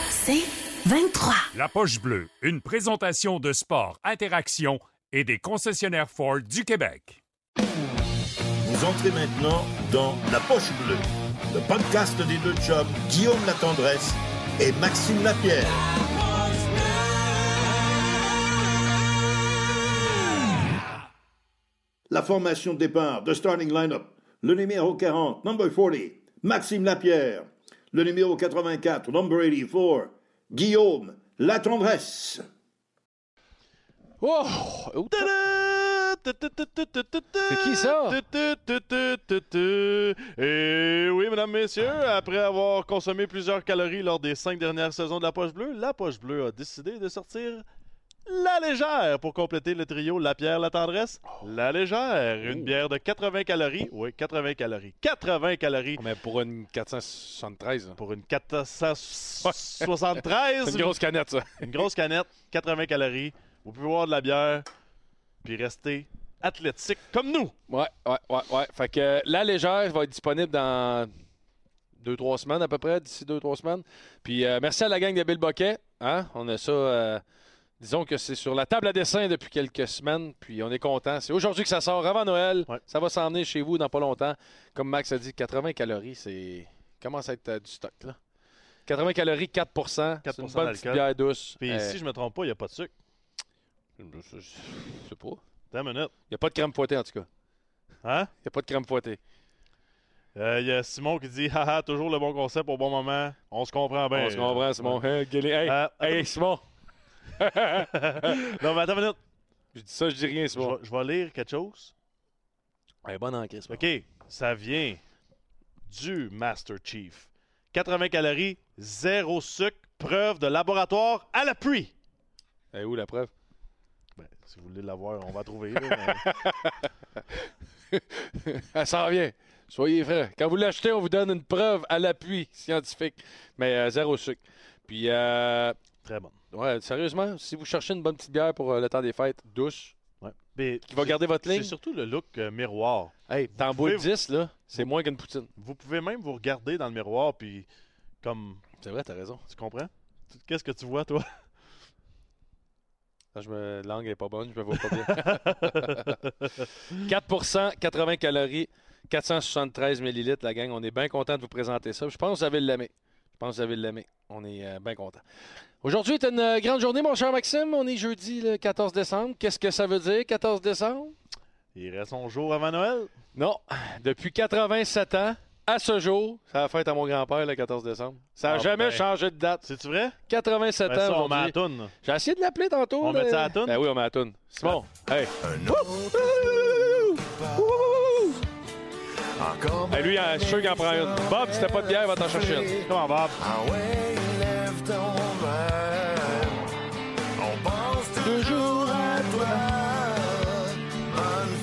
C'est 23. La Poche Bleue, une présentation de sport, interaction et des concessionnaires Ford du Québec. Vous entrez maintenant dans La Poche Bleue, le podcast des deux chums Guillaume Latendresse et Maxime Lapierre. La formation de départ, the starting line-up. Le numéro 40, number 40, Maxime Lapierre. Le numéro 84, number 84, Guillaume Latendresse. Oh! C'est qui ça? Et oui, mesdames, messieurs, après avoir consommé plusieurs calories lors des 5 dernières saisons de la Poche Bleue, la Poche Bleue a décidé de sortir la légère pour compléter le trio Lapierre, Latendresse. La légère, une bière de 80 calories. Oui, 80 calories. 80 calories. Mais pour une 473. Pour une 473. C'est une grosse canette, ça. Une grosse canette, 80 calories. Vous pouvez boire de la bière, puis rester athlétique comme nous. Ouais. Fait que la légère va être disponible dans 2-3 semaines à peu près, d'ici 2-3 semaines. Puis merci à la gang de Bill Boquet. Hein? On a ça, disons que c'est sur la table à dessin depuis quelques semaines, puis on est content. C'est aujourd'hui que ça sort, avant Noël. Ouais. Ça va s'en venir chez vous dans pas longtemps. Comme Max a dit, 80 calories, c'est commence à être du stock, là. 80 calories, 4%. C'est une bonne petite bière douce. Puis si je me trompe pas, il n'y a pas de sucre. Je sais pas. Attends une minute. Il n'y a pas de crème fouettée, en tout cas. Hein? Il n'y a pas de crème fouettée. Il y a Simon qui dit « Haha, toujours le bon concept au bon moment. On se comprend bien. » On se comprend, Simon. Hey, Simon! Non, mais attends une minute. Je dis ça, je dis rien, Simon. Je vais lire quelque chose. Elle est bonne en crise. OK. Ça vient du Master Chief. 80 calories, 0 sucre, preuve de laboratoire à l'appui. Et où la preuve? Ben, si vous voulez l'avoir, on va trouver. Là, mais... Elle s'en vient. Soyez frais. Quand vous l'achetez, on vous donne une preuve à l'appui scientifique. Mais 0 sucre. Puis, très bonne. Ouais, sérieusement, si vous cherchez une bonne petite bière pour le temps des fêtes, douce, qui va garder votre ligne. C'est surtout le look miroir. Hey, t'en bois 10, là, c'est moins qu'une poutine. Vous pouvez même vous regarder dans le miroir, puis comme... C'est vrai, t'as raison. Tu comprends? Qu'est-ce que tu vois, toi? La langue est pas bonne, je me vois pas bien. 4%, 80 calories, 473 millilitres, la gang. On est bien content de vous présenter ça. Je pense que vous avez l'aimé. On est bien content. Aujourd'hui est une grande journée, mon cher Maxime. On est jeudi le 14 décembre. Qu'est-ce que ça veut dire, 14 décembre? Il reste 11 jours avant Noël? Non. Depuis 87 ans, à ce jour, c'est la fête à mon grand-père le 14 décembre. Ça n'a jamais changé de date. C'est-tu vrai? 87 ans ça, aujourd'hui. On met la toune. J'ai essayé de l'appeler tantôt. On met ça à la toune? Ben oui, on met la toune. C'est bon. Hey. Hey, lui, je suis sûr qu'il en prend une. Bob, si t'as pas de bière, va t'en chercher une. Comment, Bob? On pense toujours à toi. Bonne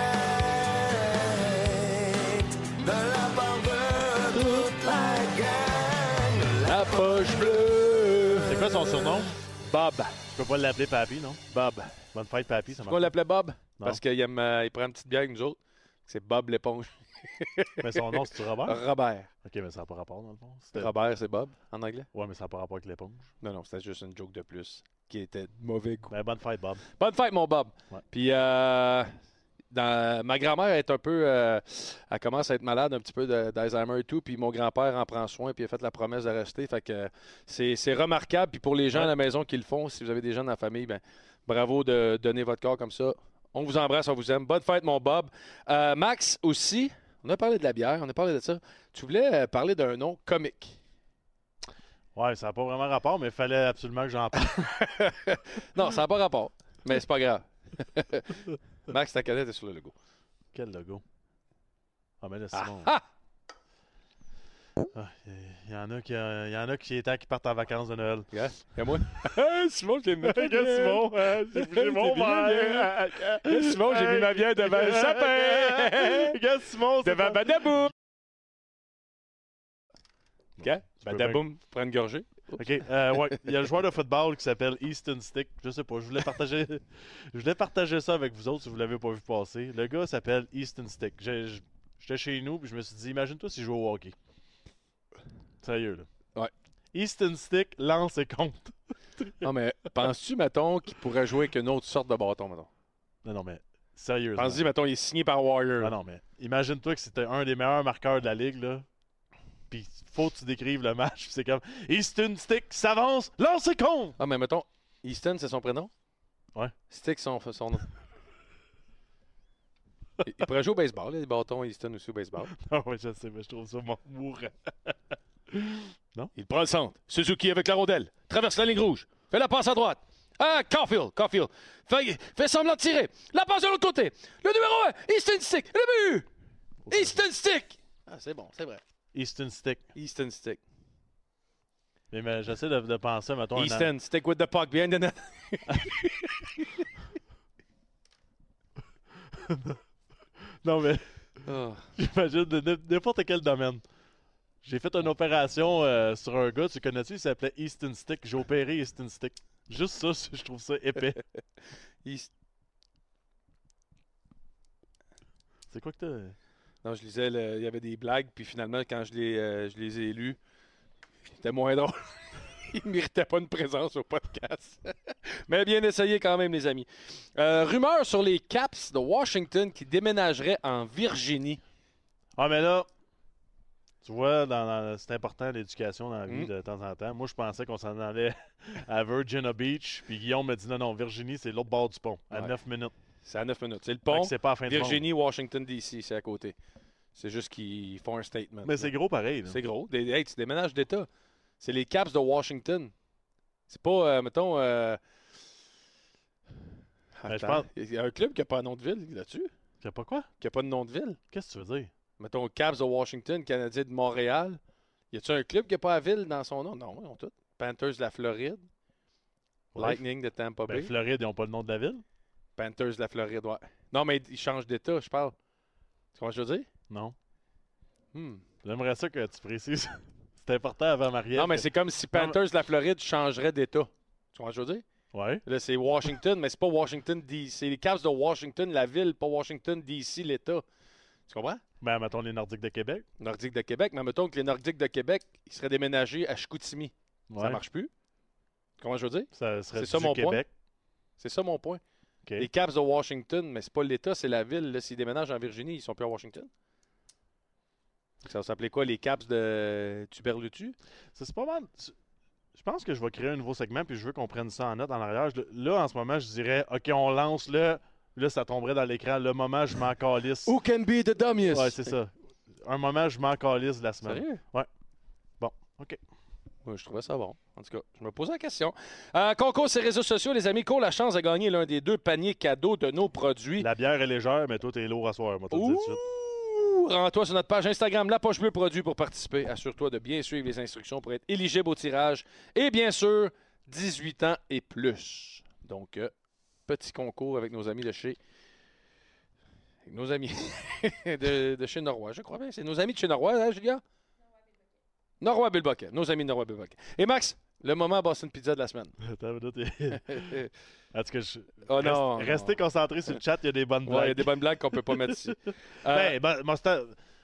fête de la part de toute la gang. La Poche Bleue. C'est quoi son surnom? Bob. Je peux pas l'appeler Papy, non? Bob. Bonne fête, Papy. Ça Pourquoi on l'appelait Bob? Non. Parce qu'il il prend une petite bière avec nous autres. C'est Bob l'éponge. Mais son nom, c'est-tu Robert? Robert. OK, mais ça n'a pas rapport, dans le fond. Robert, c'est Bob, en anglais? Ouais, mais ça n'a pas rapport avec l'éponge. Non, c'était juste une joke de plus qui était de mauvais goût. Ben, bonne fête, Bob. Bonne fête, mon Bob. Ouais. Puis, ma grand-mère est un peu... elle commence à être malade un petit peu d'Alzheimer et tout, puis mon grand-père en prend soin, puis il a fait la promesse de rester. Fait que c'est remarquable. Puis pour les gens à la maison qui le font, si vous avez des gens dans la famille, ben bravo de donner votre corps comme ça. On vous embrasse, on vous aime. Bonne fête, mon Bob. Max aussi... On a parlé de la bière, on a parlé de ça. Tu voulais parler d'un nom comique. Ouais, ça n'a pas vraiment rapport, mais il fallait absolument que j'en parle. Non, ça n'a pas rapport, mais c'est pas grave. Max, ta canette est sur le logo. Quel logo? Ah, mais là, Simon. Il y en a qui est temps qui partent en vacances de Noël. Et moi? Simon, j'ai mis Simon, j'ai bougé mon verre. Simon, j'ai mis ma bière devant le sapin. Regarde, Simon, devant Badaboum. Badaboum, prends une gorgée. OK, ouais, il y a le joueur de football qui s'appelle Easton Stick. Je sais pas, je voulais partager ça avec vous autres si vous l'avez pas vu passer. Le gars s'appelle Easton Stick. J'étais chez nous puis je me suis dit, imagine-toi s'il joue au hockey. Sérieux, là. Ouais. Easton Stick lance et compte. Non, mais penses-tu, mettons, qu'il pourrait jouer avec une autre sorte de bâton, mettons? Non, mais sérieusement. Pense-y, mettons, il est signé par Warrior. Ah non, mais imagine-toi que c'était un des meilleurs marqueurs de la ligue, là. Puis faut que tu décrives le match. Puis c'est comme Easton Stick s'avance, lance et compte. Ah, mais mettons, Easton, c'est son prénom? Ouais. Stick, son nom. Il pourrait jouer au baseball, les bâtons Easton aussi au baseball. Ah oui, je sais, mais je trouve ça mourant. Il prend le centre. Suzuki avec la rondelle. Traverse la ligne rouge. Fait la passe à droite. Ah, Caulfield. Fait semblant de tirer. La passe de l'autre côté. Le numéro 1. Easton Stick. Le but. Easton Stick. Ah, c'est bon, c'est vrai. Easton Stick. Easton Stick. Mais j'essaie de penser, mettons... Easton Stick with the puck behind the net. Non, mais Oh. j'imagine de n'importe quel domaine. J'ai fait une opération sur un gars, tu connais-tu? Il s'appelait Easton Stick. J'ai opéré Easton Stick. Juste ça, je trouve ça épais. C'est quoi que t'as... Non, je lisais, il y avait des blagues, puis finalement, quand je les ai lues, c'était moins drôle. Il ne méritait pas une présence au podcast. Mais bien essayé quand même, les amis. Rumeur sur les Caps de Washington qui déménageraient en Virginie. Ah, mais là, tu vois, c'est important l'éducation dans la vie de temps en temps. Moi, je pensais qu'on s'en allait à Virginia Beach, puis Guillaume me dit non, Virginie, c'est l'autre bord du pont, à 9 minutes. C'est à 9 minutes. C'est le Fait pont. que c'est pas à la fin du monde. Virginie, Washington, D.C., c'est à côté. C'est juste qu'ils font un statement. Mais c'est gros pareil. là. C'est gros. Hey, tu déménages d'État. C'est les Caps de Washington. C'est pas, mettons... Ben, je Attends, pense- il y a un club qui n'a pas un nom de ville là-dessus. C'est pas quoi? Qui n'a pas de nom de ville. Qu'est-ce que tu veux dire? Mettons Caps de Washington, Canadien de Montréal. Y a-tu un club qui n'a pas la ville dans son nom? Non, ils ont tout. Panthers de la Floride. Ouais. Lightning de Tampa Bay. Ben, Floride, ils n'ont pas le nom de la ville? Panthers de la Floride, ouais. Non, mais ils changent d'État, je parle. Tu comprends ce que je veux dire? Non. Hmm. J'aimerais ça que tu précises. C'est important avant Marielle. Non, mais c'est comme si Panthers de la Floride changerait d'État. Tu comprends ce que je veux dire? Ouais. Là, c'est Washington, mais c'est pas Washington, D.C. C'est les Caps de Washington, la ville, pas Washington, D.C., l'État. Tu comprends? Ben, mettons les Nordiques de Québec. Nordiques de Québec, mais mettons que les Nordiques de Québec, ils seraient déménagés à Chicoutimi. Ouais. Ça marche plus. Comment je veux dire? Ça serait C'est ça du mon point. Québec. C'est ça mon point. OK. Les Caps de Washington, mais c'est pas l'État, c'est la ville. Là, s'ils déménagent en Virginie, ils sont plus à Washington. Ça va s'appeler quoi, les Caps de Tuberlutu? Ça, c'est pas mal. Je pense que je vais créer un nouveau segment, puis je veux qu'on prenne ça en note en arrière. Là, en ce moment, je dirais, OK, on lance le... Là, ça tomberait dans l'écran. Le moment, je m'en calisse. Who can be the dummiest? Ouais, c'est ça. Un moment, je m'en calisse de la semaine. Sérieux? Bon, OK. Oui, je trouvais ça bon. En tout cas, je me posais la question. Concours sur les réseaux sociaux, les amis. Cours la chance de gagner l'un des 2 paniers cadeaux de nos produits. La bière est légère, mais toi, t'es lourd à soir. Moi, te le dis tout de suite. Rends-toi sur notre page Instagram La Poche Bleue Produit pour participer. Assure-toi de bien suivre les instructions pour être éligible au tirage. Et bien sûr, 18 ans et plus. Donc, petit concours avec nos amis de chez... Avec nos amis de chez Norrois, je crois bien. C'est nos amis de chez Norrois, hein, Julia? Norrois Bilboquet. Nos amis de Norrois Bilboquet. Et Max, le moment Boston Pizza de la semaine. Attends, une minute. En tout cas, Oh non, restez non. concentrés sur le chat, il y a des bonnes Ouais, il y a blagues. des bonnes blagues qu'on peut pas mettre ici. Ben, Mustang,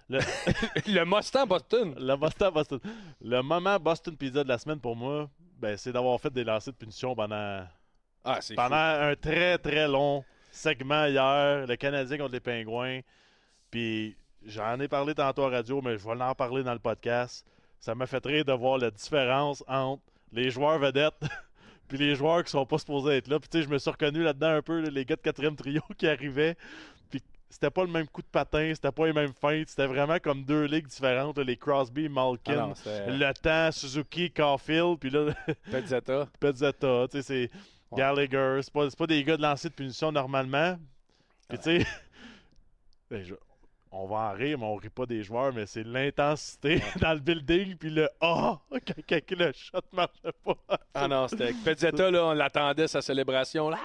Le Mustang Boston. le Mustang Boston. Le moment Boston Pizza de la semaine pour moi, ben, c'est d'avoir fait des lancers de punition pendant C'est Pendant un très, très long segment hier, le Canadien contre les Pingouins. Puis j'en ai parlé tantôt à la radio, mais je vais en parler dans le podcast. Ça m'a fait rire de voir la différence entre les joueurs vedettes puis les joueurs qui sont pas supposés être là. Puis tu sais, je me suis reconnu là-dedans un peu, là, les gars de 4e trio qui arrivaient. Puis c'était pas le même coup de patin, c'était pas les mêmes feintes. C'était vraiment comme 2 ligues différentes, là, les Crosby, Malkin, Ah non, c'était- le temps, Suzuki, Caulfield, puis là, Pezzetta. Pezzetta, tu sais, c'est Ouais. Gallagher, c'est pas des gars de lancer de punition normalement. Puis tu sais, ben, on va en rire, mais on rit pas des joueurs, mais c'est l'intensité dans le building, puis le « Ah! Quand le shot marchait pas. Ah non, c'était avec Pezzetta, là, on l'attendait, sa célébration. Là.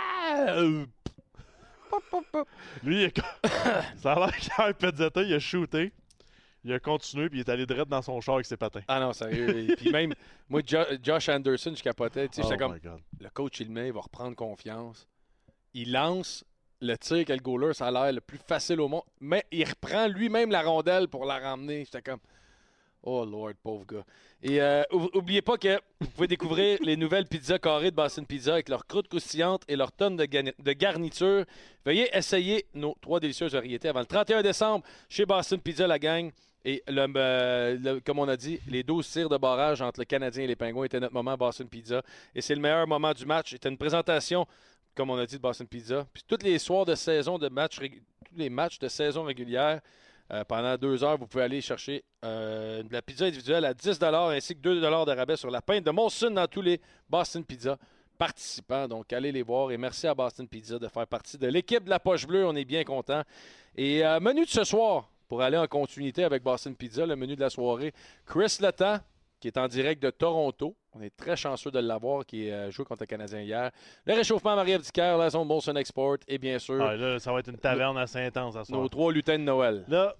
Lui, ça a l'air qu'un Pezzetta, il a shooté, il a continué, puis il est allé direct dans son char avec ses patins. Ah non, sérieux. Et puis même, moi, Josh Anderson, je capotais. Tu sais, j'étais Oh comme, my God. le coach, il le met, il va reprendre confiance. Il lance le tir que le goaler, ça a l'air le plus facile au monde. Mais il reprend lui-même la rondelle pour la ramener. J'étais comme, Oh Lord, pauvre gars. Et oubliez pas que vous pouvez découvrir les nouvelles pizzas carrées de Boston Pizza avec leurs croûtes croustillantes et leurs tonnes de garniture. Veuillez essayer nos 3 délicieuses variétés avant le 31 décembre chez Boston Pizza, la gang. Et comme on a dit, les 12 tirs de barrage entre le Canadien et les Pingouins étaient notre moment à Boston Pizza. Et c'est le meilleur moment du match. C'était une présentation, comme on a dit, de Boston Pizza. Puis tous les soirs de saison de match, tous les matchs de saison régulière, pendant 2 heures, vous pouvez aller chercher la pizza individuelle à 10 ainsi que 2 de rabais sur la pinte de Molson dans tous les Boston Pizza participants. Donc, allez les voir. Et merci à Boston Pizza de faire partie de l'équipe de la Poche Bleue. On est bien contents. Et menu de ce soir, pour aller en continuité avec Boston Pizza, le menu de la soirée, Chris Letang, qui est en direct de Toronto. On est très chanceux de l'avoir, qui a joué contre le Canadien hier. Le réchauffement Marie-Ève Dicker, la zone Molson Export et bien sûr... Ah, là, ça va être une taverne assez intense à soir. Nos 3 lutins de Noël. Là,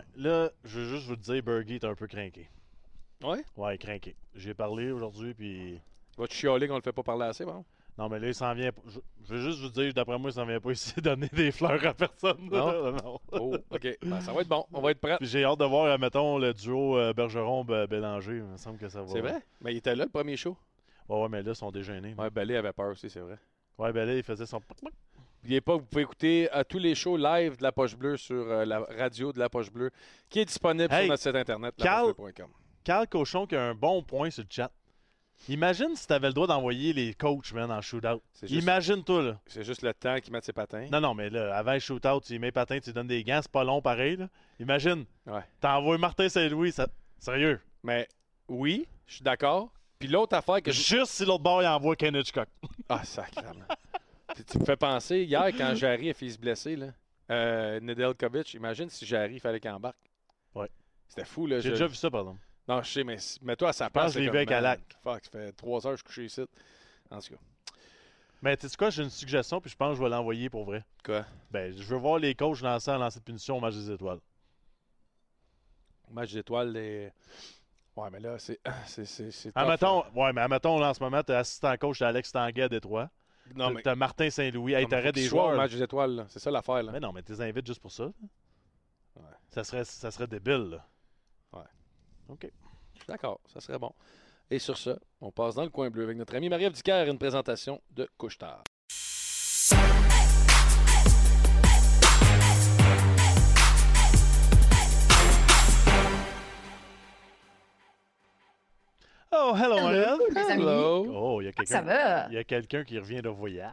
je veux juste vous dire, Bergie est un peu craqué. Ouais? Ouais, craqué. J'ai parlé aujourd'hui, puis... Tu vas te chialer qu'on le fait pas parler assez, bon? Non, mais là, il s'en vient... Je veux juste vous dire, d'après moi, il s'en vient pas ici donner des fleurs à personne. Non? Non. Oh, OK. Ben, ça va être bon. On va être prêts. Puis j'ai hâte de voir, mettons, le duo Bergeron-Bélanger. Il me semble que ça va... C'est vrai? Mais il était là, le premier show. Ouais, mais là, ils sont déjeunés. Ouais, Belé avait peur aussi, c'est vrai. Ouais, ben là, il faisait son... N'oubliez pas, vous pouvez écouter tous les shows live de La Poche Bleue sur la radio de La Poche Bleue, qui est disponible sur notre site internet, lapochebleu.com. Carl Cochon qui a un bon point sur le chat. Imagine si tu avais le droit d'envoyer les coachs, man, en shootout. Imagine-toi, là. C'est juste le temps qu'ils mettent ses patins. Non, mais là, avant le shootout, tu y mets patins, tu lui donnes des gants, c'est pas long pareil, là. Imagine. Ouais. T'envoies Martin Saint-Louis, ça... Sérieux. Mais oui, je suis d'accord. Puis l'autre affaire que Juste si l'autre bord, il envoie Ken Hitchcock. Ah, sacrément. Tu me fais penser, hier, quand Jarry a fait se blesser, là, Nedeljkovic, imagine si Jarry, il fallait qu'il embarque. Ouais. C'était fou, là. J'ai déjà vu ça, pardon. Non, je sais, mais mets-toi à sa place. Je pense que je l'ai vu avec Alak. Fuck, ça fait 3 heures que je suis couché ici. En tout cas. Mais tu sais quoi, j'ai une suggestion, puis je pense que je vais l'envoyer pour vrai. Quoi? Ben, je veux voir les coachs lancer en lancer de punition au match des étoiles. Au match des étoiles, les... Ouais, mais là, c'est Admettons, là, en ce moment, t'es assistant coach de Alex Tanguay à Détroit. Non, mais... T'as Martin Saint-Louis. Hey, t'aurais des joueurs. au match des étoiles, là. C'est ça l'affaire, là. Mais non, mais t'es invites juste pour ça. Ouais. Ça serait débile, là. Ouais. OK. Je suis d'accord, ça serait bon. Et sur ce, on passe dans le coin bleu avec notre ami Marie-Ève Dicker et une présentation de Couche-Tard. Oh, hello, Marie-Ève. Les amis. Hello. Oh, il y a quelqu'un. Ça va? Il y a quelqu'un qui revient de voyage.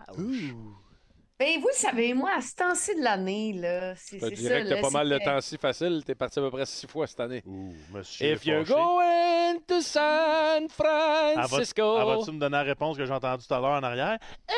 Ben, vous le savez, moi, à ce temps-ci de l'année, là, Je te dirais que t'as pas mal le temps si facile. T'es parti à peu près 6 fois cette année. Ouh, monsieur. If you're going to San Francisco. Vas-tu me donner la réponse que j'ai entendue tout à l'heure en arrière?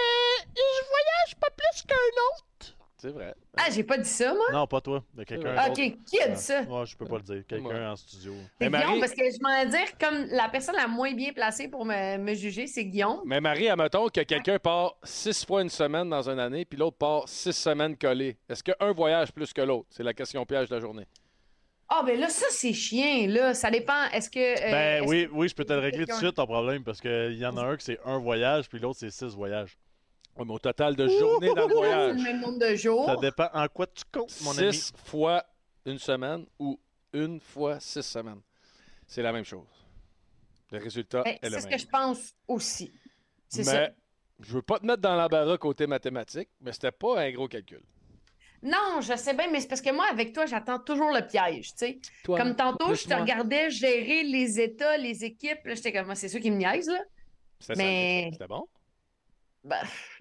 Je voyage pas plus qu'un autre. C'est vrai. Ah, j'ai pas dit ça, moi? Non, pas toi. De quelqu'un Ah, d'autre. OK, qui a dit ça? Moi, je peux pas le dire. Quelqu'un en studio. C'est Mais Guillaume, Marie- parce que je m'en dire, comme la personne la moins bien placée pour me juger, c'est Guillaume. Mais Marie, admettons que quelqu'un part 6 fois une semaine dans une année, puis l'autre part 6 semaines collées. Est-ce qu'un voyage plus que l'autre? C'est la question piège de la journée. Ah, ben là, ça, c'est chien, là. Ça dépend. Est-ce que. Ben est-ce oui, je peux te le régler tout de quelqu'un- suite ton problème parce qu'il y en a un qui c'est un voyage puis l'autre c'est 6 voyages. Ouais, mais au total de journée dans le C'est voyage, le même nombre de jours. Ça dépend en quoi tu comptes, mon ami. 6 fois une semaine ou 1 fois 6 semaines. C'est la même chose. Le résultat Ben, est le c'est ce même. que je pense aussi. C'est Mais ça. je veux pas te mettre dans l'embarras côté mathématique, mais c'était pas un gros calcul. Non, je sais bien, mais c'est parce que moi, avec toi, j'attends toujours le piège, tu sais. Toi, Comme tantôt, plus je te moi. regardais gérer les États, les équipes. Là, j'étais comme, c'est sûr qui me niaise, là. Mais- C'était bon. Ben,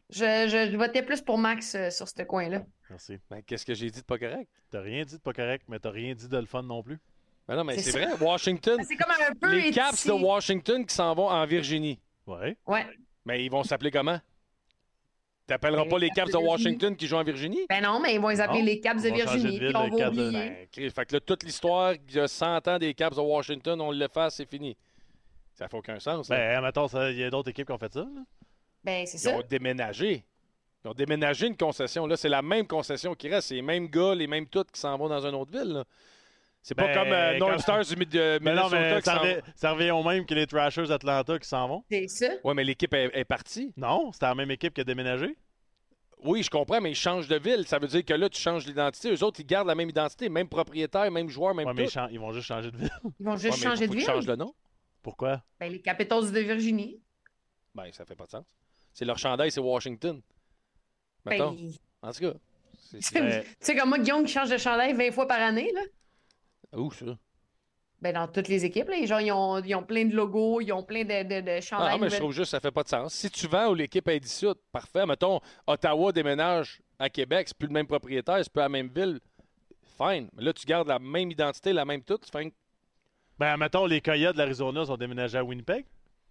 je votais plus pour Max sur ce coin-là. Merci. Ben, qu'est-ce que j'ai dit de pas correct? T'as rien dit de pas correct, mais t'as rien dit de le fun non plus. Ben non, mais C'est c'est ça. vrai. Washington, C'est comme un peu les Caps étiqué. de Washington qui s'en vont en Virginie. Ouais. Ouais. Mais ils vont s'appeler comment? T'appelleras Ben, pas les Caps Caps de de Virginie. Washington qui jouent en Virginie? Ben non, mais ils vont les appeler Non, les Caps de on va changer de Virginie. ville, Puis on les va Caps de- oublier. Ben, Christ, fait que là, toute l'histoire, il y a 100 ans des Caps de Washington, on le fait, c'est fini. Ça fait aucun sens. là. Ben, mettons, il y a d'autres équipes qui ont fait ça. Là. Ben, c'est Ils ça. ont déménagé. Ils ont déménagé une concession. Là, c'est la même concession qui reste. C'est les mêmes gars, les mêmes toutes qui s'en vont dans une autre ville. là. C'est pas Ben, comme North comme- Stars du Mais non, Minnesota mais qui s'en vont. ça revient au même que les Thrashers d'Atlanta qui s'en vont. C'est ça. Ouais, mais l'équipe est partie. Non, c'était la même équipe qui a déménagé. Oui, je comprends, mais ils changent de ville. Ça veut dire que là, tu changes l'identité. Eux autres, ils gardent la même identité, même propriétaire, même joueur, même Ouais, tout. mais ils vont juste changer de ville. Ils vont juste changer de Ils ville. changent le nom. Pourquoi? Ben, les Capitals de Virginie. Ben, ça fait pas de sens. C'est leur chandail, c'est Washington. Mettons. Ben, En tout cas. tu sais comme moi, Guillaume qui change de chandail 20 fois par année, là. Où ça? Ben, dans toutes les équipes, là, les gens, ils ont plein de logos, ils ont plein de chandails. Ah, mais je nouvelles. trouve juste que ça fait pas de sens. Si tu vends ou l'équipe est dissoute, parfait. Mettons, Ottawa déménage à Québec, c'est plus le même propriétaire, c'est plus la même ville. Fine. Mais là, tu gardes la même identité, la même tout. Ben, mettons, les Coyotes de l'Arizona sont déménagés à Winnipeg.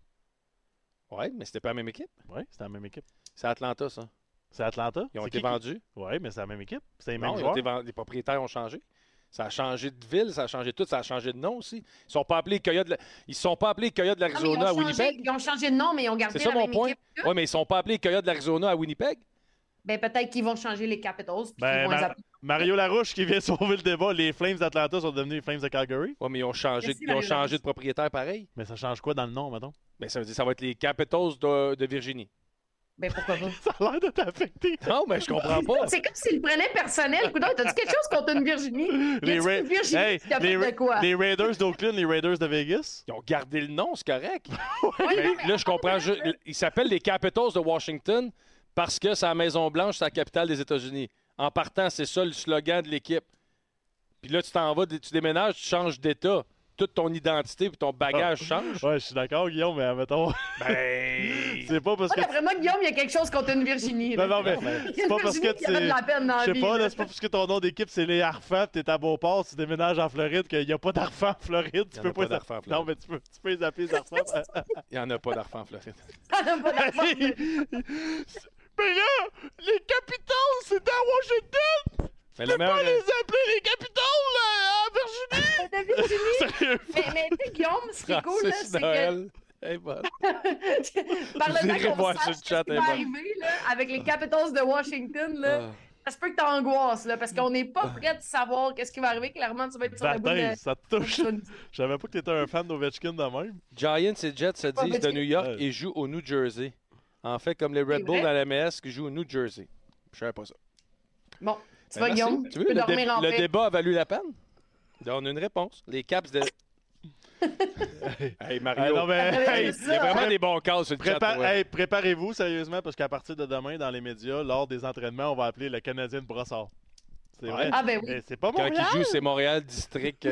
Ouais, mais c'était pas la même équipe. Oui, c'est la même équipe. C'est Atlanta, ça. C'est Atlanta. Ils ont C'est été qui? vendus. Oui, mais c'est la même équipe. C'est les Non, mêmes ils ont joueurs. été vendus. Les propriétaires ont changé. Ça a changé de ville, ça a changé de tout, ça a changé de nom aussi. Ils sont pas appelés Coyotes ils sont pas appelés Coyotes de Non, mais l'Arizona à Winnipeg. ils ont changé de nom, mais ils ont gardé C'est ça la mon même point. équipe. Oui, mais ils sont pas appelés Coyotes de l'Arizona à Winnipeg. Ben, peut-être qu'ils vont changer les Capitals. Puis Ben, qu'ils vont les appeler- Mario Larouche qui vient sauver le débat. Les Flames d'Atlanta sont devenus les Flames de Calgary. Oui, mais ils ont changé, Merci, ils ont Mario changé Larouche. de propriétaire pareil. Mais ça change quoi dans le nom, mettons? Ben, ça veut dire que ça va être les Capitals de Virginie. Ben, pourquoi pas? Ça a l'air de t'affecter. Non, mais je comprends pas. C'est comme s'ils le prenaient personnel. Coudonc, t'as-tu quelque chose contre une Virginie? Les, Y a-tu une Virginie Hey, qui a fait de quoi? les Raiders d'Oakland, les Raiders de Vegas. Ils ont gardé le nom, c'est correct. Ouais, Mais non, mais là, je comprends. Ils s'appellent les Capitals de Washington parce que c'est la Maison-Blanche, c'est la capitale des États-Unis. En partant, c'est ça le slogan de l'équipe. Puis là, tu t'en vas, tu déménages, tu changes d'État. Toute ton identité et ton bagage change. Ouais, je suis d'accord, Guillaume, mais mettons. Ben. C'est pas parce que. Moi, d'après moi, Guillaume, il y a quelque chose contre une Virginie. Non, là. non, mais c'est pas parce que Virginie qui avait de la peine dans la Je sais vie, pas, là. là, c'est pas parce que ton nom d'équipe c'est les Harfans, pis t'es à Beauport, tu déménages en Floride, qu'il n'y a pas d'Arfans en Floride. Il y Tu en peux a pas d'Arfans en Floride. Non, mais tu peux les appeler les Harfans. Il n'y en a pas d'argent en Floride. Pas d'argent. Mais là, les Capitals, c'est à Washington! Mais Tu peux pas les appeler les Capitals à Virginie! De Virginie. Sérieux? Mais tu sais, Guillaume, ce qui est cool, là, Francis c'est que Noël. Hey, bon. par le Vous irez temps qu'on voir sache sur le ce chat, qui elle va est arriver là, avec les Capitals de Washington, là, Ah. ça se peut que t'angoisses, là, parce qu'on n'est pas prêt de savoir qu'est-ce qui va arriver. Clairement, tu vas être sur le bout de... Baptême, ça te touche. Je savais pas que t'étais un fan d'Ovechkin de même. Giants et Jets se Pas disent de Ovechkin. New York Ouais. et jouent au New Jersey. En fait, comme les Red C'est Bulls vrai? dans la MS qui jouent au New Jersey. Je savais pas ça. Bon, tu Ben, vas, merci. Guillaume, Tu tu veux, peux le, dormir en le paix. débat a valu la peine? On a une réponse. Les Caps de... Hey, Mario. non, mais, Ah, hey, c'est Il y a ça, vraiment hein? des bons cas sur le chat. pour vrai. hey, préparez-vous sérieusement parce qu'à partir de demain, dans les médias, lors des entraînements, on va appeler le Canadien de Brossard. C'est vrai. Ah, ben oui. Mais c'est pas Quand Montréal. il joue, c'est Montréal District.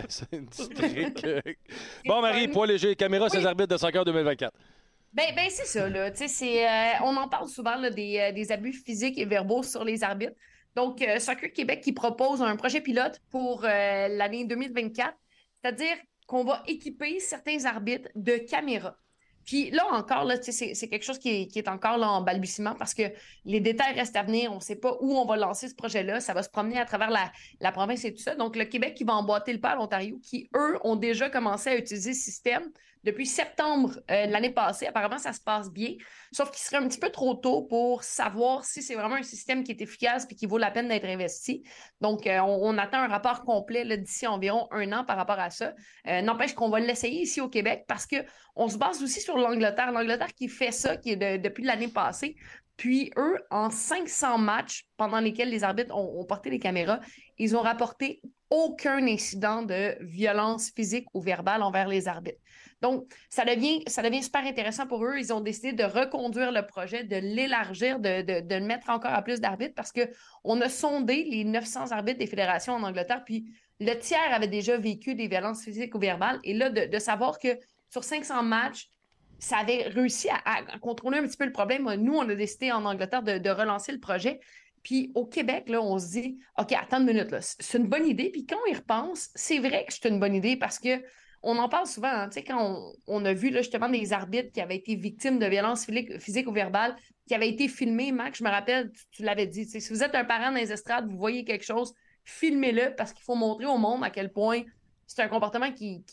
Bon, Marie, poids léger, caméra, ses arbitres de soccer 2024. Ben c'est ça, là. Tu sais, on en parle souvent là, des abus physiques et verbaux sur les arbitres. Donc, Soccer Québec qui propose un projet pilote pour l'année 2024, c'est-à-dire qu'on va équiper certains arbitres de caméras. Puis là encore, là, c'est quelque chose qui est encore là en balbutiement parce que les détails restent à venir. On ne sait pas où on va lancer ce projet-là. Ça va se promener à travers la province et tout ça. Donc, le Québec qui va emboîter le pas à l'Ontario, qui, eux, ont déjà commencé à utiliser ce système depuis septembre de l'année passée. Apparemment, ça se passe bien. Sauf qu'il serait un petit peu trop tôt pour savoir si c'est vraiment un système qui est efficace et qui vaut la peine d'être investi. Donc, on attend un rapport complet là, d'ici environ 1 an par rapport à ça. N'empêche qu'on va l'essayer ici au Québec parce qu'on se base aussi sur l'Angleterre. L'Angleterre qui fait ça, qui est depuis l'année passée. Puis eux, en 500 matchs pendant lesquels les arbitres ont porté les caméras, ils ont rapporté aucun incident de violence physique ou verbale envers les arbitres. Donc, ça devient super intéressant pour eux. Ils ont décidé de reconduire le projet, de l'élargir, de le mettre encore à plus d'arbitres parce qu'on a sondé les 900 arbitres des fédérations en Angleterre, puis le tiers avait déjà vécu des violences physiques ou verbales. Et là, de savoir que sur 500 matchs, ça avait réussi à contrôler un petit peu le problème. Nous, on a décidé en Angleterre de relancer le projet. Puis au Québec, là, on se dit, OK, attends une minute, là, c'est une bonne idée. Puis quand on y repense, c'est vrai que c'est une bonne idée parce que on en parle souvent, hein, tu sais, quand on a vu là, justement des arbitres qui avaient été victimes de violences physiques ou verbales, qui avaient été filmés. Mac, je me rappelle, tu l'avais dit, tu sais, si vous êtes un parent dans les estrades, vous voyez quelque chose, filmez-le parce qu'il faut montrer au monde à quel point c'est un comportement qui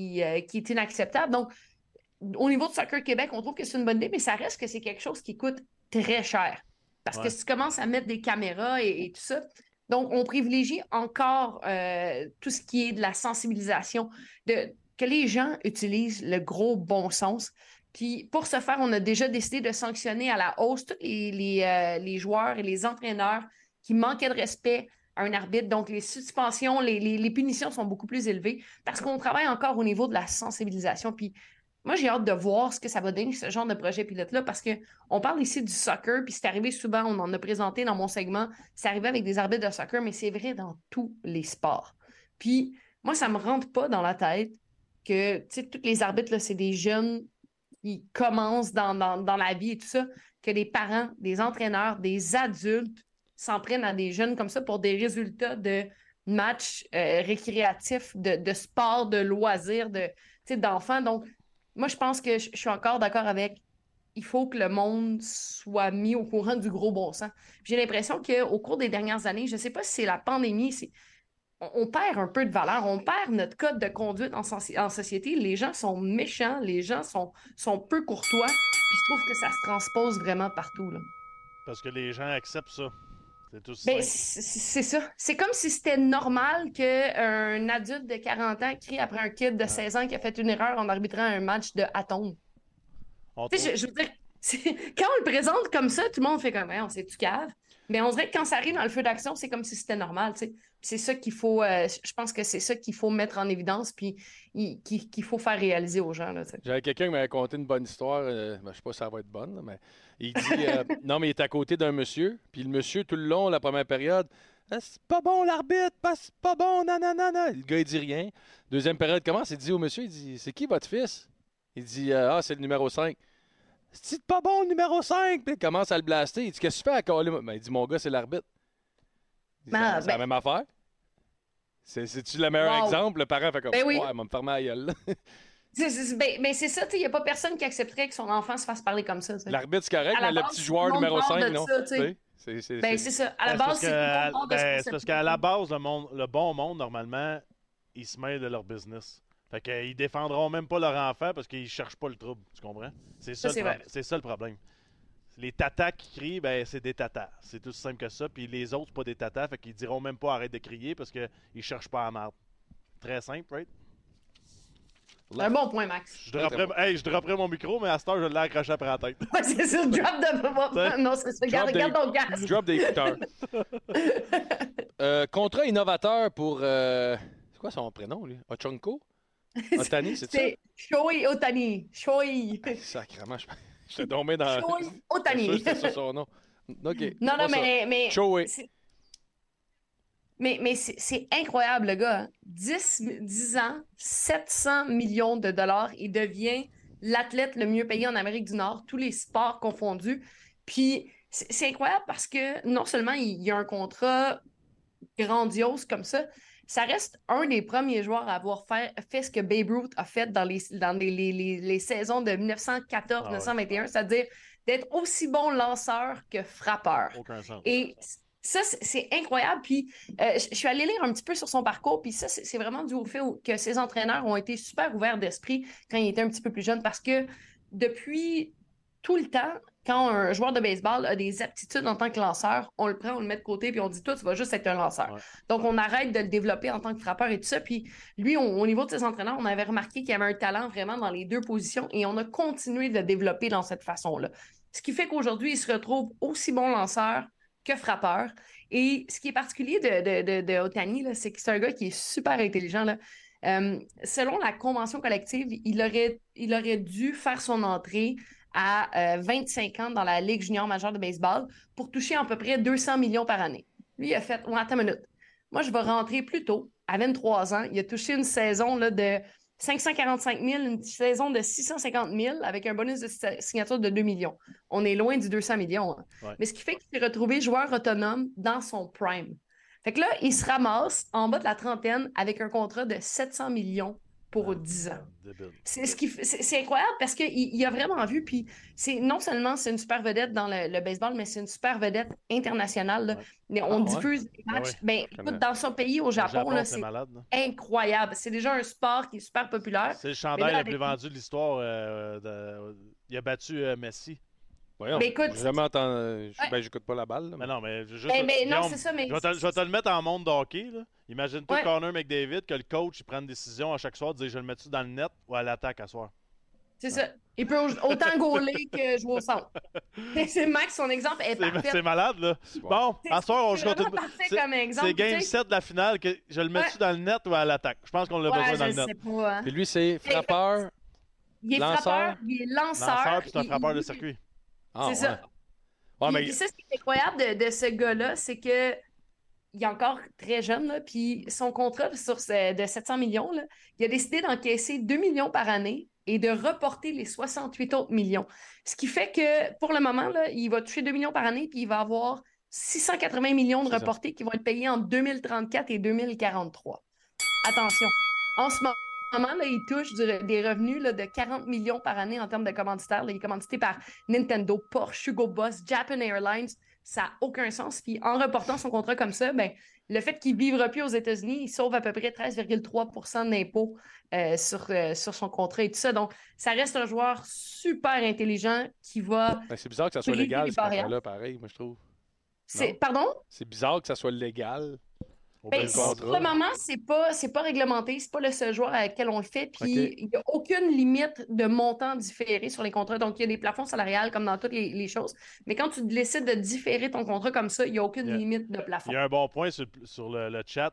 est inacceptable. Donc, au niveau de Soccer Québec, on trouve que c'est une bonne idée, mais ça reste que c'est quelque chose qui coûte très cher. Parce que si tu commences à mettre des caméras et tout ça, donc on privilégie encore tout ce qui est de la sensibilisation, que les gens utilisent le gros bon sens. Puis pour ce faire, on a déjà décidé de sanctionner à la hausse tous les joueurs et les entraîneurs qui manquaient de respect à un arbitre. Donc, les suspensions, les punitions sont beaucoup plus élevées parce qu'on travaille encore au niveau de la sensibilisation. Puis moi, j'ai hâte de voir ce que ça va donner, ce genre de projet pilote-là, parce qu'on parle ici du soccer, puis c'est arrivé souvent, on en a présenté dans mon segment, c'est arrivé avec des arbitres de soccer, mais c'est vrai dans tous les sports. Puis moi, ça me rentre pas dans la tête que, tu sais, tous les arbitres, là, c'est des jeunes qui commencent dans la vie et tout ça, que les parents, des entraîneurs, des adultes s'en prennent à des jeunes comme ça pour des résultats de matchs récréatifs, de sport, de loisirs, d'enfants. Donc, moi, je pense que je suis encore d'accord avec il faut que le monde soit mis au courant du gros bon sens. J'ai l'impression qu'au cours des dernières années, je ne sais pas si c'est la pandémie, on perd un peu de valeur, on perd notre code de conduite en société. Les gens sont méchants, les gens sont peu courtois, puis je trouve que ça se transpose vraiment partout, là. Parce que les gens acceptent ça. C'est tout Ben, simple. c'est ça. C'est comme si c'était normal qu'un adulte de 40 ans crie après un kid de 16 ans qui a fait une erreur en arbitrant un match de Atome. On Tu sais, je veux dire, quand on le présente comme ça, tout le monde fait comme, on sait tu cave. Mais on dirait que quand ça arrive dans le feu d'action, c'est comme si c'était normal, tu sais. C'est ça qu'il faut, je pense que c'est ça qu'il faut mettre en évidence, puis qu'il faut faire réaliser aux gens, là, tu sais. J'avais quelqu'un qui m'avait conté une bonne histoire. Je ne sais pas si ça va être bonne, là, mais il dit non, mais il est à côté d'un monsieur. Puis le monsieur, tout le long, la première période, ah, c'est pas bon l'arbitre, c'est pas bon, nanana. Le gars, il dit rien. Deuxième période commence, il dit au monsieur, il dit c'est qui votre fils? Il dit c'est le numéro 5. C'est pas bon le numéro 5. Puis il commence à le blaster. Il dit qu'est-ce que tu fais à coller? Ben, il dit mon gars, c'est l'arbitre. C'est la même affaire. C'est-tu le meilleur exemple? Le parent fait comme oui. Ouais, il va me fermer la gueule. Mais c'est ça, il n'y a pas personne qui accepterait que son enfant se fasse parler comme ça. T'sais. L'arbitre, c'est correct, mais le petit joueur tout le monde numéro parle 5, de non? ça, c'est ça. À la base, c'est tout le monde parce qu'à la base, le bon monde, normalement, ils se mêlent de leur business. Fait qu'ils défendront même pas leur enfant parce qu'ils cherchent pas le trouble. Tu comprends? C'est ça le problème. Les tatas qui crient, ben c'est des tatas. C'est tout simple que ça. Puis les autres, c'est pas des tatas. Fait qu'ils diront même pas arrête de crier parce qu'ils cherchent pas à marre. Très simple, right? Un bon point, Max. Je dropperais mon micro, mais à cette heure, je l'ai accroché après la tête. Ouais, c'est ça, drop de... Non, c'est ça. Regarde ton casque. Drop des écouteurs. Contrat innovateur pour... c'est quoi son prénom, lui? Ochonko? Otani, c'est ça? C'est Shohei Otani. Shohei. Sacrément, je t'ai tombé dans... Shohei Otani. C'était ça son nom. OK. Non, mais... Shohei. Mais c'est incroyable, le gars. Hein? 10 ans, 700 millions de dollars. Il devient l'athlète le mieux payé en Amérique du Nord, tous les sports confondus. Puis c'est incroyable parce que non seulement il y a un contrat grandiose comme ça reste un des premiers joueurs à avoir fait ce que Babe Ruth a fait dans les saisons de 1914-1921, c'est-à-dire d'être aussi bon lanceur que frappeur. Aucun sens. Et ça, c'est incroyable. Puis, je suis allée lire un petit peu sur son parcours. Puis ça, c'est vraiment dû au fait que ses entraîneurs ont été super ouverts d'esprit quand il était un petit peu plus jeune. Parce que depuis tout le temps, quand un joueur de baseball a des aptitudes en tant que lanceur, on le prend, on le met de côté, puis on dit, toi, tu vas juste être un lanceur. Ouais. Donc, on arrête de le développer en tant que frappeur et tout ça. Puis lui, au niveau de ses entraîneurs, on avait remarqué qu'il avait un talent vraiment dans les deux positions et on a continué de le développer dans cette façon-là. Ce qui fait qu'aujourd'hui, il se retrouve aussi bon lanceur que frappeur. Et ce qui est particulier de Otani, là, c'est que c'est un gars qui est super intelligent. Là. Selon la convention collective, il aurait dû faire son entrée à 25 ans dans la Ligue junior majeure de baseball pour toucher à peu près 200 millions par année. Lui, il a fait, attends une minute, moi, je vais rentrer plus tôt, à 23 ans. Il a touché une saison là, de 545 000, une saison de 650 000 avec un bonus de signature de 2 millions. On est loin du 200 millions. Hein. Ouais. Mais ce qui fait qu'il s'est retrouvé joueur autonome dans son prime. Fait que là, il se ramasse en bas de la trentaine avec un contrat de 700 millions pour 10 ans. C'est incroyable parce qu'il a vraiment vu, puis non seulement c'est une super vedette dans le baseball, mais c'est une super vedette internationale. Ouais. On diffuse des matchs. Écoute, dans son pays, au Japon, là, c'est malade, incroyable. C'est déjà un sport qui est super populaire. C'est le chandail le plus vendu de l'histoire. Il a battu Messi. Voyons, écoute, j'ai jamais entendu. J'écoute pas la balle. Là, mais non, mais juste. Non, c'est ça. Mais je vais te le mettre en monde de hockey. Imagine-toi Connor McDavid, que le coach il prend une décision à chaque soir de dire je le mets-tu dans le net ou à l'attaque à soir. C'est ça. Il peut autant gauler que jouer au centre. C'est Max, son exemple est parfait. C'est malade, là. Bon, à ce soir, on joue contre vraiment parfait comme exemple. C'est Game tu sais. 7 de la finale. Que je le mets-tu dans le net ou à l'attaque? Je pense qu'on l'a besoin dans le Je net. sais pas. Hein. Puis lui, c'est frappeur. Il est lanceur. frappeur, il est lanceur. Lanceur, puis c'est un frappeur de circuit. Ah, C'est ça. Ouais, Puis ça, ce qui est incroyable de ce gars-là, c'est que il est encore très jeune, là, puis son contrat de 700 millions, là, il a décidé d'encaisser 2 millions par année et de reporter les 68 autres millions. Ce qui fait que, pour le moment, là, il va toucher 2 millions par année, puis il va avoir 680 millions de C'est ça. reportés qui vont être payés en 2034 et 2043. Attention, en ce moment, là, il touche des revenus là, de 40 millions par année en termes de commanditaires. Là, il est commandité par Nintendo, Porsche, Hugo Boss, Japan Airlines. Ça n'a aucun sens. Puis en reportant son contrat comme ça, ben, le fait qu'il ne vivra plus aux États-Unis, il sauve à peu près 13,3 % d'impôts sur son contrat et tout ça. Donc, ça reste un joueur super intelligent qui va... Ben, c'est bizarre que ça soit briser légal, les ce barrières. contrat-là, pareil, moi, je trouve. Pardon? C'est bizarre que ça soit légal. Ben, pour le moment, c'est pas réglementé. C'est pas le seul joueur avec lequel on le fait. Puis OK. il n'y a aucune limite de montant différé sur les contrats. Donc, il y a des plafonds salariales comme dans toutes les choses. Mais quand tu décides de différer ton contrat comme ça, il n'y a aucune limite de plafond. Il y a un bon point sur le chat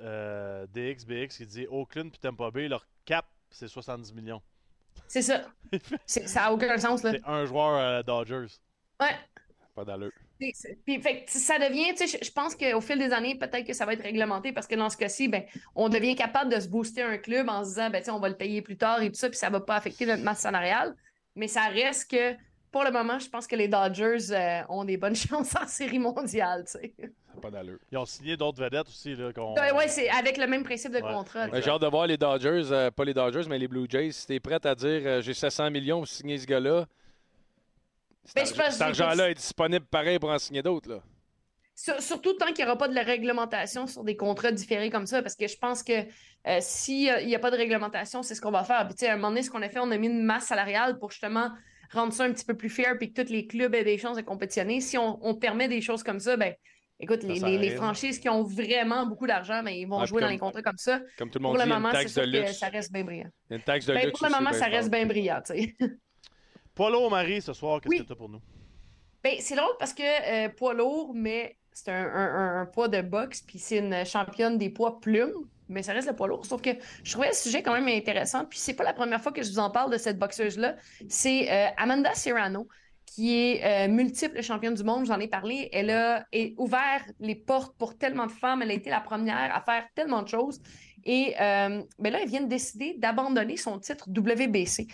DXBX qui dit Oakland puis Tampa Bay, leur cap, c'est 70 millions. C'est ça. Ça n'a aucun sens, là. C'est un joueur Dodgers. Ouais. Pas d'allure. Puis, fait que ça devient, tu sais, je pense qu'au fil des années, peut-être que ça va être réglementé parce que dans ce cas-ci, ben, on devient capable de se booster un club en se disant, ben, tu sais, on va le payer plus tard et tout ça, puis ça ne va pas affecter notre masse salariale. Mais ça reste que, pour le moment, je pense que les Dodgers ont des bonnes chances en série mondiale, tu sais. Pas d'allure. Ils ont signé d'autres vedettes aussi. Là, Ouais, c'est avec le même principe de Ouais. contrat. Ouais, J'ai hâte de voir les Dodgers, pas les Dodgers, mais les Blue Jays. Si t'es prête à dire j'ai 700 millions pour signer ce gars-là, Ben, je pense cet que- argent-là est disponible pareil pour en signer d'autres. Là. Surtout tant qu'il n'y aura pas de la réglementation sur des contrats différés comme ça, parce que je pense que s'il n'y a pas de réglementation, c'est ce qu'on va faire. Puis, tu sais, à un moment donné, ce qu'on a fait, on a mis une masse salariale pour justement rendre ça un petit peu plus fair puis que tous les clubs aient des chances de compétitionner. Si on permet des choses comme ça, ben écoute, Ça sert à les rien. franchises qui ont vraiment beaucoup d'argent, ben, ils vont Ouais, jouer puis dans les contrats comme ça. Comme tout le Pour monde le dit, il y a moment, une c'est taxe sûr de que luxe. ça reste bien brillant. Il y a une taxe de Ben, luxe. pour le moment, aussi, ça ben, reste bien brillant, tu sais. Paulo Marie, ce soir, qu'est-ce Oui. que tu as pour nous? Ben, c'est drôle parce que poids lourd, mais c'est un poids de boxe, puis c'est une championne des poids plumes, mais ça reste le poids lourd. Sauf que je trouvais le sujet quand même intéressant, puis c'est pas la première fois que je vous en parle de cette boxeuse-là. C'est Amanda Serrano, qui est multiple championne du monde, j'en ai parlé. Elle a ouvert les portes pour tellement de femmes, elle a été la première à faire tellement de choses. Et ben là, elle vient de décider d'abandonner son titre WBC.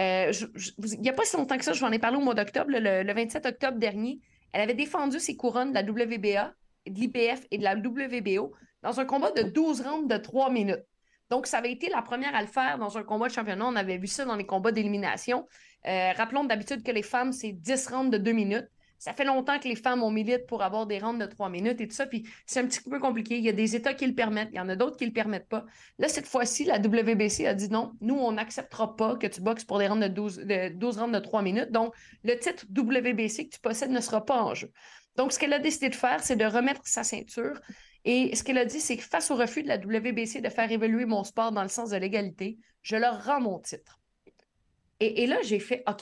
Il n'y a pas si longtemps que ça, je vous en ai parlé au mois d'octobre, le 27 octobre dernier. Elle avait défendu ses couronnes de la WBA, de l'IBF et de la WBO dans un combat de 12 rounds de 3 minutes. Donc, ça avait été la première à le faire dans un combat de championnat. On avait vu ça dans les combats d'élimination. Rappelons d'habitude que les femmes, c'est 10 rounds de 2 minutes. Ça fait longtemps que les femmes ont milité pour avoir des rounds de 3 minutes et tout ça. Puis c'est un petit peu compliqué. Il y a des États qui le permettent. Il y en a d'autres qui ne le permettent pas. Là, cette fois-ci, la WBC a dit non, nous, on n'acceptera pas que tu boxes pour des rounds de 12 rounds de 3 minutes. Donc, le titre WBC que tu possèdes ne sera pas en jeu. Donc, ce qu'elle a décidé de faire, c'est de remettre sa ceinture. Et ce qu'elle a dit, c'est que face au refus de la WBC de faire évoluer mon sport dans le sens de l'égalité, je leur rends mon titre. Et là, j'ai fait, OK,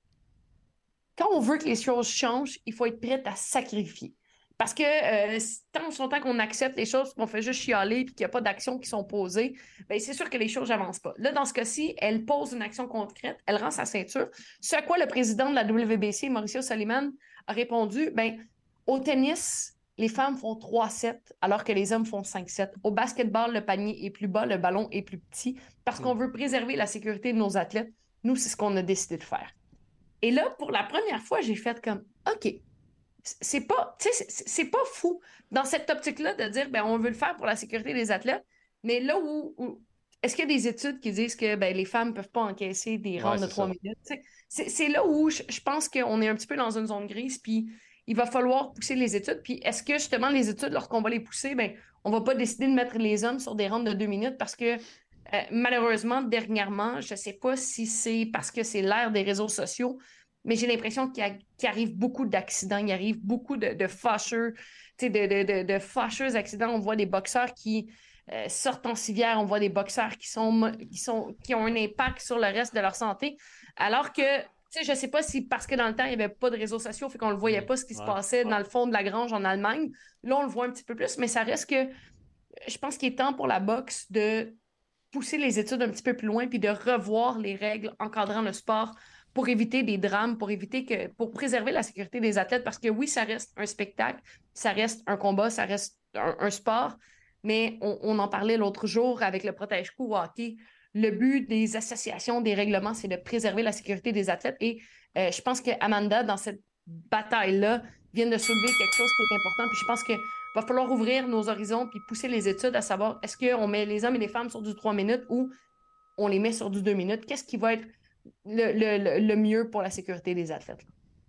quand on veut que les choses changent, il faut être prêt à sacrifier. Parce que tant longtemps qu'on accepte les choses, qu'on fait juste chialer et qu'il n'y a pas d'actions qui sont posées, bien, c'est sûr que les choses n'avancent pas. Là, dans ce cas-ci, elle pose une action concrète, elle rend sa ceinture. Ce à quoi le président de la WBC, Mauricio Soliman, a répondu, bien, au tennis, les femmes font 3-7 alors que les hommes font 5-7. Au basketball, le panier est plus bas, le ballon est plus petit parce qu'on veut préserver la sécurité de nos athlètes. Nous, c'est ce qu'on a décidé de faire. Et là, pour la première fois, j'ai fait comme, OK, c'est pas fou dans cette optique-là de dire, ben on veut le faire pour la sécurité des athlètes, mais là où est-ce qu'il y a des études qui disent que ben, les femmes ne peuvent pas encaisser des rounds de 3 minutes? C'est là où je pense qu'on est un petit peu dans une zone grise, puis il va falloir pousser les études. Puis est-ce que justement les études, lorsqu'on va les pousser, ben, on ne va pas décider de mettre les hommes sur des rounds de 2 minutes parce que malheureusement, dernièrement, je ne sais pas si c'est parce que c'est l'ère des réseaux sociaux, mais j'ai l'impression qu'il arrive beaucoup d'accidents, il arrive beaucoup de fâcheux, de fâcheux accidents. On voit des boxeurs qui sortent en civière, on voit des boxeurs qui ont un impact sur le reste de leur santé. Alors que, tu sais, je ne sais pas si parce que dans le temps, il n'y avait pas de réseaux sociaux, fait qu'on ne le voyait pas ce qui se passait dans le fond de la grange en Allemagne. Là, on le voit un petit peu plus, mais ça reste que je pense qu'il est temps pour la boxe de pousser les études un petit peu plus loin puis de revoir les règles encadrant le sport pour éviter des drames, pour préserver la sécurité des athlètes, parce que oui, ça reste un spectacle, ça reste un combat, ça reste un sport, mais on en parlait l'autre jour avec le protège-coup au hockey. Le but des associations, des règlements, c'est de préserver la sécurité des athlètes et je pense que Amanda, dans cette bataille-là, vient de soulever quelque chose qui est important. Puis je pense qu'il va falloir ouvrir nos horizons puis pousser les études à savoir est-ce qu'on met les hommes et les femmes sur du 3 minutes ou on les met sur du 2 minutes? Qu'est-ce qui va être le mieux pour la sécurité des athlètes?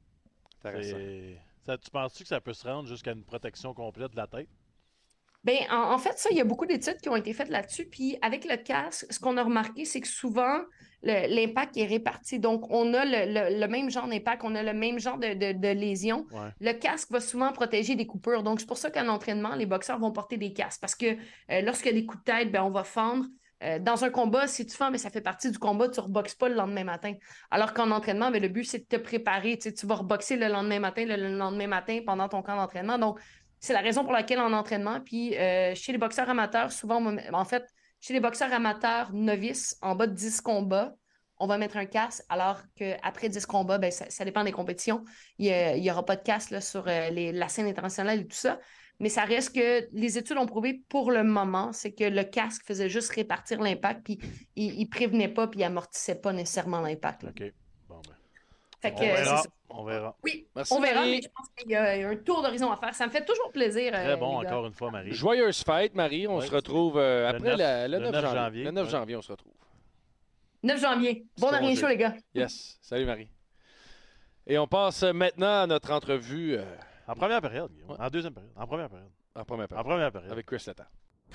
Tu penses-tu que ça peut se rendre jusqu'à une protection complète de la tête? Bien, en fait, ça, il y a beaucoup d'études qui ont été faites là-dessus. Puis avec le casque, ce qu'on a remarqué, c'est que souvent, l'impact est réparti. Donc, on a le même genre d'impact, on a le même genre de lésions. Ouais. Le casque va souvent protéger des coupures. Donc, c'est pour ça qu'en entraînement, les boxeurs vont porter des casques. Parce que lorsqu'il y a des coups de tête, bien, on va fendre. Dans un combat, si tu fends, mais ça fait partie du combat, tu ne reboxes pas le lendemain matin. Alors qu'en entraînement, bien, le but, c'est de te préparer. Tu vas reboxer le lendemain matin pendant ton camp d'entraînement. Donc, c'est la raison pour laquelle en entraînement, puis chez les boxeurs amateurs, souvent, en fait, chez les boxeurs amateurs novices, en bas de 10 combats, on va mettre un casque, alors qu'après 10 combats, ben, ça dépend des compétitions. Il n'y aura pas de casque là, sur la scène internationale et tout ça. Mais ça reste que les études ont prouvé pour le moment, c'est que le casque faisait juste répartir l'impact, puis il ne prévenait pas, puis il amortissait pas nécessairement l'impact. Là. OK. Bon, ben. Fait que, On verra. c'est ça. On verra. Oui, Merci, on verra, Marie. mais je pense qu'il y a un tour d'horizon à faire. Ça me fait toujours plaisir. Très bon, les gars. encore une fois, Marie. Joyeuse fête, Marie. On Ouais, se retrouve après le 9 janvier. janvier. Le 9 Ouais. janvier, on se retrouve. 9 janvier. Bon C'est dernier bon, show, les gars. Yes. Salut, Marie. Et on passe maintenant à notre entrevue En première période, Guillaume. Ouais. En deuxième période. En première période. en première En période première période. avec Chris Letang.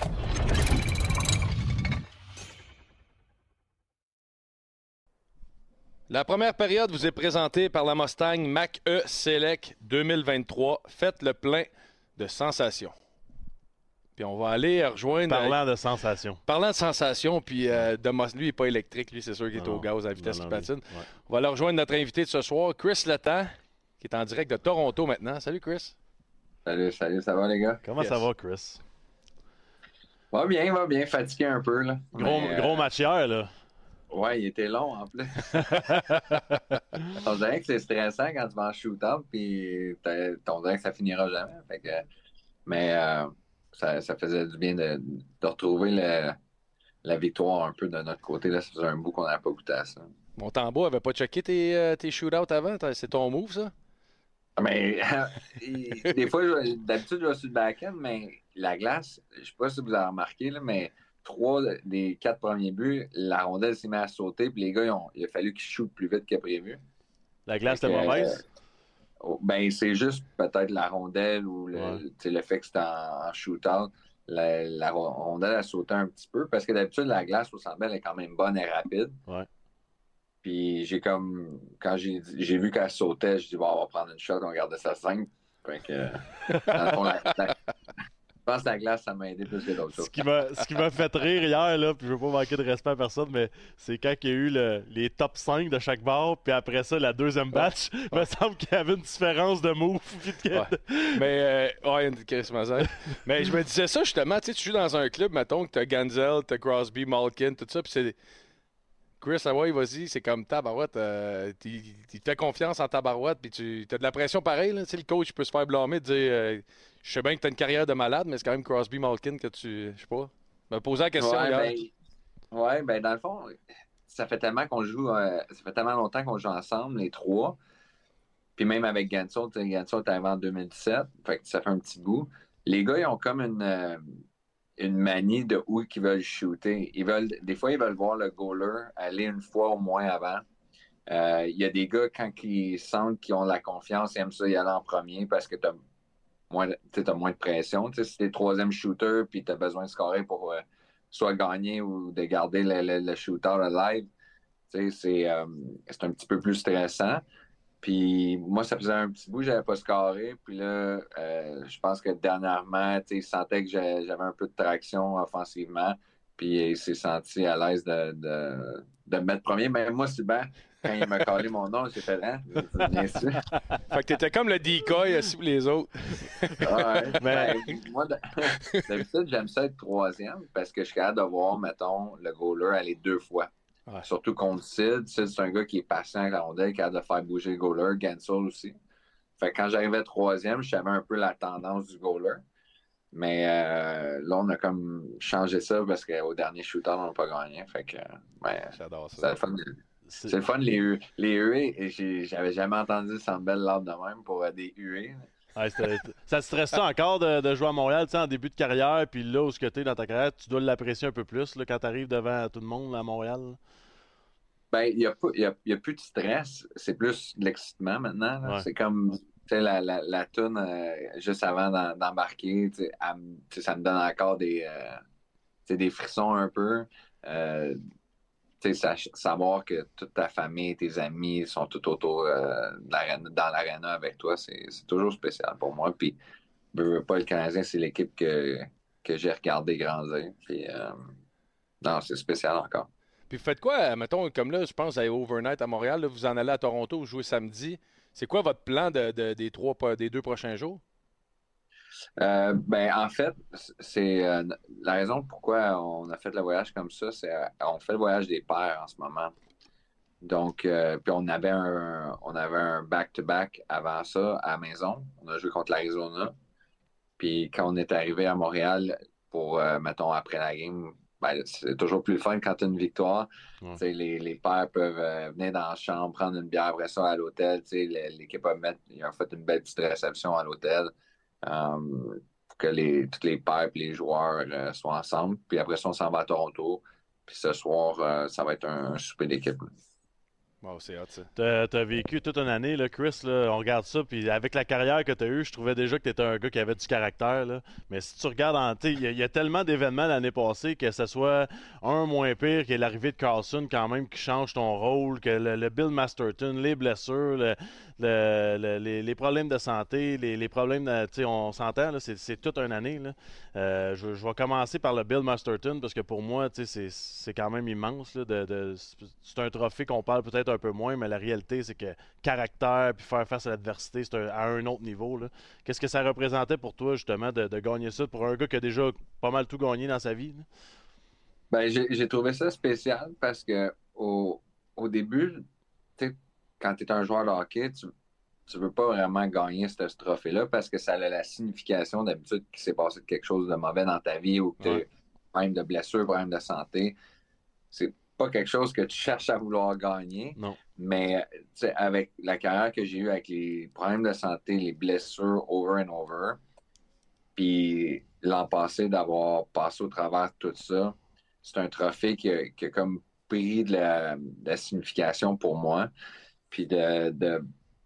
La première période vous est présentée par la Mustang Mach-E Select 2023. Faites le plein de sensations. Puis on va aller rejoindre... Parlant de sensations. Parlant de sensations, puis lui, il n'est pas électrique. Lui, c'est sûr qu'il est Non, au gaz à la vitesse non, qui non, patine. lui, ouais. On va aller rejoindre notre invité de ce soir, Chris Letang, qui est en direct de Toronto maintenant. Salut, Chris. Salut, ça va les gars? Comment Yes. ça va, Chris? Va bien, fatigué un peu là. Gros match hier, là. Ouais, il était long en plus. On dirait que c'est stressant quand tu vas en shoot-up, puis on dirait que ça finira jamais. Fait que, mais ça faisait du bien de retrouver la victoire un peu de notre côté. Là, ça faisait un bout qu'on n'avait pas goûté à ça. Mon tambour avait pas checké tes shootouts avant. C'est ton move, ça? Mais des fois, d'habitude, je vais sur le back-end, mais la glace, je sais pas si vous avez remarqué, là, mais 3 des 4 premiers buts, la rondelle s'est mise à sauter, puis les gars, il a fallu qu'ils shootent plus vite que prévu. La glace Fait était que, mauvaise? Ben, c'est juste peut-être la rondelle ou Ouais. le fait que c'était en shootout. La rondelle a sauté un petit peu parce que d'habitude, la glace au Centre Bell est quand même bonne et rapide. Ouais. Puis quand j'ai vu qu'elle sautait, je dis bon, on va prendre une shot, on va garder ça simple. Fait que, dans le fond, je pense que la glace, ça m'a aidé plus que d'autres choses. Ce qui m'a fait rire hier, là, puis je veux pas manquer de respect à personne, mais c'est quand il y a eu les top 5 de chaque bar, puis après ça, la deuxième batch, il me semble qu'il y avait une différence de move. Ouais. Mais, Chris Mazin. Mais je me disais ça justement, tu sais, tu joues dans un club, mettons, que t'as Ganzel, t'as Crosby, Malkin, tout ça, puis c'est. Chris, ah ouais, vas-y, c'est comme tabarouette. Il te fait confiance en tabarouette, puis tu as de la pression pareil. Là. Tu sais, le coach peut se faire blâmer, de dire je sais bien que tu as une carrière de malade, mais c'est quand même Crosby Malkin que tu. Je sais pas. Me poser la question hier. Ben, dans le fond, ça fait tellement qu'on joue, ça fait tellement longtemps qu'on joue ensemble, les trois. Puis même avec Gansel, Gansel est arrivé en 2017, fait que ça fait un petit bout. Les gars, ils ont comme une manie de où ils veulent shooter. Des fois, ils veulent voir le goaler aller une fois au moins avant. Il y a des gars, quand ils sentent qu'ils ont la confiance, ils aiment ça y aller en premier parce que tu as moins de pression. T'sais, si tu es troisième shooter puis tu as besoin de scorer pour soit gagner ou de garder le shooter alive, c'est un petit peu plus stressant. Puis moi, ça faisait un petit bout que j'avais pas scoré. Puis là, je pense que dernièrement, il sentait que j'avais un peu de traction offensivement. Puis il s'est senti à l'aise de me mettre premier. Mais moi, Sylvain, quand il m'a collé mon nom, j'ai fait hein, bien sûr. Fait que t'étais comme le decoy aussi pour les autres. Ouais, Mais- moi, d'habitude, j'aime ça être troisième parce que je suis capable de voir, mettons, le goaler aller 2 fois. Ouais. Surtout contre Sid. Sid, c'est un gars qui est patient avec la rondelle, capable de faire bouger le goaler. Gansel aussi. Fait que quand j'arrivais troisième, je savais un peu la tendance du goaler. Mais là, on a comme changé ça parce qu'au dernier shooter, on n'a pas gagné. Fait que, J'adore ça. c'est le fun. C'est le fun, les huées. Et j'avais jamais entendu Sandbell l'ordre de même pour des huées. Ouais, ça te stresse ça encore de jouer à Montréal, tu sais, en début de carrière, puis là où tu es dans ta carrière, tu dois l'apprécier un peu plus là, quand tu arrives devant tout le monde là, à Montréal. Là. Ben, il y a plus de stress. C'est plus de l'excitement maintenant. Là. Ouais. C'est comme tu sais, la toune juste avant d'embarquer. Tu sais, ça me donne encore des frissons un peu. Tu sais, savoir que toute ta famille, tes amis sont tout autour dans l'aréna avec toi, c'est toujours spécial pour moi. Puis, veux pas, le Canadien, c'est l'équipe que j'ai regardé grandir. Puis, non, c'est spécial encore. Puis vous faites quoi, mettons, comme là, je pense à overnight à Montréal, là, vous en allez à Toronto, vous jouez samedi. C'est quoi votre plan des 2 prochains jours? Ben, en fait, c'est la raison pourquoi on a fait le voyage comme ça, c'est on fait le voyage des pairs en ce moment. Donc, puis on avait un back-to-back avant ça à la maison. On a joué contre l'Arizona. Puis quand on est arrivé à Montréal pour, mettons, après la game, ben, c'est toujours plus le fun quand tu as une victoire. Ouais. Tu sais, les pairs peuvent venir dans la chambre, prendre une bière après ça à l'hôtel. Tu sais, l'équipe ils ont fait une belle petite réception à l'hôtel. Pour que tous les pairs et les joueurs soient ensemble. Puis après ça, on s'en va à Toronto. Puis ce soir, ça va être un souper d'équipe. Wow, c'est hot, ça. T'as vécu toute une année, là, Chris, là, on regarde ça, puis avec la carrière que t'as eue, je trouvais déjà que t'étais un gars qui avait du caractère, là. Mais si tu regardes, il y a tellement d'événements l'année passée, que ce soit un moins pire, que l'arrivée de Carlson quand même qui change ton rôle, que le Bill Masterton, les blessures, les problèmes de santé, les problèmes, on s'entend, là, c'est toute une année, là. Je vais commencer par le Bill Masterton, parce que pour moi, c'est quand même immense, là, c'est un trophée qu'on parle peut-être un peu moins, mais la réalité, c'est que caractère puis faire face à l'adversité, c'est à un autre niveau. Là. Qu'est-ce que ça représentait pour toi, justement, de gagner ça pour un gars qui a déjà pas mal tout gagné dans sa vie? Là? Ben, j'ai trouvé ça spécial parce que au début, quand tu es un joueur de hockey, tu veux pas vraiment gagner ce trophée-là parce que ça a la signification d'habitude qu'il s'est passé quelque chose de mauvais dans ta vie ou que tu as problème de blessure, problème de santé. C'est pas quelque chose que tu cherches à vouloir gagner. Non. Mais avec la carrière que j'ai eue avec les problèmes de santé, les blessures over and over, puis l'an passé d'avoir passé au travers de tout ça, c'est un trophée qui a comme pris de la signification pour moi. Puis dans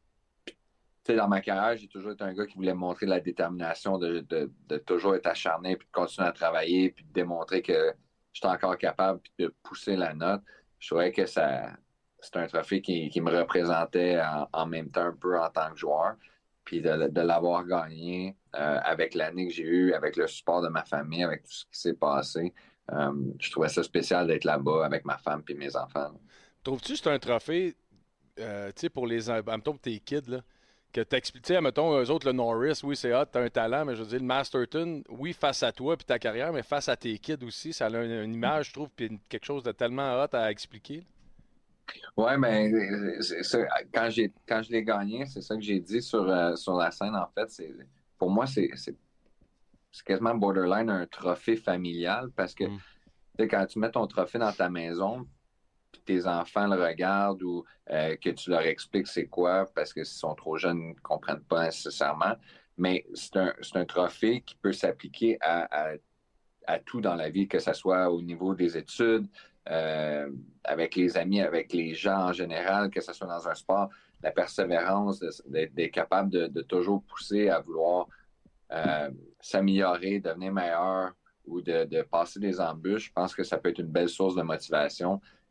ma carrière, j'ai toujours été un gars qui voulait montrer la détermination de toujours être acharné, puis de continuer à travailler, puis de démontrer que j'étais encore capable puis de pousser la note. Je trouvais que c'est un trophée qui me représentait en même temps un peu en tant que joueur. Puis de l'avoir gagné avec l'année que j'ai eue, avec le support de ma famille, avec tout ce qui s'est passé, je trouvais ça spécial d'être là-bas avec ma femme et mes enfants. Trouves-tu que c'est un trophée pour mettons, tes kids, là, que t'expliques, mettons, eux autres, le Norris, oui, c'est hot, t'as un talent, mais je veux dire, le Masterton, oui, face à toi puis ta carrière, mais face à tes kids aussi, ça a une image, je trouve, puis quelque chose de tellement hot à expliquer. Ouais, mais quand je l'ai gagné, c'est ça que j'ai dit sur la scène, en fait. Pour moi, c'est quasiment borderline un trophée familial parce que quand tu mets ton trophée dans ta maison, tes enfants le regardent ou que tu leur expliques c'est quoi parce que s'ils sont trop jeunes, ils ne comprennent pas nécessairement. Mais c'est un trophée qui peut s'appliquer à tout dans la vie, que ce soit au niveau des études, avec les amis, avec les gens en général, que ce soit dans un sport, la persévérance, d'être capable de toujours pousser à vouloir s'améliorer, devenir meilleur ou de passer des embûches. Je pense que ça peut être une belle source de motivation.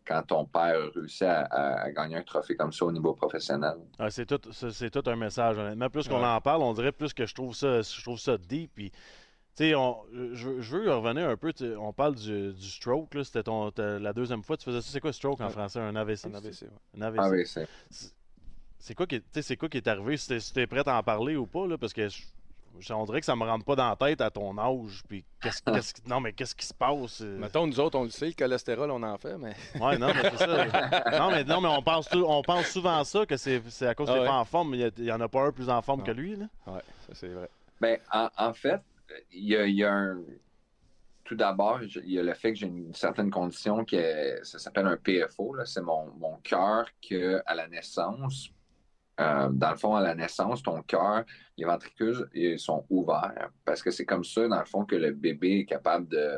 quand ton père a réussi à gagner un trophée comme ça au niveau professionnel. Ah, c'est tout un message, honnêtement. Plus qu'on en parle, on dirait plus que je trouve ça deep. Puis, tu sais, je veux revenir un peu. On parle du stroke. Là. C'était la deuxième fois que tu faisais ça. C'est quoi stroke en français? Un AVC? Un AVC, ouais. Un AVC. Ah oui, c'est... C'est quoi qui est arrivé? Si t'es prêt à en parler ou pas? Là, parce que on dirait que ça me rentre pas dans la tête à ton âge. Puis qu'est-ce qui se passe? Mettons, nous autres, on le sait, le cholestérol, on en fait, mais... Ouais, non, mais c'est ça. non, mais on pense souvent ça, que c'est à cause que t'es pas en forme, mais il y en a pas un plus en forme que lui, là. Ouais, ça c'est vrai. Ben, en fait, il y a un... Tout d'abord, il y a le fait que j'ai une certaine condition ça s'appelle un PFO. Là. C'est mon cœur qu'à la naissance, dans le fond, à la naissance, ton cœur, les ventricules, ils sont ouverts parce que c'est comme ça, dans le fond, que le bébé est capable de...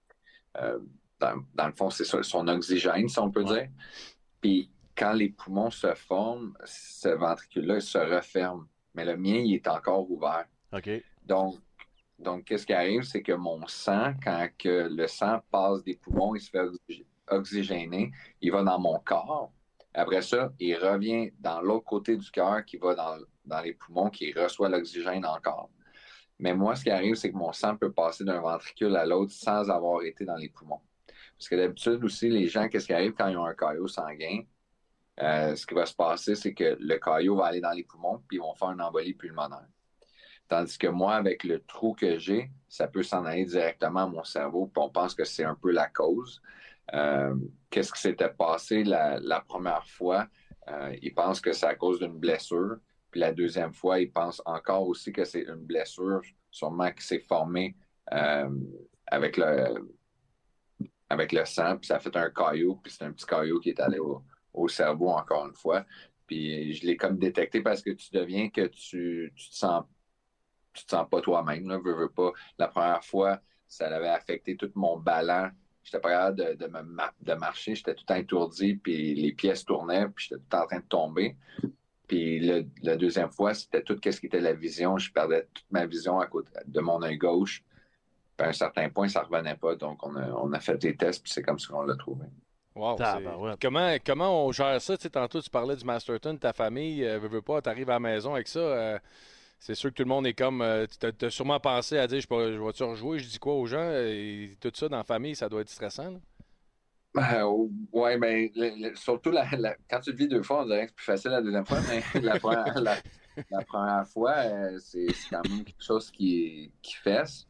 dans le fond, c'est son oxygène, si on peut dire. Puis quand les poumons se forment, ce ventricule-là, il se referme. Mais le mien, il est encore ouvert. OK. Donc, qu'est-ce qui arrive, c'est que mon sang, quand que le sang passe des poumons, il se fait oxygéner, il va dans mon corps. Après ça, il revient dans l'autre côté du cœur qui va dans les poumons, qui reçoit l'oxygène encore. Mais moi, ce qui arrive, c'est que mon sang peut passer d'un ventricule à l'autre sans avoir été dans les poumons. Parce que d'habitude aussi, les gens, qu'est-ce qui arrive quand ils ont un caillot sanguin? Ce qui va se passer, c'est que le caillot va aller dans les poumons, puis ils vont faire une embolie pulmonaire. Tandis que moi, avec le trou que j'ai, ça peut s'en aller directement à mon cerveau, puis on pense que c'est un peu la cause. Qu'est-ce qui s'était passé la première fois? Ils pensent que c'est à cause d'une blessure. Puis la deuxième fois, ils pensent encore aussi que c'est une blessure, sûrement qui s'est formée avec le sang. Puis ça a fait un caillot, puis c'est un petit caillot qui est allé au cerveau encore une fois. Puis je l'ai comme détecté parce que tu deviens que tu te sens pas toi-même, là, veux pas. La première fois, ça avait affecté tout mon ballon. J'étais pas capable de marcher, j'étais tout entourdi, puis les pièces tournaient, puis j'étais tout en train de tomber. Puis la deuxième fois, c'était tout ce qui était la vision. Je perdais toute ma vision à côté de mon œil gauche. Puis à un certain point, ça revenait pas. Donc, on a fait des tests, puis c'est comme ça qu'on l'a trouvé. Wow, ouais. Comment on gère ça? Tu sais, tantôt, tu parlais du Masterton, ta famille, veux pas, t'arrives à la maison avec ça. C'est sûr que tout le monde est comme... tu as sûrement pensé à dire, je vais-tu rejouer? Je dis quoi aux gens? Et tout ça dans la famille, ça doit être stressant, là? Oui, mais surtout quand tu le vis deux fois, on dirait que c'est plus facile la deuxième fois, mais la première fois, c'est quand même quelque chose qui fesse.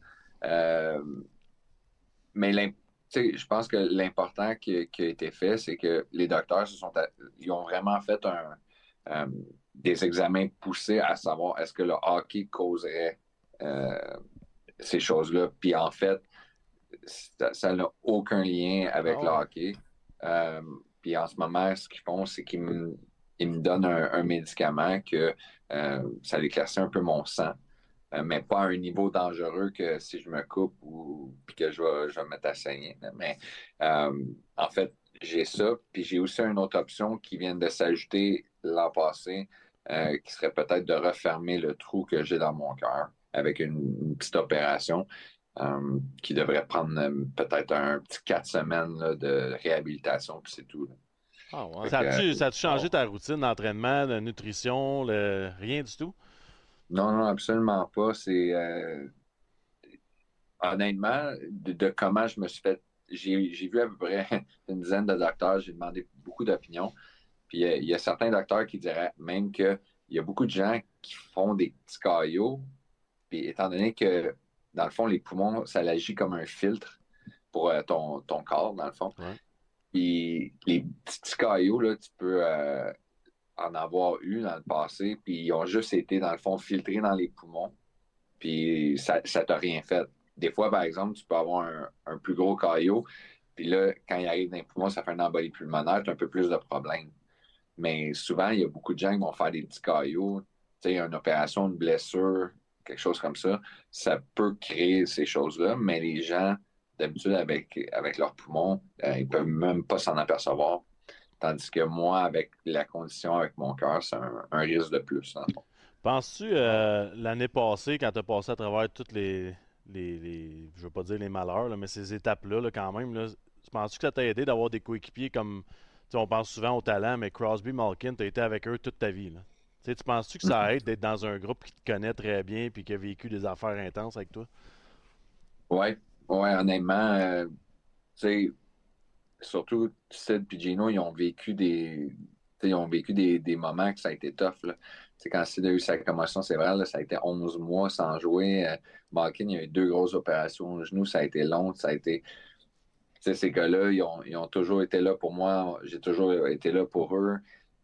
Mais je pense que l'important qui a été fait, c'est que les docteurs ils ont vraiment fait des examens poussés à savoir est-ce que le hockey causerait ces choses-là. Puis en fait, ça n'a aucun lien avec le hockey. Puis en ce moment, ce qu'ils font, c'est qu'ils me donnent un médicament que ça éclaircit un peu mon sang. Mais pas à un niveau dangereux que si je me coupe puis que je vais me mettre à saigner. Mais en fait, j'ai ça. Puis j'ai aussi une autre option qui vient de s'ajouter l'an passé, qui serait peut-être de refermer le trou que j'ai dans mon cœur avec une petite opération qui devrait prendre peut-être un petit 4 semaines là, de réhabilitation, puis c'est tout. Là. Ah ouais. Ça a-tu changé ta routine d'entraînement, de nutrition, rien du tout? Non, absolument pas. C'est honnêtement, de comment je me suis fait. J'ai vu à peu près une dizaine de docteurs, j'ai demandé beaucoup d'opinions. Puis il y a certains docteurs qui diraient même qu'il y a beaucoup de gens qui font des petits caillots. Puis étant donné que, dans le fond, les poumons, ça agit comme un filtre pour ton corps, dans le fond. Ouais. Puis les petits caillots, là, tu peux en avoir eu dans le passé, puis ils ont juste été, dans le fond, filtrés dans les poumons. Puis ça t'a rien fait. Des fois, par exemple, tu peux avoir un plus gros caillot, puis là, quand il arrive dans les poumons, ça fait une embolie pulmonaire, tu as un peu plus de problèmes. Mais souvent, il y a beaucoup de gens qui vont faire des petits caillots, tu sais, une opération, une blessure, quelque chose comme ça, ça peut créer ces choses-là, mais les gens, d'habitude, avec leurs poumons, ils peuvent même pas s'en apercevoir. Tandis que moi, avec la condition, avec mon cœur, c'est un risque de plus. Hein. Penses-tu, l'année passée, quand tu as passé à travers toutes les je veux pas dire les malheurs, là, mais ces étapes-là, là, quand même, là, Tu penses que ça t'a aidé d'avoir des coéquipiers comme, on pense souvent au talent, mais Crosby, Malkin, tu as été avec eux toute ta vie. Là. Tu penses-tu que ça aide d'être dans un groupe qui te connaît très bien et qui a vécu des affaires intenses avec toi? Ouais, honnêtement, tu sais, surtout Sid et Gino, ils ont vécu des moments que ça a été tough. Là. Quand Sid a eu sa commotion, c'est vrai, là, ça a été 11 mois sans jouer. Malkin, il a eu 2 grosses opérations au genou, ça a été long, ça a été. Ces gars-là, ils ont toujours été là pour moi. J'ai toujours été là pour eux.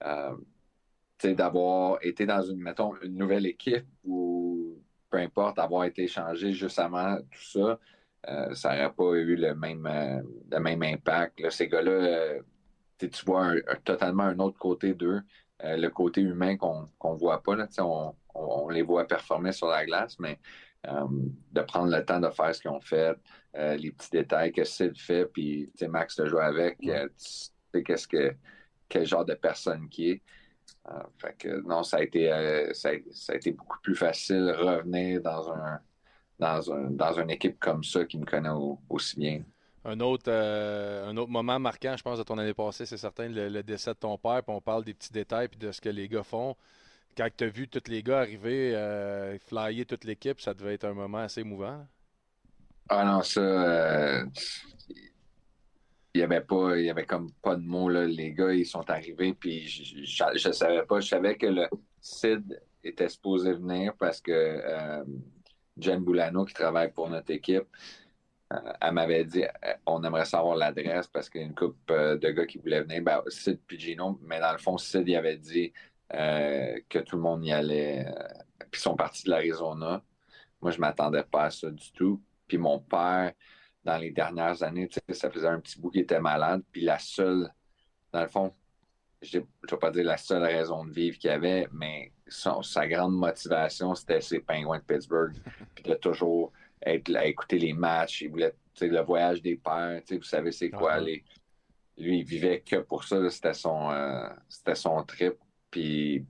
D'avoir été dans mettons, une nouvelle équipe ou peu importe, avoir été échangé juste avant tout ça, ça n'aurait pas eu le même impact. Là, ces gars-là, tu vois totalement un autre côté d'eux, le côté humain qu'on ne voit pas. Là, on les voit performer sur la glace, mais de prendre le temps de faire ce qu'ils ont fait, les petits détails que Sid fait, puis Max te joue avec, tu sais quel genre de personne qui est. Fait que non, ça a été beaucoup plus facile de revenir dans une équipe comme ça qui me connaît aussi bien. Un autre moment marquant, je pense, de ton année passée, c'est certain, le décès de ton père, puis on parle des petits détails puis de ce que les gars font. Quand tu as vu tous les gars arriver, flyer toute l'équipe, ça devait être un moment assez émouvant. Ah non, ça, il y avait comme pas de mots, là. Les gars, ils sont arrivés, puis je savais pas. Je savais que le Sid était supposé venir parce que Jen Boulano, qui travaille pour notre équipe, elle m'avait dit on aimerait savoir l'adresse parce qu'il y a une couple de gars qui voulaient venir. Ben, Sid puis Gino, mais dans le fond, Sid, il avait dit que tout le monde y allait. Puis ils sont partis de l'Arizona. Moi, je m'attendais pas à ça du tout. Puis mon père, dans les dernières années, ça faisait un petit bout qu'il était malade. Puis la seule, dans le fond, je ne vais pas dire la seule raison de vivre qu'il avait, mais sa grande motivation, c'était ses Penguins de Pittsburgh. Puis de toujours être là, écouter les matchs. Il voulait le voyage des pères. Vous savez, c'est quoi? Lui, il vivait que pour ça. Là, c'était son trip. Puis,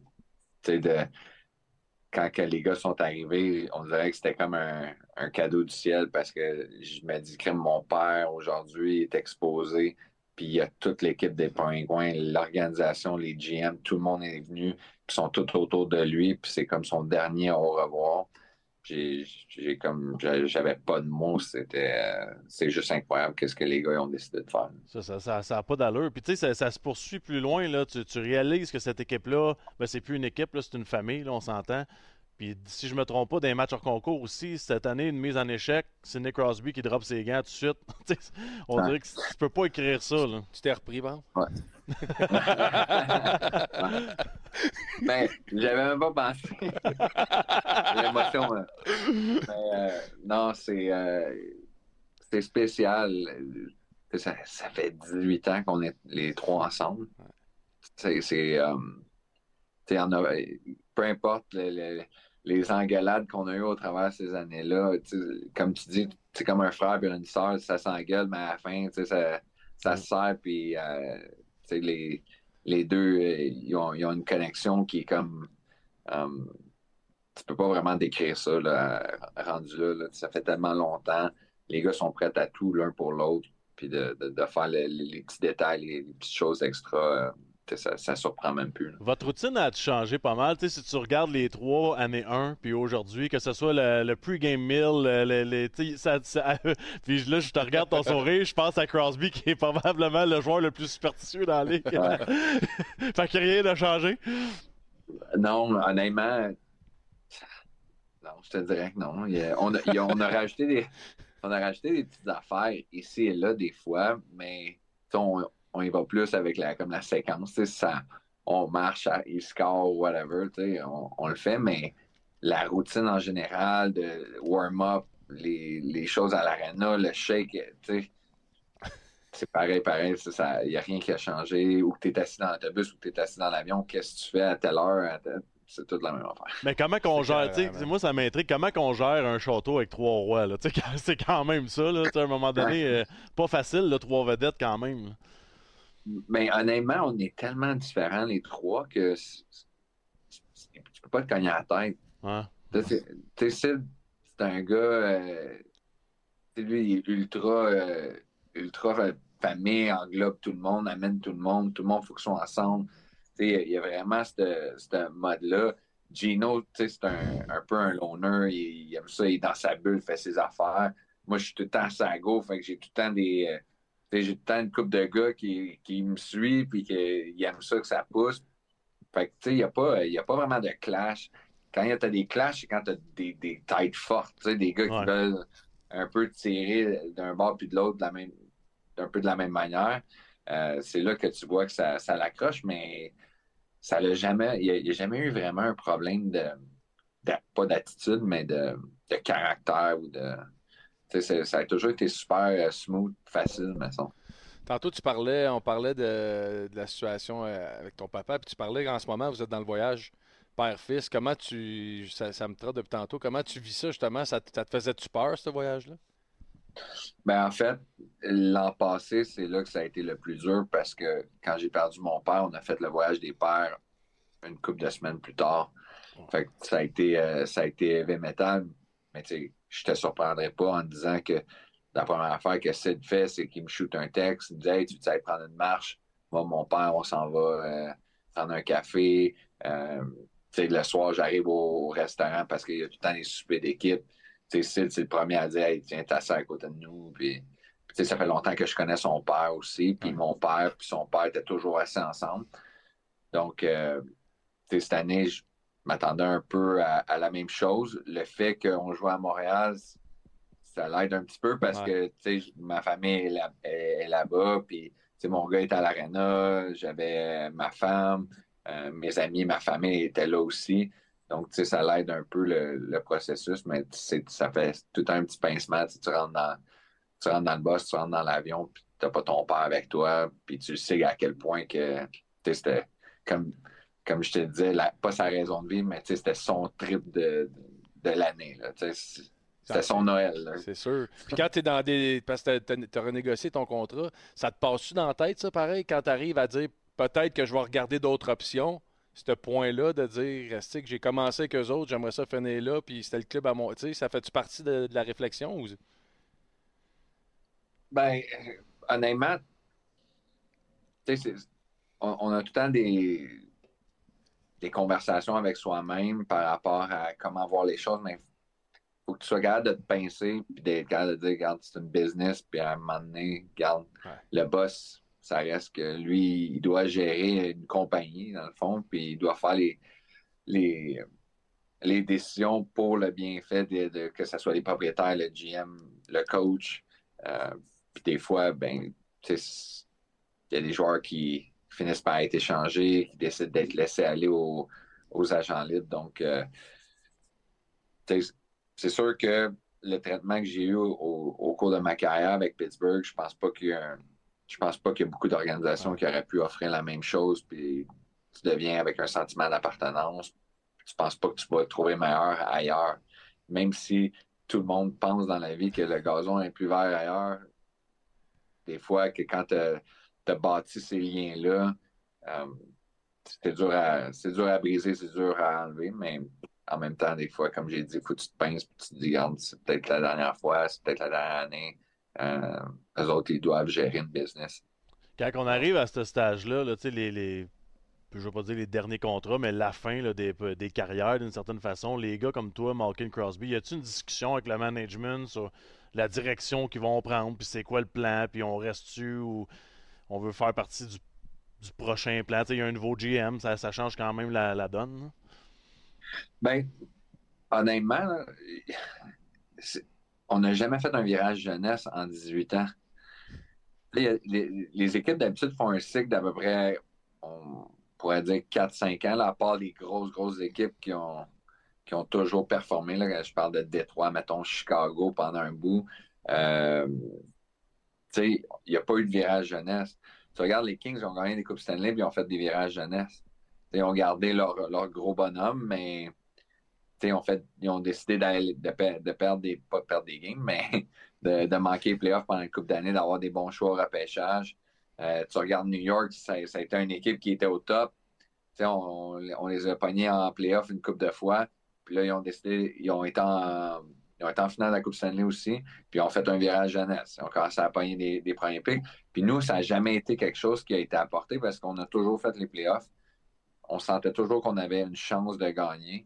quand que les gars sont arrivés, on dirait que c'était comme un cadeau du ciel parce que je me dis que mon père, aujourd'hui, est exposé. Puis il y a toute l'équipe des Penguins, l'organisation, les GM, tout le monde est venu. Puis ils sont tous autour de lui. Puis c'est comme son dernier au revoir. J'avais pas de mots. C'est juste incroyable qu'est-ce que les gars ont décidé de faire. Ça a pas d'allure. Puis tu sais, ça se poursuit plus loin. Là. Tu réalises que cette équipe-là, c'est plus une équipe, là, c'est une famille, là, on s'entend. Puis si je me trompe pas, dans les matchs hors concours aussi, cette année, une mise en échec, c'est Nick Crosby qui drop ses gants tout de suite. On dirait que tu peux pas écrire ça. Là. Tu t'es repris, bon? Ouais. Ben, j'avais même pas pensé. L'émotion. Non, c'est spécial. Ça fait 18 ans qu'on est les trois ensemble. Peu importe les engueulades qu'on a eues au travers de ces années-là, comme tu dis, c'est comme un frère et une sœur, ça s'engueule, mais à la fin, ça se sert, puis les deux, ils ont une connexion qui est comme... tu peux pas vraiment décrire ça, là, rendu là. Ça fait tellement longtemps. Les gars sont prêts à tout l'un pour l'autre, puis de faire les petits détails, les petites choses extra... Ça surprend même plus. Là. Votre routine a changé pas mal. Tu sais, si tu regardes les 3 années 1 puis aujourd'hui, que ce soit le pre-game meal, puis là, je te regarde ton sourire, je pense à Crosby qui est probablement le joueur le plus superstitieux dans la ligue. Ouais. Fait que rien n'a changé. Non, honnêtement, non, je te dirais que non. On a rajouté des petites affaires ici et là des fois, mais on y va plus avec la séquence. On marche, il score, whatever, on le fait, mais la routine en général, de warm-up, les choses à l'aréna, le shake, c'est pareil. Il n'y a rien qui a changé. Ou que tu es assis dans l'autobus ou que tu es assis dans l'avion, qu'est-ce que tu fais à telle heure? C'est toute la même affaire. Mais comment qu'on gère, moi ça m'intrigue, comment qu'on gère un château avec 3 rois? Là? C'est quand même ça, là, à un moment donné, pas facile, là, 3 vedettes quand même. Là. Mais honnêtement, on est tellement différents les 3 que tu peux pas te cogner à la tête. Ouais. C'est un gars, lui, il est ultra famille englobe tout le monde, amène tout le monde faut qu'ils soient ensemble. Il y a vraiment ce mode-là. Gino, c'est un peu un loner, il aime ça, il est dans sa bulle, fait ses affaires. Moi, je suis tout le temps à sa go, fait que j'ai tout le temps j'ai tout le temps une couple de gars qui me suivent puis qui aiment ça, que ça pousse. Fait que, il n'y a pas vraiment de clash. Quand t'as des clashs, c'est quand t'as des têtes fortes, des gars qui veulent un peu tirer d'un bord puis de l'autre un peu de la même manière. C'est là que tu vois que ça l'accroche, mais il n'y a jamais eu vraiment un problème pas d'attitude, mais de caractère ou de. Ça a toujours été super smooth, facile, mettons. Tantôt, on parlait de la situation avec ton papa, puis tu parlais qu'en ce moment, vous êtes dans le voyage père-fils. Comment ça me trotte depuis tantôt, comment tu vis ça, justement? Ça te faisait-tu peur, ce voyage-là? Ben, en fait, l'an passé, c'est là que ça a été le plus dur parce que quand j'ai perdu mon père, on a fait le voyage des pères une couple de semaines plus tard. Fait que ça a été heavy metal, mais tu sais, je te surprendrais pas en disant que la première affaire que Sid fait, c'est qu'il me shoot un texte, il me dit « Hey, tu veux aller prendre une marche? Moi, mon père, on s'en va prendre un café. Le soir, j'arrive au restaurant parce qu'il y a tout le temps des soupers d'équipe. Sid, c'est le premier à dire « Hey, tiens, t'assis à côté de nous. » Puis, ça fait longtemps que je connais son père aussi. Puis mon père puis son père étaient toujours assis ensemble. Donc, cette année, je m'attendais un peu à la même chose. Le fait qu'on joue à Montréal, ça l'aide un petit peu parce que ma famille est là-bas, puis mon gars est à l'Arena, j'avais ma femme, mes amis, ma famille étaient là aussi. Donc, ça l'aide un peu le processus, mais ça fait tout un petit pincement. Tu rentres dans le bus, tu rentres dans l'avion, puis tu n'as pas ton père avec toi, puis tu sais à quel point que c'était comme je te disais, pas sa raison de vivre, mais c'était son trip de l'année. C'était son Noël. Là. C'est sûr. Puis quand tu es dans parce que tu as renégocié ton contrat, ça te passe-tu dans la tête, ça, pareil, quand tu arrives à dire peut-être que je vais regarder d'autres options, ce point-là de dire que j'ai commencé avec eux autres, j'aimerais ça finir là, puis c'était le club à mon. Ça fait-tu partie de la réflexion ou. Ben, honnêtement, on a tout le temps des conversations avec soi-même par rapport à comment voir les choses, mais il faut que tu sois capable de te pincer puis d'être capable de dire, regarde, c'est une business, puis à un moment donné, regarde, le boss, ça reste que lui, il doit gérer une compagnie, dans le fond, puis il doit faire les décisions pour le bienfait que ce soit les propriétaires, le GM, le coach. Puis des fois, ben, il y a des joueurs qui finissent par être échangés, qui décident d'être laissés aller aux agents libres. Donc, c'est sûr que le traitement que j'ai eu au cours de ma carrière avec Pittsburgh, je pense pas qu'il y a beaucoup d'organisations qui auraient pu offrir la même chose, puis tu deviens avec un sentiment d'appartenance. Tu penses pas que tu vas te trouver meilleur ailleurs. Même si tout le monde pense dans la vie que le gazon est plus vert ailleurs, des fois que quand tu as bâti ces liens-là, c'est dur à briser, c'est dur à enlever, mais en même temps, des fois, comme j'ai dit, il faut que tu te pinces, puis tu te dis, regarde, c'est peut-être la dernière fois, c'est peut-être la dernière année. Eux autres, ils doivent gérer une business. Quand on arrive à ce stage-là, là, je ne veux pas dire les derniers contrats, mais la fin là, des carrières, d'une certaine façon, les gars comme toi, Malkin, Crosby, y a-t-il une discussion avec le management sur la direction qu'ils vont prendre, puis c'est quoi le plan, puis on reste-tu ou on veut faire partie du prochain plan? Il y a un nouveau GM, ça change quand même la donne. Là. Ben, honnêtement, là, on n'a jamais fait un virage jeunesse en 18 ans. Là, les équipes d'habitude font un cycle d'à peu près, on pourrait dire 4-5 ans, là, à part les grosses équipes qui ont toujours performé. Là, je parle de Détroit, mettons Chicago pendant un bout. Il n'y a pas eu de virage jeunesse. Tu regardes les Kings, ils ont gagné des Coupes Stanley et ils ont fait des virages jeunesse. Ils ont gardé leur gros bonhomme, mais ils ont décidé de perdre pas de perdre des games, mais de manquer les playoffs pendant une couple d'années, d'avoir des bons choix au repêchage. Tu regardes New York, ça a été une équipe qui était au top. On les a pognés en playoff une couple de fois. Puis là, ils ont été Ils ont été en finale de la Coupe Stanley aussi. Puis ils ont fait un virage jeunesse. Ils ont commencé à pogner des premiers pics. Puis nous, ça n'a jamais été quelque chose qui a été apporté parce qu'on a toujours fait les playoffs. On sentait toujours qu'on avait une chance de gagner.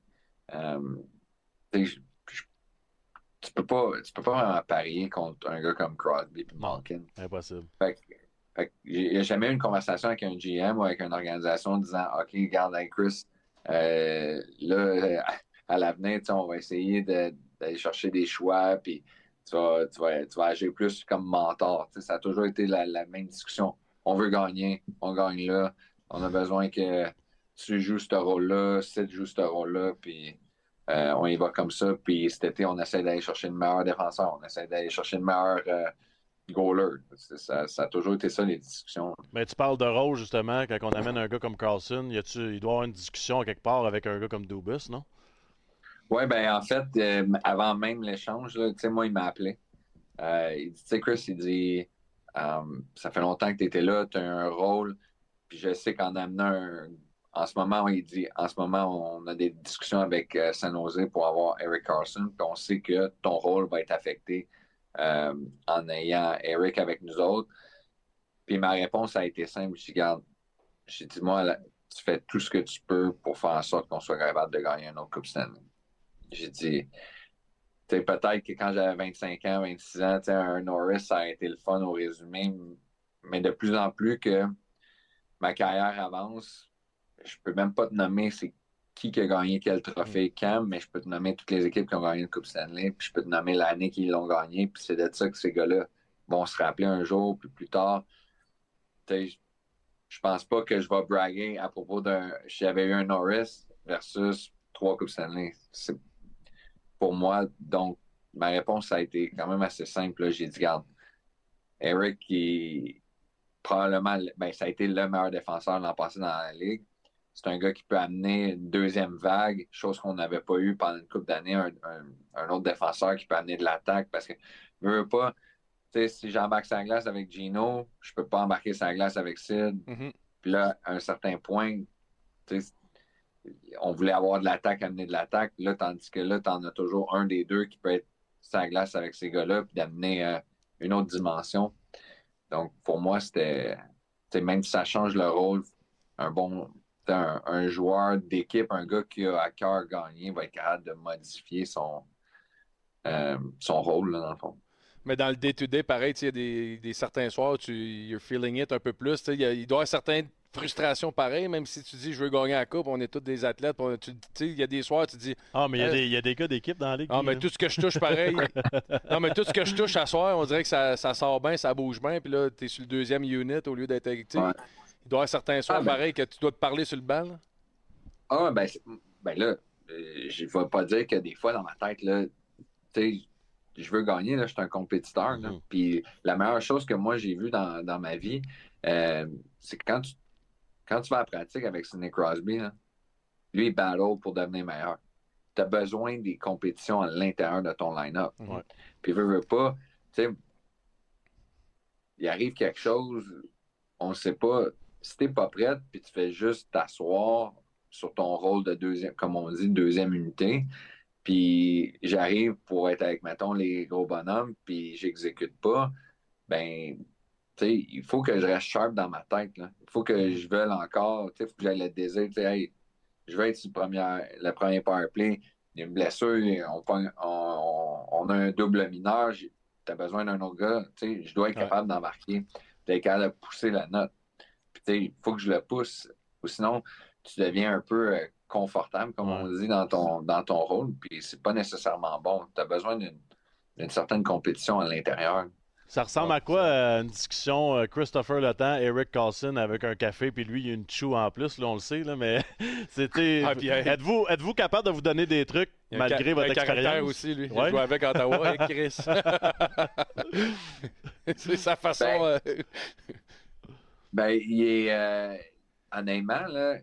Tu peux pas vraiment parier contre un gars comme Crosby et Malkin. Impossible. Il n'y a jamais eu une conversation avec un GM ou avec une organisation disant OK, regarde, hey Chris, là, à l'avenir, on va essayer d'aller chercher des choix, puis tu vas agir plus comme mentor. Ça a toujours été la même discussion. On veut gagner, on gagne là. On a besoin que tu joues ce rôle-là, Sid joue ce rôle-là, puis on y va comme ça. Puis cet été, on essaie d'aller chercher le meilleur défenseur, on essaie d'aller chercher le meilleur goaler. Ça a toujours été ça, les discussions. Mais tu parles de rôle, justement, quand on amène un gars comme Carlson, il doit y avoir une discussion quelque part avec un gars comme Dubas, non? Oui, ben en fait, avant même l'échange, moi, il m'a appelé. Il dit, tu sais, Chris, il dit, ça fait longtemps que tu étais là, tu as un rôle, puis je sais qu'en amenant en ce moment, il dit, en ce moment, on a des discussions avec San Jose pour avoir Erik Karlsson, puis on sait que ton rôle va être affecté en ayant Erik avec nous autres. Puis ma réponse a été simple. J'ai dit, moi, tu fais tout ce que tu peux pour faire en sorte qu'on soit capable de gagner un autre Coupe Stanley. J'ai dit, peut-être que quand j'avais 25 ans, 26 ans, un Norris, ça a été le fun au résumé, mais de plus en plus que ma carrière avance, je peux même pas te nommer c'est qui a gagné quel trophée quand, mais je peux te nommer toutes les équipes qui ont gagné une Coupe Stanley, puis je peux te nommer l'année qu'ils l'ont gagné, puis c'est de ça que ces gars-là vont se rappeler un jour, puis plus tard. Je pense pas que je vais braguer à propos j'avais eu un Norris versus 3 Coupes Stanley. C'est pour moi, donc, ma réponse a été quand même assez simple. J'ai dit, regarde, Erik, probablement, ça a été le meilleur défenseur l'an passé dans la Ligue. C'est un gars qui peut amener une deuxième vague, chose qu'on n'avait pas eu pendant une couple d'années, un autre défenseur qui peut amener de l'attaque, parce que je veux pas, si j'embarque sa glace avec Gino, je peux pas embarquer sa glace avec Sid. Mm-hmm. Puis là, à un certain point, on voulait avoir de l'attaque, amener de l'attaque. Là, tandis que là, tu en as toujours un des deux qui peut être sa glace avec ces gars-là, puis d'amener une autre dimension. Donc, pour moi, c'était, même si ça change le rôle, un joueur d'équipe, un gars qui a à cœur gagner, va être capable de modifier son rôle, là, dans le fond. Mais dans le day-to-day, pareil, il y a des certains soirs, you're feeling it un peu plus. Il doit y avoir certaines frustrations pareilles, même si tu dis je veux gagner la coupe, on est tous des athlètes. Il y a des soirs, tu dis. Ah, mais il y a des gars d'équipe dans la Ligue. Ah, mais tout ce que je touche, pareil. Non, mais tout ce que je touche à soir, on dirait que ça sort bien, ça bouge bien. Puis là, tu es sur le deuxième unit au lieu d'être. Ouais. Il doit y avoir certains soirs, pareil, que tu dois te parler sur le banc. Là. Ah, ben là, je ne vais pas dire que des fois, dans ma tête, là, tu sais, je veux gagner, là, je suis un compétiteur. Là. Puis la meilleure chose que moi j'ai vue dans ma vie, c'est que quand tu vas à la pratique avec Sidney Crosby, là, lui, il battle pour devenir meilleur. Tu as besoin des compétitions à l'intérieur de ton line-up. Ouais. Puis veux pas, tu sais, il arrive quelque chose, on ne sait pas, si tu n'es pas prête, puis tu fais juste t'asseoir sur ton rôle de deuxième, comme on dit, deuxième unité, puis j'arrive pour être avec, mettons, les gros bonhommes, puis j'exécute pas, ben, tu sais, il faut que je reste sharp dans ma tête, là. Il faut que je veuille encore, tu sais, il faut que j'aille le désir, tu sais, hey, je veux être sur le premier power play, il y a une blessure, on a un double mineur, tu as besoin d'un autre gars, tu sais, je dois être capable d'embarquer, d'être capable de pousser la note. Puis, tu sais, il faut que je le pousse, ou sinon, tu deviens un peu confortable, comme on dit, dans ton rôle, puis c'est pas nécessairement bon. Tu as besoin d'une certaine compétition à l'intérieur. Ça ressemble à quoi une discussion Christopher Le Temps, Erik Karlsson avec un café, puis lui, il y a une chou en plus, là, on le sait, là, mais c'était. Êtes-vous capable de vous donner des trucs malgré votre expérience? Aussi, lui. Il joue avec Ottawa et Chris. C'est sa façon. Il est. Honnêtement, là,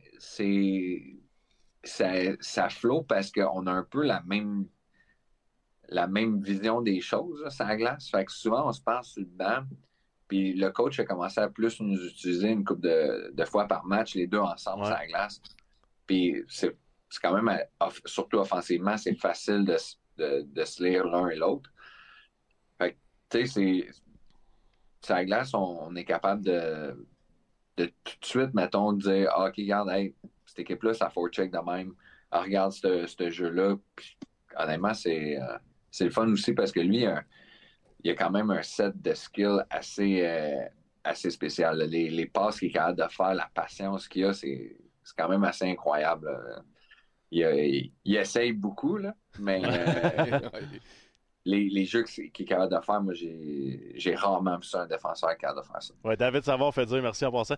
ça flotte parce qu'on a un peu la même vision des choses, sur la glace. Fait que souvent, on se passe sur le banc, puis le coach a commencé à plus nous utiliser une couple de fois par match, les deux ensemble sur la glace. Puis c'est quand même, surtout offensivement, c'est facile de se lire l'un et l'autre. Fait que, tu sais, sur la glace, on est capable de tout de suite, mettons, dire ah, OK, regarde, hey, cette équipe-là, ça forecheck de même. Ah, regarde ce jeu-là. Puis, honnêtement, c'est le fun aussi parce que lui, il a quand même un set de skills assez spécial. Les passes qu'il est capable de faire, la patience qu'il a, c'est quand même assez incroyable. Il essaye beaucoup, là, mais les jeux qu'il est capable de faire, moi, j'ai rarement vu ça, un défenseur capable de faire ça. Ouais, David Savard fait dire merci en passant.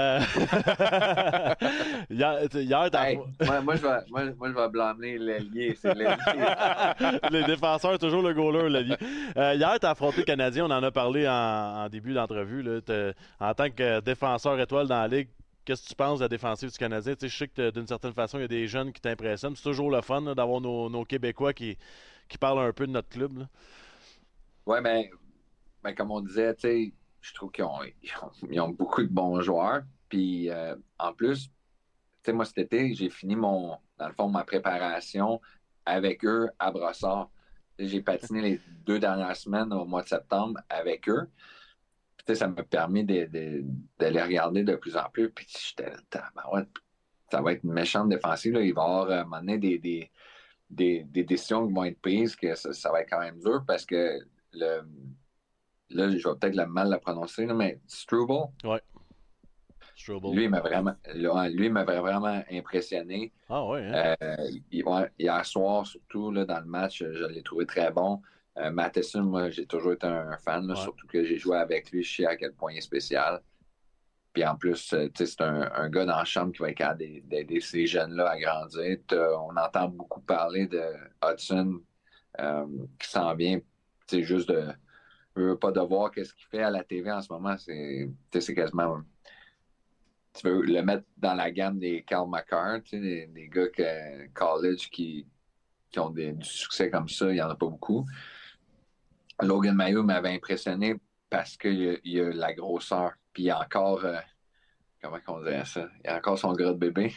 Hier hey, moi, je vais blâmer l'ailier. C'est l'ailier. Les défenseurs, toujours le goaler, l'ailier. Hier, tu as affronté le Canadien. On en a parlé en début d'entrevue. Là. En tant que défenseur étoile dans la Ligue, qu'est-ce que tu penses de la défensive du Canadien? Je sais que d'une certaine façon, il y a des jeunes qui t'impressionnent. C'est toujours le fun là, d'avoir nos Québécois qui parlent un peu de notre club. Oui, mais comme on disait, je trouve qu'ils ont beaucoup de bons joueurs. Puis en plus, moi cet été, j'ai fini dans le fond, ma préparation avec eux à Brossard. J'ai patiné les 2 dernières semaines au mois de septembre avec eux. Puis, ça m'a permis de les regarder de plus en plus. Puis j'étais là, ça va être une méchante défensive. Là. Il va y avoir à un moment donné des décisions qui vont être prises, que ça va être quand même dur parce que là, je vais peut-être le mal le prononcer, là, mais Struble. Ouais. Struble. Lui, il m'avait vraiment impressionné. Ah ouais, hein? Hier soir, surtout là, dans le match, je l'ai trouvé très bon. Matheson, moi, j'ai toujours été un fan, là, surtout que j'ai joué avec lui, je sais à quel point il est spécial. Puis en plus, c'est un gars dans la chambre qui va être capable d'aider ces jeunes-là à grandir. On entend beaucoup parler de Hudson qui s'en vient, juste pas de voir qu'est-ce qu'il fait à la TV en ce moment. C'est quasiment... Tu veux le mettre dans la gamme des Karl McCarr, des gars college qui ont du succès comme ça, il n'y en a pas beaucoup. Logan Mailloux m'avait impressionné parce qu'il y a la grosseur. Puis il y a encore... comment on dirait ça? Il y a encore son gras de bébé.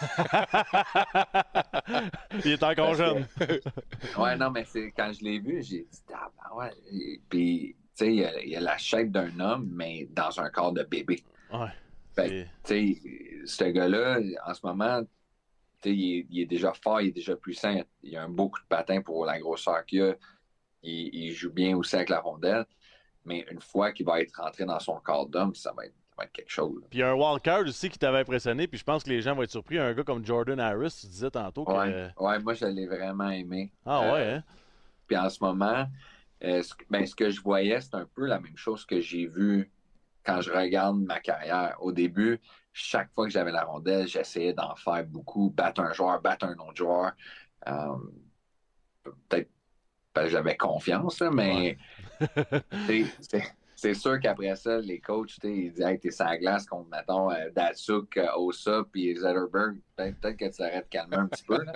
Il est encore jeune. Ouais, non, mais quand je l'ai vu, j'ai dit, ouais. Puis, tu sais, il y a la shape d'un homme, mais dans un corps de bébé. Ouais. Fait tu sais, ce gars-là, en ce moment, il est déjà fort, il est déjà puissant. Il a un beau coup de patin pour la grosseur qu'il a. Il joue bien aussi avec la rondelle. Mais une fois qu'il va être rentré dans son corps d'homme, ça va être quelque chose. Là. Puis il y a un wildcard aussi qui t'avait impressionné, puis je pense que les gens vont être surpris. Un gars comme Jordan Harris, tu disais tantôt que... Ouais, moi je l'ai vraiment aimé. Ah ouais, hein? Puis en ce moment, ce que je voyais, c'est un peu la même chose que j'ai vu quand je regarde ma carrière. Au début, chaque fois que j'avais la rondelle, j'essayais d'en faire beaucoup, battre un joueur, battre un autre joueur. Peut-être parce que j'avais confiance, là, mais c'est sûr qu'après ça, les coachs, ils disent hey, t'es sur la glace contre, mettons, Datsuk, Osa, puis Zetterberg. Peut-être que tu arrêtes de calmer un petit peu. Là.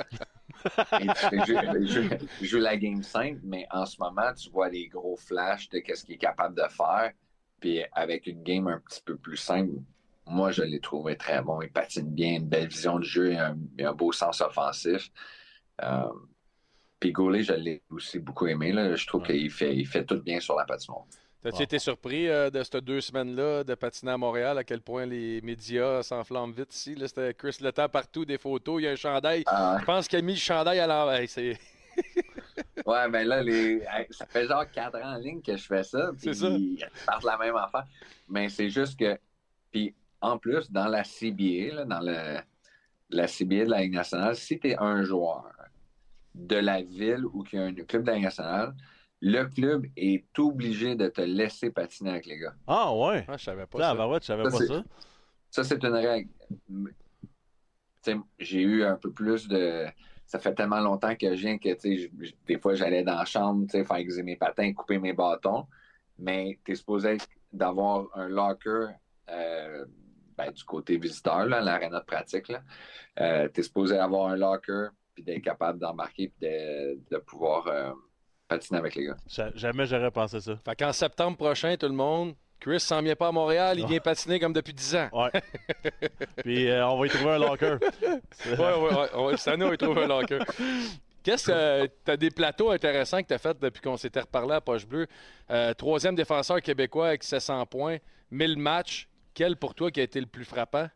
Je joue la game simple, mais en ce moment, tu vois les gros flashs de ce qu'il est capable de faire. Puis avec une game un petit peu plus simple, moi, je l'ai trouvé très bon. Il patine bien, une belle vision de jeu, un beau sens offensif. Puis Goulet, je l'ai aussi beaucoup aimé. Là. Je trouve qu'il fait tout bien sur la patinoire. T'as-tu été surpris de ces 2 semaines-là de patiner à Montréal, à quel point les médias s'enflamment vite ici? Là, c'était Chris Letang partout, des photos, il y a un chandail. Je pense qu'il a mis le chandail à l'envers. Ouais, ben là, ça fait genre 4 ans en ligne que je fais ça. Puis ils partent la même affaire. Mais c'est juste que... Puis en plus, dans la CBA, là, dans la CBA de la Ligue nationale, si tu es un joueur de la ville ou qui a un club de la Ligue nationale, le club est obligé de te laisser patiner avec les gars. Ah ouais? Je savais pas ça. Je savais pas ça. Ça, c'est une règle. T'sais, j'ai eu un peu plus de... Ça fait tellement longtemps que je viens que des fois, j'allais dans la chambre faire aiguiser mes patins, couper mes bâtons. Mais tu es supposé d'avoir un locker du côté visiteur, là, l'aréna de pratique. Tu es supposé avoir un locker puis d'être capable d'embarquer puis de pouvoir patiner avec les gars. Jamais j'aurais pensé ça. Fait qu'en septembre prochain, tout le monde, Chris s'en vient pas à Montréal, il vient patiner comme depuis 10 ans. Ouais. Puis on va y trouver un locker. Ouais. Cette année, on va y trouver un locker. Qu'est-ce que tu as des plateaux intéressants que tu as fait depuis qu'on s'était reparlé à Poche Bleue? Troisième défenseur québécois avec 700 points, 1000 matchs. Quel pour toi qui a été le plus frappant?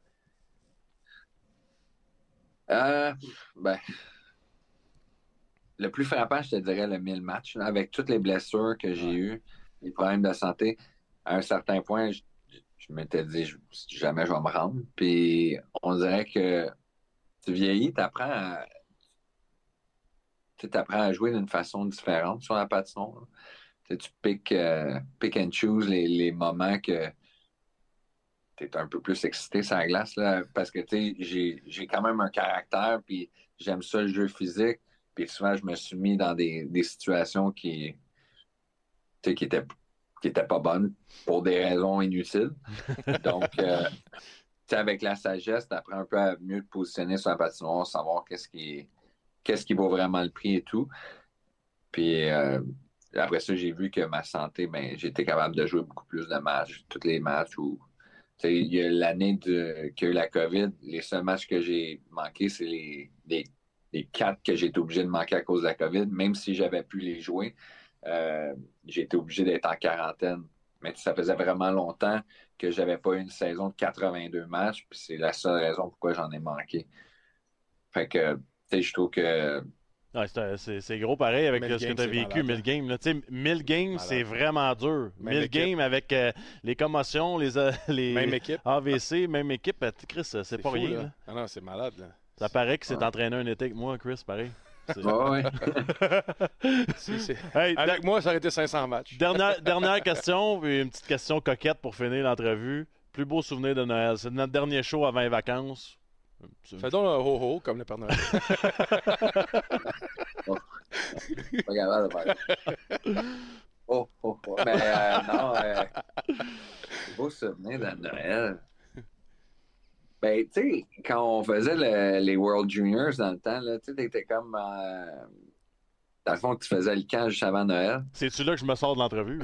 Ben, le plus frappant, je te dirais le 1000 matchs. Là, avec toutes les blessures que j'ai eues, les problèmes de santé, à un certain point, je m'étais dit jamais je vais me rendre. Puis on dirait que tu vieillis, tu apprends à jouer d'une façon différente sur la patinoire. Tu pick and choose les moments que tu es un peu plus excité sur la glace, là, parce que j'ai quand même un caractère, puis j'aime ça le jeu physique, puis souvent je me suis mis dans des situations qui étaient pas bonnes pour des raisons inutiles. Donc, avec la sagesse, tu apprends un peu à mieux te positionner sur la patinoire, savoir qu'est-ce qui vaut vraiment le prix et tout. Puis après ça, j'ai vu que ma santé, j'étais capable de jouer beaucoup plus de matchs, tous les matchs où il y a l'année qu'il y a eu la COVID, les seuls matchs que j'ai manqués, c'est les 4 que j'ai été obligé de manquer à cause de la COVID. Même si j'avais pu les jouer, j'ai été obligé d'être en quarantaine. Mais ça faisait vraiment longtemps que j'avais pas eu une saison de 82 matchs, puis c'est la seule raison pourquoi j'en ai manqué. Fait que, je trouve que... Ouais, c'est gros pareil avec ce que tu as vécu, 1000 games. 1000 games, c'est vraiment dur. 1000 games avec les commotions, les même équipe. AVC, même équipe. Chris, c'est pas fou, rien. Là. Là. Ah non, c'est malade. Là. Ça paraît que c'est entraîné un été avec moi, Chris, pareil. Ouais. Hey, avec moi, ça aurait été 500 matchs. Dernière question, puis une petite question coquette pour finir l'entrevue. Plus beau souvenir de Noël. C'est notre dernier show avant les vacances. Fais donc un ho-ho comme le Père Noël. Pas capable de faire. Oh. Mais non, beau souvenir de Noël. Ben, tu sais, quand on faisait les World Juniors dans le temps, tu sais, t'étais comme... dans le fond, tu faisais le camp juste avant Noël. C'est-tu là que je me sors de l'entrevue?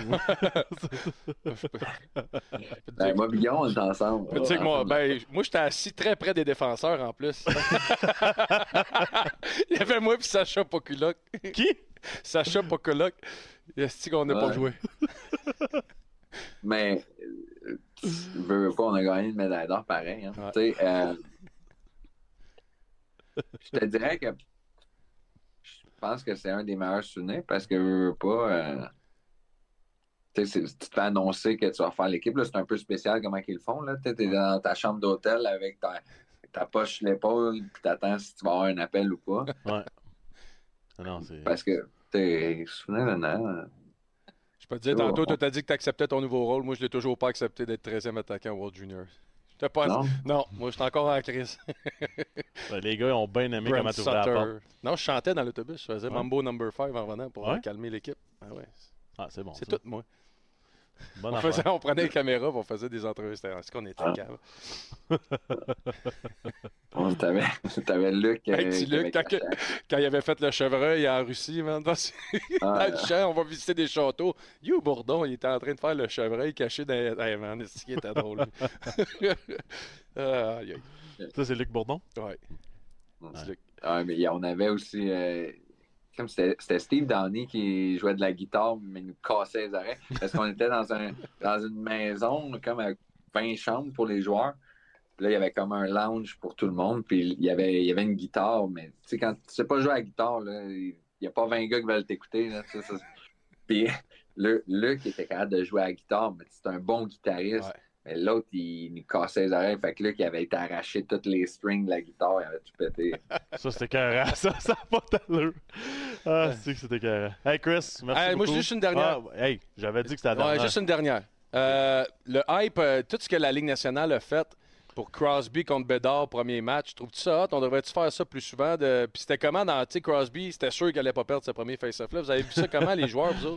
Moi, Billon, on est ensemble. Tu sais que moi, j'étais assis très près des défenseurs, en plus. Il y avait moi et Sacha Pokulak. Qui? Sacha Pokulak. Est-ce qu'on n'a pas joué? Mais... veux pas, on a gagné une médaille d'or pareil. Hein. Ouais. Je te dirais que je pense que c'est un des meilleurs souvenirs parce que veux pas. Tu te fais annoncer que tu vas faire l'équipe. C'est un peu spécial comment ils le font. Tu es dans ta chambre d'hôtel avec ta poche sur l'épaule puis tu attends si tu vas avoir un appel ou pas. Ouais. Non, parce que tu souviens de Noël. Je peux te dire, tantôt, tu as dit que tu acceptais ton nouveau rôle. Moi, je l'ai toujours pas accepté d'être 13e attaquant au World Junior. Non, moi, je suis encore en crise. Les gars, ils ont bien aimé comment tu ouvrais la porte. Non, je chantais dans l'autobus. Je faisais Mambo No. 5 en revenant pour calmer l'équipe. C'est bon. C'est tout, moi. On prenait les caméras, on faisait des entrevues. Est-ce qu'on était cave? T'avais Luc. Luc, quand il avait fait le chevreuil en Russie, dans le champ, on va visiter des châteaux. Bourdon, il était en train de faire le chevreuil caché dans les... C'est qui était drôle. Ça, c'est Luc Bourdon? Oui. Mais on avait aussi... comme c'était Steve Downey qui jouait de la guitare, mais il nous cassait les oreilles. Parce qu'on était dans une maison, comme avec 20 chambres pour les joueurs. Puis là, il y avait comme un lounge pour tout le monde. Puis il y avait une guitare, mais tu sais, quand tu sais pas jouer à la guitare, il n'y a pas 20 gars qui veulent t'écouter. Puis Luc était capable de jouer à la guitare, mais c'est un bon guitariste. Ouais. Mais l'autre, il nous cassait les oreilles. Fait que Luc, il avait été arraché toutes les strings de la guitare. Il avait tout pété. Ça, c'était carré. Ça n'a pas d'allure. C'est que c'était carré. Hey, Chris, merci beaucoup. Moi, juste une dernière. J'avais dit que c'était la dernière. Juste une dernière. Le hype, tout ce que la Ligue nationale a fait pour Crosby contre Bédard, premier match, trouves-tu ça hot? On devrait-tu faire ça plus souvent? Puis c'était comment dans, tu sais, Crosby, c'était sûr qu'il n'allait pas perdre ce premier face-off-là. Vous avez vu ça comment, les joueurs, vous autres?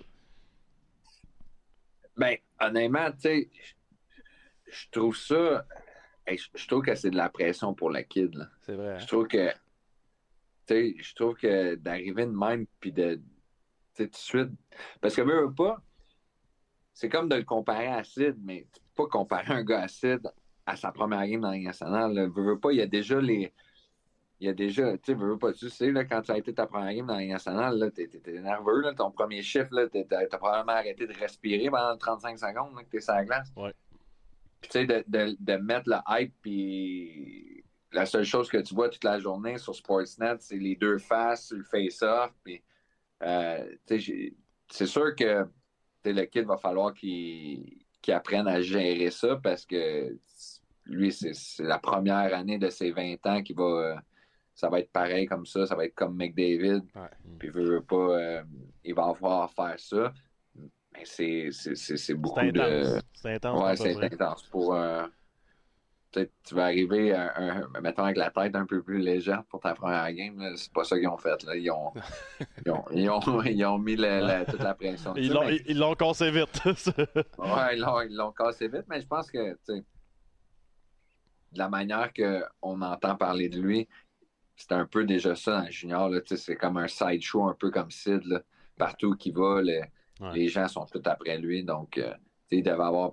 Ben, honnêtement, tu sais, je trouve ça... Je trouve que c'est de la pression pour le kid, là. C'est vrai. Hein? Je trouve que d'arriver de même, puis de... Tu sais, tout de suite... Parce que veux pas, c'est comme de le comparer à Sid, mais tu peux pas comparer un gars à Sid à sa première game dans la Ligue nationale. Veux pas, il y a déjà il y a déjà, tu sais, veux pas, tu sais, là, quand tu as été ta première game dans la Ligue nationale, là, t'es nerveux, là, ton premier chiffre, là, t'as probablement arrêté de respirer pendant 35 secondes, là, que t'es sur la glace. Ouais. Puis, tu sais, de mettre le hype, puis la seule chose que tu vois toute la journée sur Sportsnet, c'est les deux faces, le face-off, puis, tu sais, c'est sûr que, tu sais, le kid va falloir qu'il apprenne à gérer ça, parce que lui, c'est la première année de ses 20 ans qui va... ça va être pareil comme ça va être comme McDavid. Ouais. Puis, veut pas, il va avoir à faire ça. Mais c'est beaucoup de... C'est intense. Ouais, c'est intense. Peut-être tu vas arriver, mettons, avec la tête un peu plus légère pour ta première game. Là. C'est pas ça qu'ils ont fait. Là. Ils ont mis toute la pression. Ils l'ont cassé vite. Ouais, ils l'ont cassé vite, mais je pense que, tu sais, de la manière qu'on entend parler de lui, c'est un peu déjà ça dans le junior. Là, c'est comme un sideshow, un peu comme Sid. Là. Partout qu'il va, les gens sont tout après lui. Donc, il devait avoir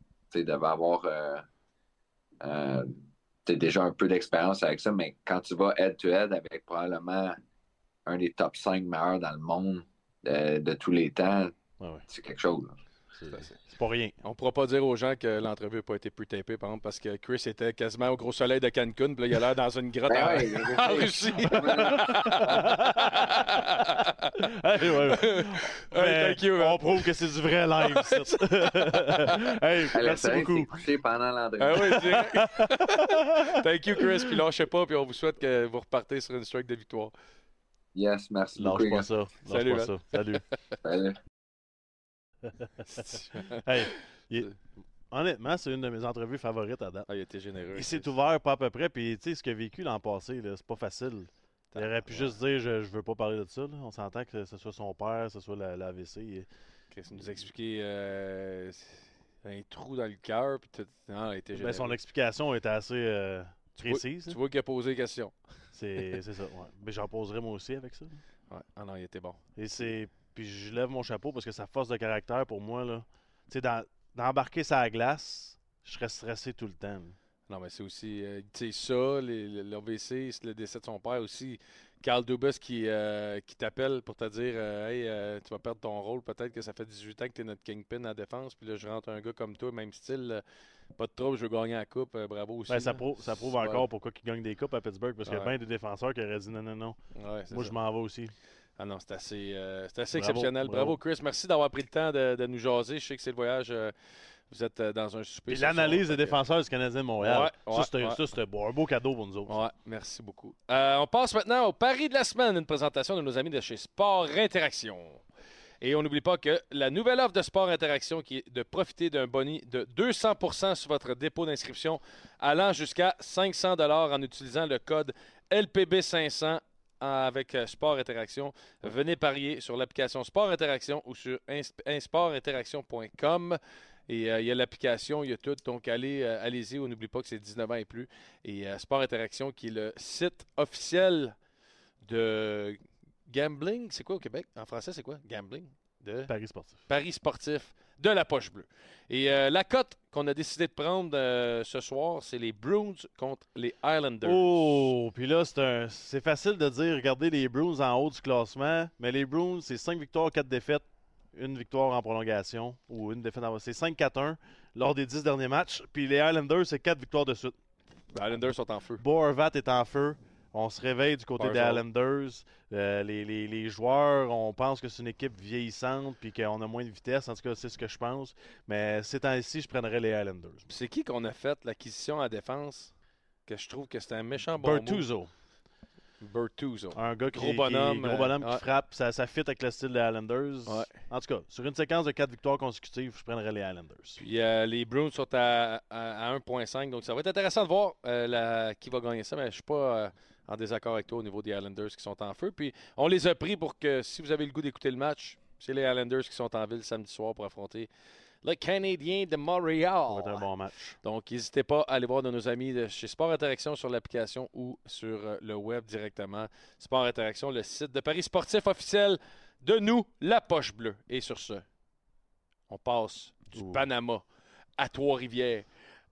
déjà un peu d'expérience avec ça, mais quand tu vas head-to-head avec probablement un des top 5 meilleurs dans le monde de tous les temps, c'est quelque chose. Là. C'est pas rien. On ne pourra pas dire aux gens que l'entrevue n'a pas été pre-tapée, par exemple, parce que Chris était quasiment au gros soleil de Cancun, puis là, il a l'air dans une grotte en Russie. Thank you, on prouve que c'est du vrai live. Merci beaucoup. Écouté pendant l'entrevue. Thank you, Chris, puis lâchez pas, puis on vous souhaite que vous repartez sur une streak de victoire. Yes, merci beaucoup. Lâche pas ça. Salut. Salut. Honnêtement, c'est une de mes entrevues favorites à date. Il était généreux. Il s'est ouvert pas à peu près, puis tu sais, ce qu'il a vécu l'an passé, là, c'est pas facile. Il aurait pu juste dire je veux pas parler de ça. Là. On s'entend que ce soit son père, que ce soit l'AVC. Chris nous a expliqué un trou dans le cœur. Non, il était généreux. Son explication était assez précise. Tu vois qu'il a posé des questions. C'est ça, ouais. Mais j'en poserai moi aussi avec ça. Ouais. Ah non, il était bon. Puis je lève mon chapeau parce que sa force de caractère, pour moi, là, tu sais, d'embarquer sa glace, je serais stressé tout le temps. Là. Non, mais c'est aussi, tu sais, ça, l'AVC, c'est le décès de son père aussi. Carl Dubas qui t'appelle pour te dire hey, tu vas perdre ton rôle, peut-être que ça fait 18 ans que tu es notre kingpin à la défense, puis là, je rentre un gars comme toi, même style, pas de trouble, je veux gagner la coupe, bravo aussi. Ça prouve encore pourquoi il gagne des coupes à Pittsburgh, parce qu'il y a bien des défenseurs qui auraient dit non. Ouais, moi, je m'en vais aussi. Ah non, c'est assez exceptionnel. Bravo, Chris. Merci d'avoir pris le temps de nous jaser. Je sais que c'est le voyage. Vous êtes dans un souper. Et l'analyse des défenseurs du Canadien de Montréal. Ça, c'était un beau cadeau pour nous autres. Ouais, merci beaucoup. On passe maintenant au pari de la semaine, une présentation de nos amis de chez Sport Interaction. Et on n'oublie pas que la nouvelle offre de Sport Interaction qui est de profiter d'un boni de 200% sur votre dépôt d'inscription allant jusqu'à 500 $ en utilisant le code LPB500 avec Sport Interaction. Venez parier sur l'application Sport Interaction ou sur sportinteraction.com. Et il y a l'application, il y a tout. Donc, allez-y. On n'oublie pas que c'est 19 ans et plus. Et Sport Interaction, qui est le site officiel de gambling. C'est quoi au Québec? En français, c'est quoi? Gambling? Paris sportif. Paris sportif de la Poche Bleue. Et la cote qu'on a décidé de prendre ce soir, c'est les Bruins contre les Islanders. Oh, puis là, c'est facile de dire, regardez les Bruins en haut du classement, mais les Bruins, c'est 5 victoires, 4 défaites, une victoire en prolongation, ou une défaite en... C'est 5-4-1 lors des 10 derniers matchs, puis les Islanders, c'est 4 victoires de suite. Les Islanders sont en feu. Bo Horvat est en feu. On se réveille du côté des Islanders. Les joueurs, on pense que c'est une équipe vieillissante puis qu'on a moins de vitesse. En tout cas, c'est ce que je pense. Mais ces temps-ci, je prendrais les Islanders. C'est qui qu'on a fait l'acquisition à défense que je trouve que c'était un méchant bon Bertuzzo. Un gars gros bonhomme qui frappe. Ça fit avec le style des Islanders. Ouais. En tout cas, sur une séquence de 4 victoires consécutives, je prendrais les Islanders. Puis les Bruins sont à 1.5. Donc, ça va être intéressant de voir qui va gagner ça. Mais je ne suis pas... en désaccord avec toi au niveau des Islanders qui sont en feu. Puis on les a pris pour que si vous avez le goût d'écouter le match, c'est les Islanders qui sont en ville samedi soir pour affronter le Canadien de Montréal. Ça va être un bon match. Donc n'hésitez pas à aller voir de nos amis de chez Sport Interaction sur l'application ou sur le web directement. Sport Interaction, le site de paris sportif officiel de nous, la Poche Bleue. Et sur ce, on passe du Panama à Trois-Rivières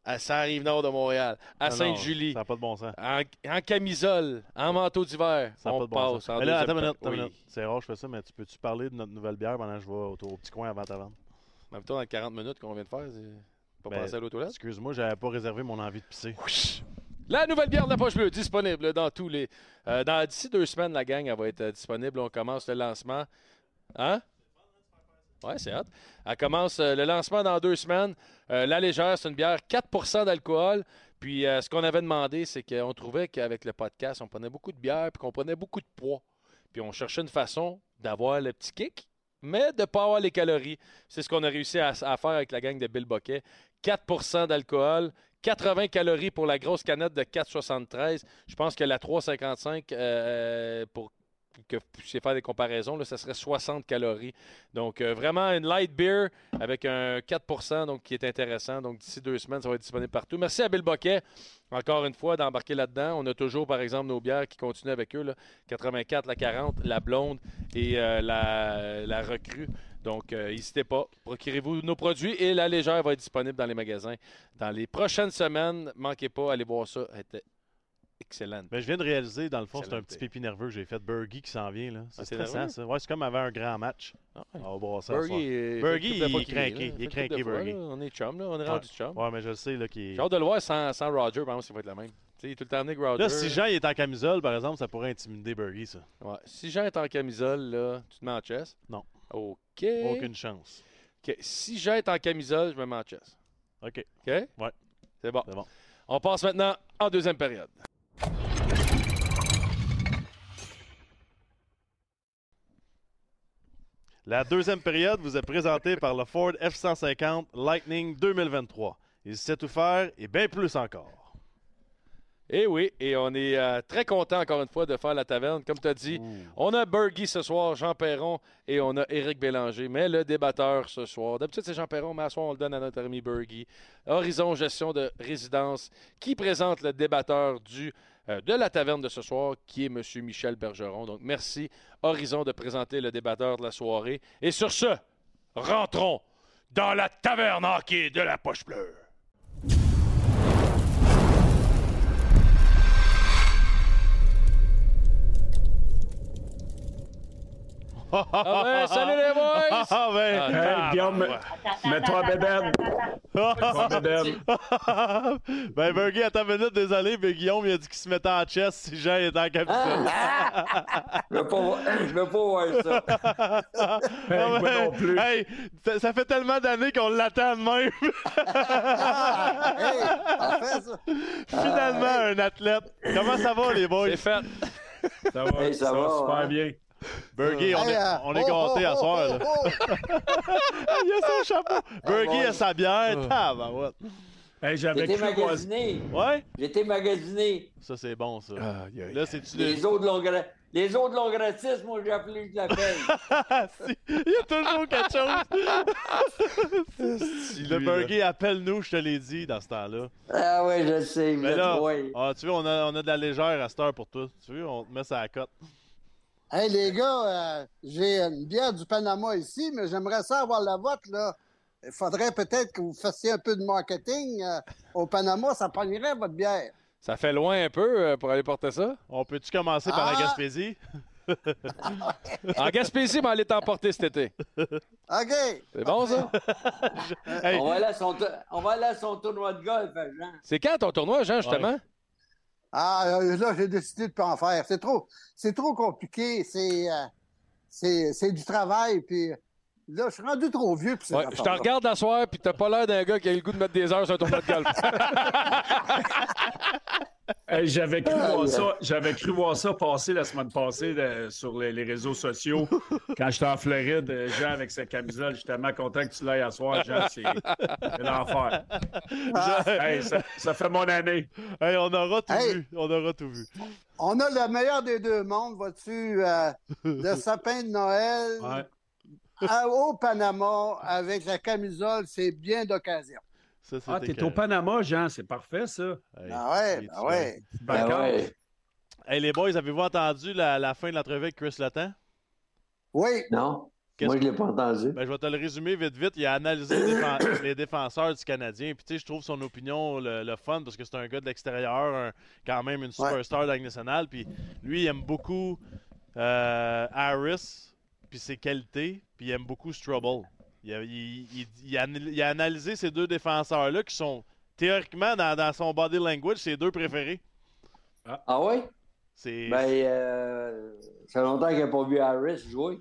à Saint-Rive-Nord de Montréal, à Non, Sainte-Julie, Ça n'a pas de bon sens. en camisole, en manteau d'hiver. Ça n'a On pas de bon passe sens. en Mais là, deuxième attends une temps. minute. C'est rare que je fais ça, mais peux-tu parler de notre nouvelle bière pendant que je vais au petit coin avant ta vente? En même temps, dans les 40 minutes qu'on vient de faire, c'est pas Ben, passer à l'auto-toilette. Excuse-moi, j'avais pas réservé mon envie de pisser. La nouvelle bière de la Poche Bleue, disponible dans tous les... d'ici 2 semaines, la gang, elle va être disponible. On commence le lancement. Hein? Ouais, c'est hot. Elle commence le lancement dans 2 semaines. La légère, c'est une bière 4% d'alcool. Puis ce qu'on avait demandé, c'est qu'on trouvait qu'avec le podcast, on prenait beaucoup de bière puis qu'on prenait beaucoup de poids. Puis on cherchait une façon d'avoir le petit kick, mais de ne pas avoir les calories. C'est ce qu'on a réussi à faire avec la gang de Bill Boquet. 4% d'alcool, 80 calories pour la grosse canette de 4,73. Je pense que la 3,55 pour que vous puissiez faire des comparaisons, là, ça serait 60 calories. Donc, vraiment une light beer avec un 4%, donc, qui est intéressant. Donc, d'ici 2 semaines, ça va être disponible partout. Merci à Bill Boquet, encore une fois, d'embarquer là-dedans. On a toujours, par exemple, nos bières qui continuent avec eux. Là. 84, la 40, la blonde et la recrue. Donc, n'hésitez pas. Procurez-vous nos produits et la légère va être disponible dans les magasins dans les prochaines semaines. Manquez pas, allez voir ça. Elle était excellente. Mais je viens de réaliser, dans le fond, c'est un Excellente. petit pépi nerveux que j'ai fait. Burgie qui s'en vient. Là. C'est c'est stressant, nerveux? ça. Ouais, c'est comme avant un grand match. Ah ouais. On va voir ça. ce soir. Burgie, Burgie, fait une couple de fois il est qu'il là. craqué. Il est Fait une craqué, couple de fois, Burgie. là. On est chum, là. On est rendu chum. Ouais, mais je le sais là, qu'il est... J'ai hâte de le voir sans Roger, par exemple, s'il va être le même. Tu sais, il est tout le temps avec Roger. Là, si Jean il est en camisole, par exemple, ça pourrait intimider Burgie, ça. Ouais. Si Jean est en camisole, là, tu te mets en chess? Non. OK. Aucune chance. OK. Si Jean est en camisole, je me mets en chess. OK. OK? Ouais. C'est bon. C'est bon. On passe maintenant en deuxième période. La deuxième période vous est présentée par le Ford F-150 Lightning 2023. Il sait tout faire et bien plus encore. Eh oui, et on est très content encore une fois de faire la taverne. Comme tu as dit, on a Burgie ce soir, Jean Perron et on a Éric Bélanger. Mais le débatteur ce soir, d'habitude c'est Jean Perron, mais à ce soir on le donne à notre ami Burgie. Horizon Gestion de Résidence qui présente le débatteur de la taverne de ce soir, qui est M. Michel Bergeron. Donc merci Horizon de présenter le débatteur de la soirée. Et sur ce, rentrons dans la taverne hockey de la Poche Bleue. Ah ben, salut les boys! Ah ben! Hey, Guillaume, mets-toi à bédaine. Mets-toi à bédaine. Ben, Burgie, attends une minute, désolé, mais Guillaume, il a dit qu'il se mettait en chess si Jean était en camisole. Je veux pas voir ça. Hey, moi ben, non plus. hey, ça fait tellement d'années qu'on l'attend de même. Finalement, un athlète. Comment ça va, les boys? C'est fait. Ça va, Hey, ça va, super hein? bien. Burgie, on est gâtés à soir. Là. Il a son chapeau. Burgie a sa bière. Tabarouette. Hey, j'avais J'étais cru voir... magasiné. Ouais? J'étais magasiné. Ça, c'est bon, ça. Là, c'est-tu Les eaux de longue gratis, moi, j'ai appelé de la peine. Il y a toujours quelque chose. Le Burgie, appelle-nous, je te l'ai dit, dans ce temps-là. Ah oui, je sais. Vous Mais êtes là, trois. tu vois, on a de la légère à cette heure pour toi. Tu vois, on te met ça à la cote. Hey, les gars, j'ai une bière du Panama ici, mais j'aimerais ça avoir la vôtre, là. Il faudrait peut-être que vous fassiez un peu de marketing. Au Panama, ça pognerait votre bière. Ça fait loin un peu pour aller porter ça. On peut-tu commencer par la Gaspésie? En Gaspésie, mais aller t'emporter cet été. OK. C'est bon, ça? Hey, On va aller à son tournoi de golf, Jean. C'est quand ton tournoi, Jean, justement? Ah, là, j'ai décidé de pas en faire. C'est trop compliqué. C'est du travail, puis là, je suis rendu trop vieux pour ces Ouais, je te affaires-là. regarde d'asseoir, puis t'as pas l'air d'un gars qui a le goût de mettre des heures sur un tournoi de golf. Hey, j'avais cru voir ça passer la semaine passée sur les réseaux sociaux. Quand j'étais en Floride, Jean avec sa camisole, je suis tellement content que tu l'aies à soir, Jean. C'est l'enfer. Hey, ça fait mon année. hey, on aura tout vu. On aura tout vu. On a le meilleur des deux mondes, vois-tu, le sapin de Noël Ouais. au Panama avec la camisole, c'est bien d'occasion. Ça, Ah, t'es au Panama, Jean. C'est parfait, ça. Hey, Ah ouais, il est ah ouais. Ah ouais. Hey, les boys, avez-vous entendu la fin de l'entrevue avec Chris Letang? Oui. Non? Moi, je ne l'ai pas entendu. Ben, je vais te le résumer vite. Il a analysé les défenseurs du Canadien. Puis, tu sais, je trouve son opinion le fun parce que c'est un gars de l'extérieur, quand même une superstar de la Ligue nationale. Puis, lui, il aime beaucoup Harris, puis ses qualités. Puis, il aime beaucoup Struble. Il a analysé ces deux défenseurs-là qui sont théoriquement, dans son body language, ses deux préférés. Ah oui? C'est... ça fait longtemps qu'il n'a pas vu Harris jouer.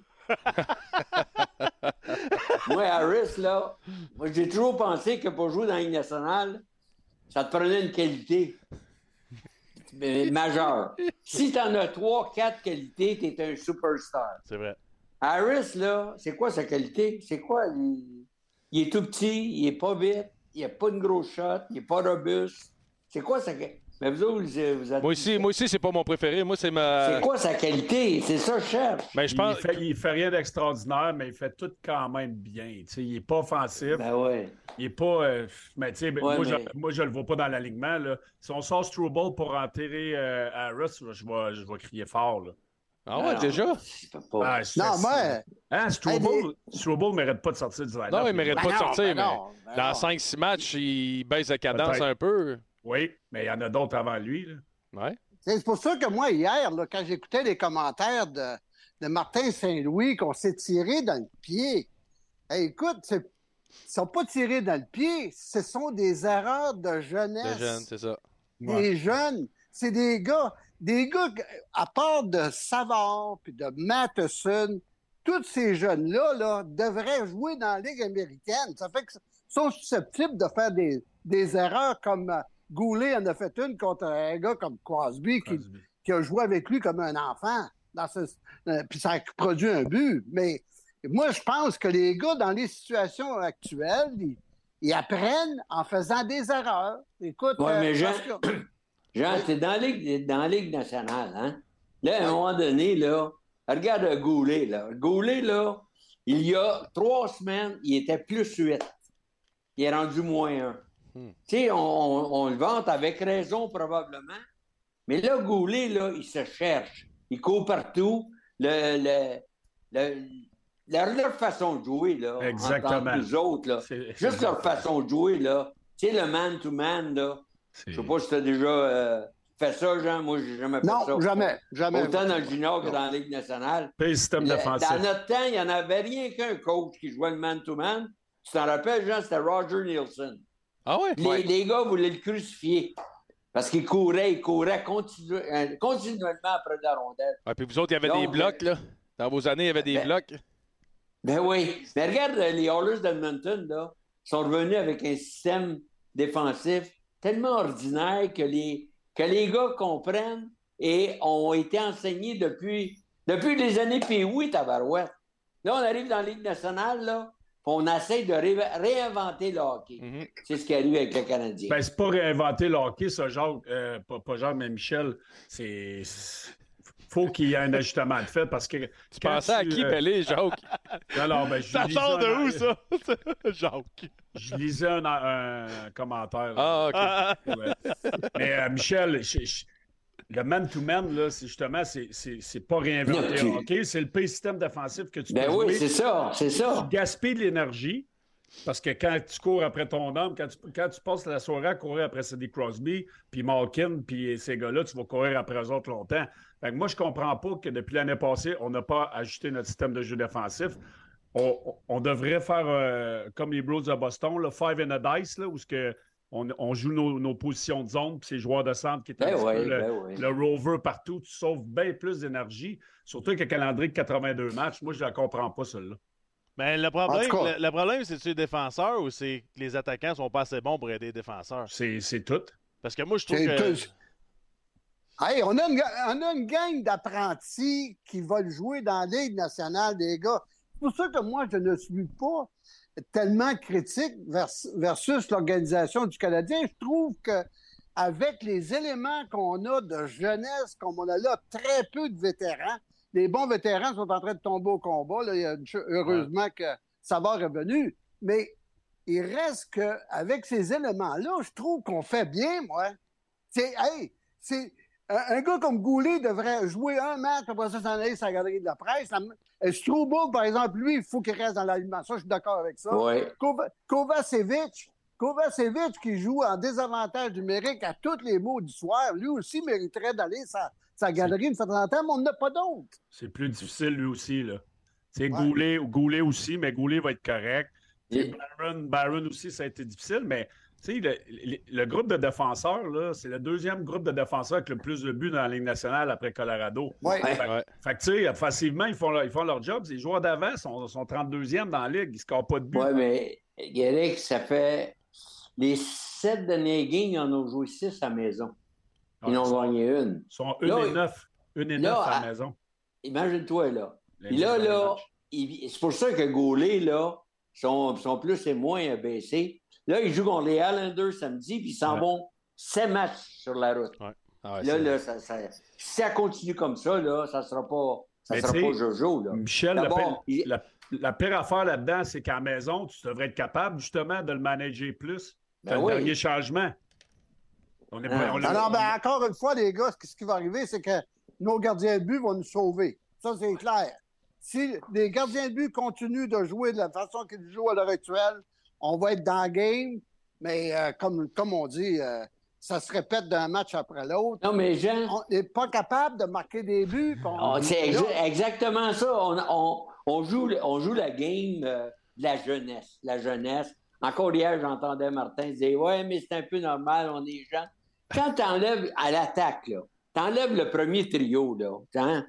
Moi, Harris, là, j'ai toujours pensé que pour jouer dans la Ligue nationale, ça te prenait une qualité majeure. Si tu en as 3-4 qualités, tu es un superstar. C'est vrai. Harris, là, c'est quoi sa qualité? C'est quoi? Il est tout petit, il est pas vite, il n'a pas une grosse shot, il n'est pas robuste. C'est quoi sa qualité? Mais vous autres, vous êtes... Moi aussi, c'est pas mon préféré. Moi, c'est ma... C'est quoi sa qualité? C'est ça que je cherche. Ben, je pense... il fait rien d'extraordinaire, mais il fait tout quand même bien. T'sais, il n'est pas offensif. Ben ouais. Il n'est pas... mais tu sais, moi, je le vois pas dans l'alignement. Là. Si on sort Struble pour enterrer Harris, je vais crier fort. Là. Ah ouais, déjà? Non, mais... Hein, Struble ne mérite pas de sortir du line-up. Non, il ne mérite pas de sortir, mais dans 5-6 matchs, il baisse la cadence un peu. Oui, mais il y en a d'autres avant lui. Là. Ouais. C'est pour ça que moi, hier, là, quand j'écoutais les commentaires de Martin Saint-Louis, qu'on s'est tiré dans le pied. Hey, écoute, ils ne sont pas tirés dans le pied, ce sont des erreurs de jeunesse. Des jeunes, c'est ça. Des jeunes, c'est des gars, à part de Savard puis de Matheson, tous ces jeunes-là là, devraient jouer dans la Ligue américaine. Ça fait qu'ils sont susceptibles de faire des erreurs comme Goulet en a fait une contre un gars comme Crosby. Qui a joué avec lui comme un enfant. Puis ça a produit un but. Mais moi, je pense que les gars, dans les situations actuelles, ils apprennent en faisant des erreurs. Écoute, mais Jean, c'est dans la Ligue nationale, hein? Là, à un moment donné, là, regarde Goulet, là. Goulet, là, il y a 3 semaines, il était plus 8. Il est rendu -1. Tu sais, on le vante avec raison, probablement. Mais là, Goulet, là, il se cherche. Il court partout. Leur façon de jouer, là, exactement. nous autres, là, juste leur façon de jouer, là, tu sais, le man-to-man, là, je sais pas si tu as déjà fait ça, Jean. Moi, j'ai jamais fait ça. Non, jamais. Autant dans le junior que dans la Ligue nationale. Puis le système défensif. Dans notre temps, il n'y en avait rien qu'un coach qui jouait le man-to-man. Tu t'en rappelles, Jean, c'était Roger Nielsen. Ah ouais? Les gars voulaient le crucifier. Parce qu'il courait continuellement après la rondelle. Ah, puis vous autres, il y avait des blocs, là. Dans vos années, il y avait des blocs. Ben oui. Mais regarde, les Oilers d'Edmonton, là, sont revenus avec un système défensif tellement ordinaire que les gars comprennent et ont été enseignés depuis les années Pee-Wee, tabarouette. Là, on arrive dans la Ligue nationale, là, on essaie de réinventer le hockey. Mm-hmm. C'est ce qui arrive avec le Canadien. Ben, c'est pas réinventer le hockey, ça, Jacques. Pas Jacques, mais Michel. Faut qu'il y ait un ajustement de fait parce que... Tu pensais à qui Pelé, Jacques? Alors, ça sort de où, ça? Jacques. Je lisais un commentaire. Ah, OK. Ouais. Mais Michel, le man-to-man, là, c'est pas réinventer le hockey, c'est le pire système défensif que tu peux jouer. Oui, c'est ça. Tu gaspilles de l'énergie parce que quand tu cours après ton homme, quand tu passes la soirée à courir après Sidney Crosby, puis Malkin, puis ces gars-là, tu vas courir après eux autres longtemps. Fait que moi, je comprends pas que depuis l'année passée, on n'a pas ajusté notre système de jeu défensif. On devrait faire comme les Blues de Boston, là, 5 and a dice, là, où on joue nos positions de zone, puis c'est les joueurs de centre qui est le rover partout. Tu sauves bien plus d'énergie, surtout qu'un calendrier de 82 matchs. Moi, je ne la comprends pas, celle-là. Mais le problème, c'est-tu les défenseurs ou c'est que les attaquants ne sont pas assez bons pour aider les défenseurs? C'est tout. Parce que moi, je trouve que... Hey, on a une gang d'apprentis qui veulent jouer dans la Ligue nationale, des gars. C'est pour ça que moi, je ne suis pas tellement critique versus l'organisation du Canadien. Je trouve qu'avec les éléments qu'on a de jeunesse, comme on a là très peu de vétérans, les bons vétérans sont en train de tomber au combat. Là. Heureusement que Savard est venu. Mais il reste qu'avec ces éléments-là, je trouve qu'on fait bien, moi. Un gars comme Goulet devrait jouer un match, après ça, s'en aller sur la galerie de la presse. Struble, par exemple, lui, il faut qu'il reste dans l'alignement. Ça, je suis d'accord avec ça. Ouais. Kovacevic qui joue en désavantage numérique à tous les mots du soir, lui aussi mériterait d'aller sa galerie une fois de temps en temps, mais on n'a pas d'autre. C'est plus difficile, lui aussi, là. Ouais. Goulet aussi, mais Goulet va être correct. Barron aussi, ça a été difficile, mais le groupe de défenseurs, là, c'est le deuxième groupe de défenseurs avec le plus de buts dans la Ligue nationale après Colorado. Ouais. Fait que, tu sais, facilement, ils font leur job. Les joueurs d'avant sont 32e dans la Ligue. Ils ne scorent pas de buts. Oui, mais Guéric, ça fait... Les 7 derniers games, ils en ont joué 6 à la maison. Ils en ont gagné une. Ils sont 1 et 9. 1 et 9 à la maison. Imagine-toi, là. Puis là, c'est pour ça que Goulet, là, sont plus et moins baissés. Là, ils jouent contre les Islanders samedi, puis ils s'en vont 7 matchs sur la route. Ouais. Ah ouais, là, si ça continue comme ça, là, ça sera pas Jojo. Là. Michel, la pire affaire là-dedans, c'est qu'à la maison, tu devrais être capable, justement, de le manager plus. C'est le dernier changement. Encore une fois, les gars, ce qui va arriver, c'est que nos gardiens de but vont nous sauver. Ça, c'est clair. Si les gardiens de but continuent de jouer de la façon qu'ils jouent à l'heure actuelle, on va être dans le game, mais comme on dit, ça se répète d'un match après l'autre. Non, mais Jean... On n'est pas capable de marquer des buts. C'est exactement ça. On joue la game de la jeunesse. La jeunesse. Encore hier, j'entendais Martin dire « Ouais, mais c'est un peu normal, on est gens. » Quand tu enlèves à l'attaque, tu enlèves le premier trio, là,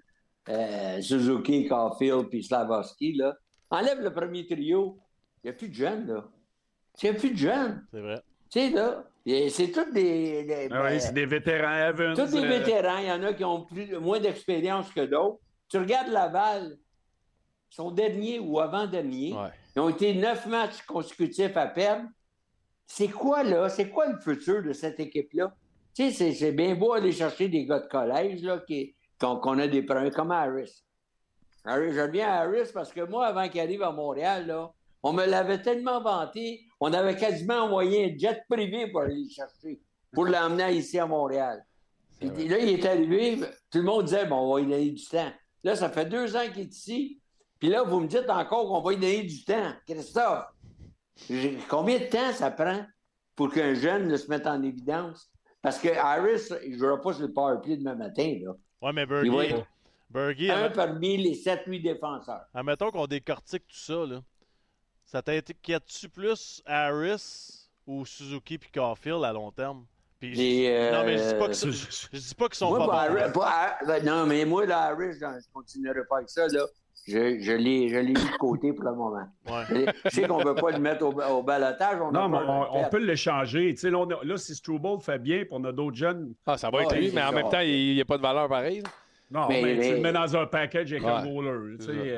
Suzuki, Caulfield puis Slafkovský, là, enlève le premier trio, il n'y a plus de jeunes, là. Il n'y a plus de jeunes. C'est vrai. Tu sais, là, c'est tous des c'est des vétérans Evans. Tous des vétérans. Il y en a qui ont moins d'expérience que d'autres. Tu regardes Laval, son dernier ou avant-dernier, ils ont été 9 matchs consécutifs à perdre. C'est quoi, là? C'est quoi le futur de cette équipe-là? Tu sais, c'est bien beau aller chercher des gars de collège, là, qu'on a des premiers, comme Harris. Je reviens à Harris parce que moi, avant qu'il arrive à Montréal, là, on me l'avait tellement vanté, on avait quasiment envoyé un jet privé pour aller le chercher, pour l'emmener ici à Montréal. Puis là, il est arrivé, tout le monde disait, bon, on va lui donner du temps. Là, ça fait 2 ans qu'il est ici, puis là, vous me dites encore qu'on va lui donner du temps. Christophe, combien de temps ça prend pour qu'un jeune se mette en évidence? Parce que Harris, il ne jouera pas sur le powerplay demain matin, là. Ouais, mais Bergie, un parmi les 7-8 défenseurs. Admettons qu'on décortique tout ça, là. Ça t'inquiète-tu plus Harris ou Suzuki puis Caulfield à long terme? Puis non, mais je dis pas qu'ils sont pas bons. Non, mais moi, là, Harris, je ne continuerai pas avec ça, là. Je l'ai mis de côté pour le moment. Ouais. Je sais qu'on ne veut pas le mettre au balotage. On peut l'échanger. Là, si Struble fait bien, puis on a d'autres jeunes... ça va être lui, mais en même temps, il n'y a pas de valeur pareille. Non, mais tu le mets dans un package avec un goaler.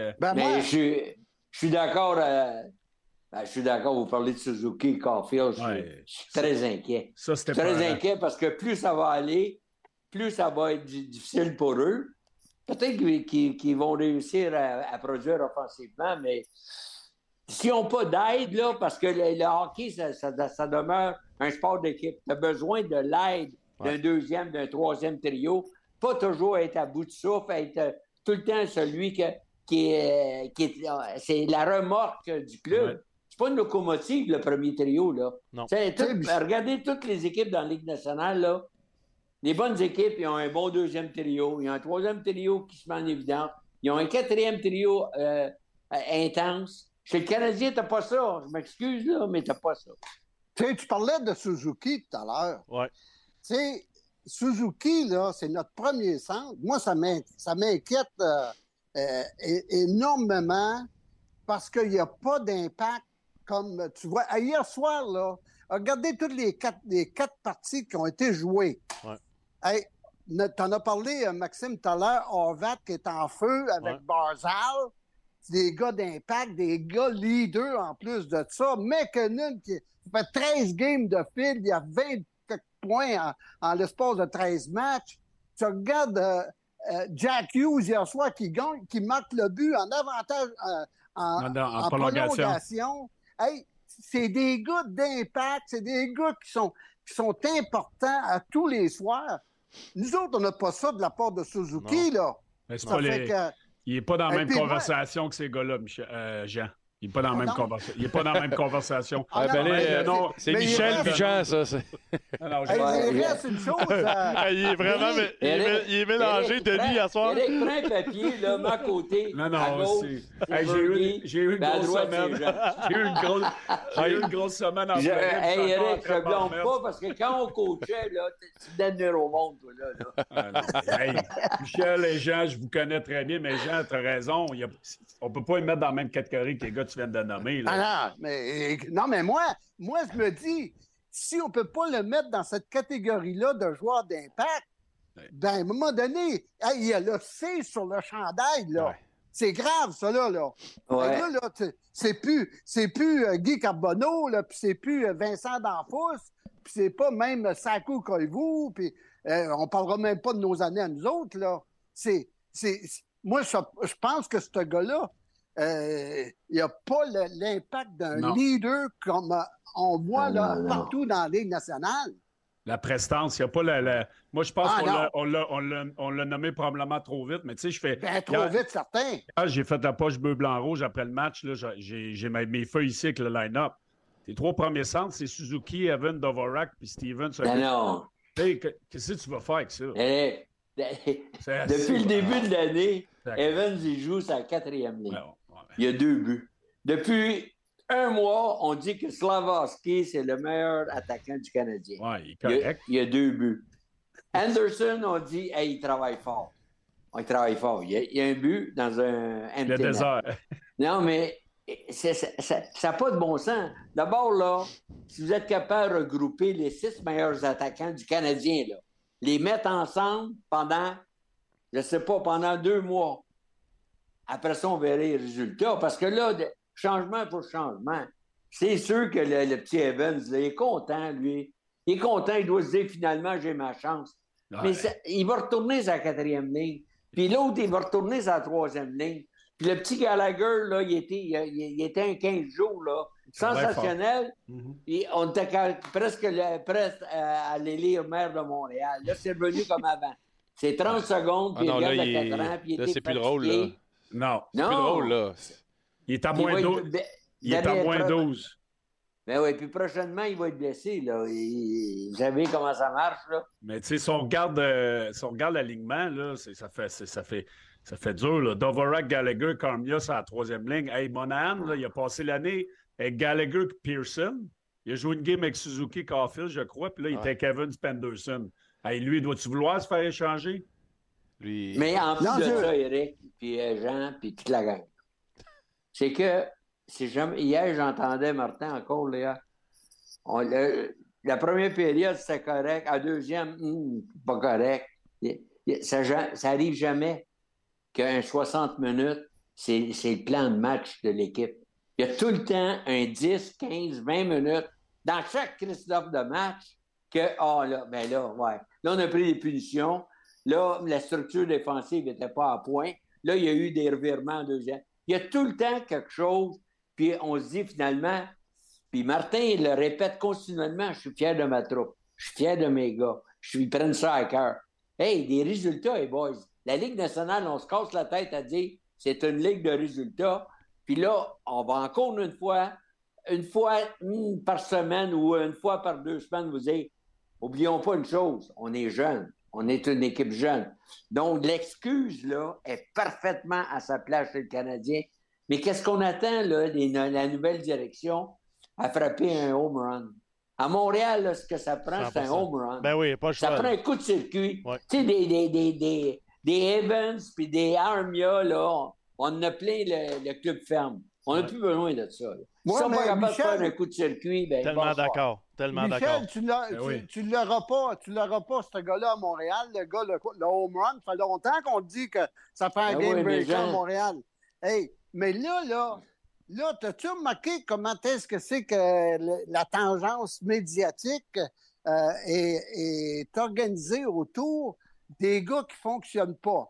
Je suis d'accord... je suis d'accord, vous parlez de Suzuki et Caulfield. Je suis très inquiet. Ça, c'était très inquiet parce que plus ça va aller, plus ça va être difficile pour eux. Peut-être qu'ils vont réussir à produire offensivement, mais s'ils n'ont pas d'aide, là, parce que le hockey, ça demeure un sport d'équipe. Tu as besoin de l'aide d'un deuxième, d'un troisième trio. Pas toujours être à bout de souffle, être tout le temps celui qui est c'est la remorque du club. Ouais. C'est pas une locomotive, le premier trio, là. Non. Regardez toutes les équipes dans la Ligue nationale, là. Les bonnes équipes, ils ont un bon deuxième trio. Ils ont un troisième trio qui se met en évidence. Ils ont un quatrième trio intense. Chez le Canadien, t'as pas ça. Je m'excuse, là, mais t'as pas ça. Tu parlais de Suzuki tout à l'heure. Oui. Tu sais, Suzuki, là, c'est notre premier centre. Moi, ça m'inquiète énormément parce qu'il n'y a pas d'impact comme, tu vois. Hier soir, là, regardez toutes les quatre parties qui ont été jouées. Ouais. Hey, t'en as parlé, Maxime, tout à l'heure, Horvat qui est en feu avec Barzal. Des gars d'impact, des gars leaders en plus de ça. McKinnon qui fait 13 games de fil, il y a 20 points en l'espace de 13 matchs. Tu regardes Jack Hughes hier soir qui marque le but en avantage en prolongation. Hey, c'est des gars d'impact, c'est des gars qui sont importants à tous les soirs. Nous autres, on n'a pas ça de la part de Suzuki, là. Mais c'est Ça pas fait les... que- Il n'est pas dans la Et même puis, conversation que ces gars-là, Jean. Il n'est pas dans la même non? conversation. Il n'est pas dans la même conversation. Ah, non, mais c'est mais il Michel reste- puis Jean, ça. C'est... Non, Hey, Ouais, il ouais. reste une chose. Il est vraiment il est mélangé, Denis, à soir. Eric, prends un papier, là, mets à côté. Non, à gauche, c'est... Hey, j'ai eu une puis à grosse droite, semaine. c'est Jean. J'ai eu une grosse semaine en Floride. Hey, Eric, je ne blâme merde. pas parce que quand on coachait, là, tu venais au monde, toi, là. Ah, non. Hey, Michel et Jean, je vous connais très bien, mais Jean, tu as raison. On ne peut pas les mettre dans la même catégorie que les gars que tu viens de nommer. Là. Non, mais moi, je me dis, si on ne peut pas le mettre dans cette catégorie-là de joueur d'impact, ben, à un moment donné, hey, il y a le C sur le chandail, là. Ouais. C'est grave, ça, là. Ouais. Hey, là, c'est plus Guy Carbonneau, là, puis c'est plus Vincent D'Anfous, puis c'est pas même Sakou Koivu, puis on parlera même pas de nos années à nous autres, là. Moi, je pense que ce gars-là, il n'y a pas l'impact d'un Non. leader comme on voit là, non. partout dans la Ligue nationale. La prestance, il n'y a pas Moi, je pense Ah, on l'a nommé probablement trop vite, mais tu sais, je fais... Ben, trop vite, certain. J'ai fait la poche bleu, blanc, rouge après le match. Là, j'ai mes feuilles ici avec le line-up. Les 3 premiers centres, c'est Suzuki, Evan, Dvorak puis Steven. Non. Hey, qu'est-ce que tu vas faire avec ça? Eric, depuis le début de l'année, Evans, il joue sa 4e ligne. Il y a 2 buts. Depuis un mois, on dit que Slavoski, c'est le meilleur attaquant du Canadien. Ouais, il est correct. Il y a 2 buts. Anderson, on dit, hey, il travaille fort. Il travaille fort. Il y a un but dans un empty Le net. désert. Non, mais ça n'a pas de bon sens. D'abord, là, si vous êtes capable de regrouper les 6 meilleurs attaquants du Canadien, là, les mettre ensemble pendant, je ne sais pas, pendant 2 mois. Après ça, on verra les résultats. Parce que là, changement pour changement, c'est sûr que le petit Evans, là, il est content, lui. Il est content, il doit se dire, finalement, j'ai ma chance. Ouais. Mais il va retourner sa 4e ligne. Puis l'autre, il va retourner sa 3e ligne. Puis le petit Gallagher, là, il était un 15 jours, là, sensationnel. Et on était presque à l'élire maire de Montréal. Là, c'est revenu comme avant. C'est 30 secondes, puis non, il là, regarde à 4 ans, puis il là, était c'est plus fatigué. drôle, là. Non. C'est plus drôle, là. Il est à Puis moins 12. Il est à moins 12. Ben oui, puis prochainement, il va être blessé, là. Vous savez comment ça marche, là? Mais tu sais, si on regarde l'alignement, là, ça fait dur. Là. Dvorak, Gallagher, Cormier, c'est à la 3e ligne. Hey, Monahan, là, il a passé l'année avec Gallagher et Pearson. Il a joué une game avec Suzuki Caulfield, je crois, puis là, il était avec Evan Spenderson. Hey, lui, dois-tu vouloir se faire échanger? Lui... Mais en plus de ça, Eric, puis Jean, puis toute la gang, c'est que hier, j'entendais Martin encore, là. La première période, c'était correct. La deuxième, pas correct. Ça arrive jamais qu'un 60 minutes, c'est le plan de match de l'équipe. Il y a tout le temps un 10, 15, 20 minutes dans chaque Christophe de match que, là, on a pris des punitions. Là, la structure défensive n'était pas à point. Là, il y a eu des revirements en deuxième. Il y a tout le temps quelque chose, puis on se dit finalement, puis Martin, il le répète continuellement, je suis fier de ma troupe, je suis fier de mes gars, ils prennent ça à cœur. Hey, des résultats, les boys. La Ligue nationale, on se casse la tête à dire, c'est une ligue de résultats, puis là, on va encore une fois par semaine ou une fois par 2 semaines, vous dire, oublions pas une chose, on est jeunes. On est une équipe jeune. Donc, l'excuse, là, est parfaitement à sa place chez le Canadien. Mais qu'est-ce qu'on attend, là, la nouvelle direction, à frapper un home run? À Montréal, là, ce que ça prend, 100%. C'est un home run. Ben oui, pas le choix. Ça prend un coup de circuit. Ouais. Tu sais, des Evans puis des Armia, là, on en a plein le club ferme. On n'a plus besoin de ça. Moi, si on n'est pas capable de Michel, faire un coup de circuit, ben Tellement bonsoir. d'accord. Tellement d'accord. Michel, tu l'auras pas, ce gars-là à Montréal. Le gars, le home run, ça fait longtemps qu'on dit que ça prend un game breaker à Montréal. Hey, mais là, t'as-tu remarqué comment est-ce que c'est que la tangence médiatique est organisée autour des gars qui fonctionnent pas?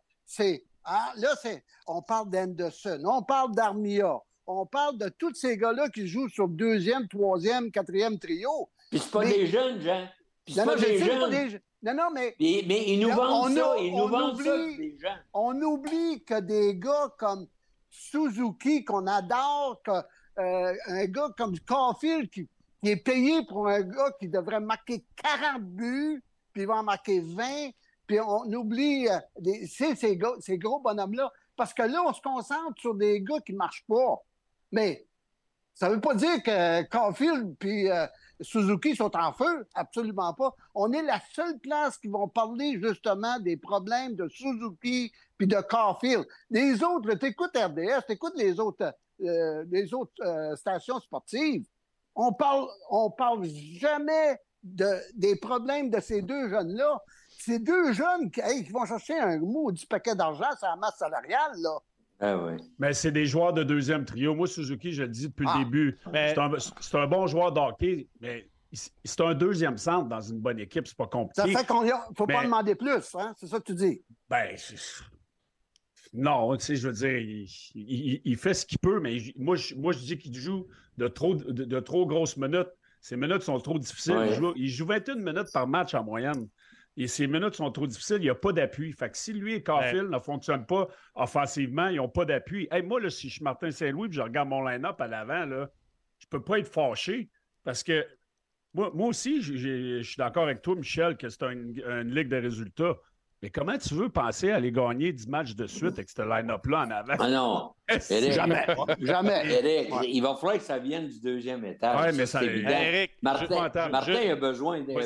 On parle d'Anderson, on parle d'Armia, on parle de tous ces gars-là qui jouent sur le 2e, 3e, 4e trio. Puis c'est pas des jeunes, Jean. Puis c'est Non, pas je des sais, jeunes. Non, mais Mais ils nous là, vendent ça. Ils nous on vendent ça, oublie- les gens. On oublie que des gars comme Suzuki, qu'on adore, un gars comme Caulfield qui est payé pour un gars qui devrait marquer 40 buts, puis il va en marquer 20, puis on oublie ces gros bonhommes-là. Parce que là, on se concentre sur des gars qui ne marchent pas. Mais ça ne veut pas dire que Caulfield puis Suzuki sont en feu. Absolument pas. On est la seule place qui vont parler justement des problèmes de Suzuki puis de Caulfield. Les autres, tu écoutes RDS, tu écoutes les autres stations sportives. On parle jamais des problèmes de ces deux jeunes-là. Ces deux jeunes qui vont chercher un maudit paquet d'argent sur la masse salariale, là. Ah oui. Mais c'est des joueurs de deuxième trio. Moi, Suzuki, je le dis depuis le début, c'est un bon joueur de hockey, mais c'est un deuxième centre dans une bonne équipe. C'est pas compliqué. Ça fait qu'on ne faut pas demander plus, hein? C'est ça que tu dis? Ben, non, tu sais, je veux dire, il fait ce qu'il peut, mais moi, je dis qu'il joue de trop grosses minutes. Ces minutes sont trop difficiles. Ouais. Il joue 21 minutes par match en moyenne. Et ces minutes sont trop difficiles, il n'y a pas d'appui. Fait que si lui et Caulfield ne fonctionnent pas offensivement, ils n'ont pas d'appui. Hey, moi, là, si je suis Martin Saint-Louis et je regarde mon line-up à l'avant, là, je peux pas être fâché parce que moi aussi, je suis d'accord avec toi, Michel, que c'est une ligue de résultats. Mais comment tu veux penser à aller gagner 10 matchs de suite avec ce line-up-là en avant? Ah non. Eric, Jamais. Eric, il va falloir que ça vienne du deuxième étage. Oui, mais ça... Eric, Martin a besoin d'aide.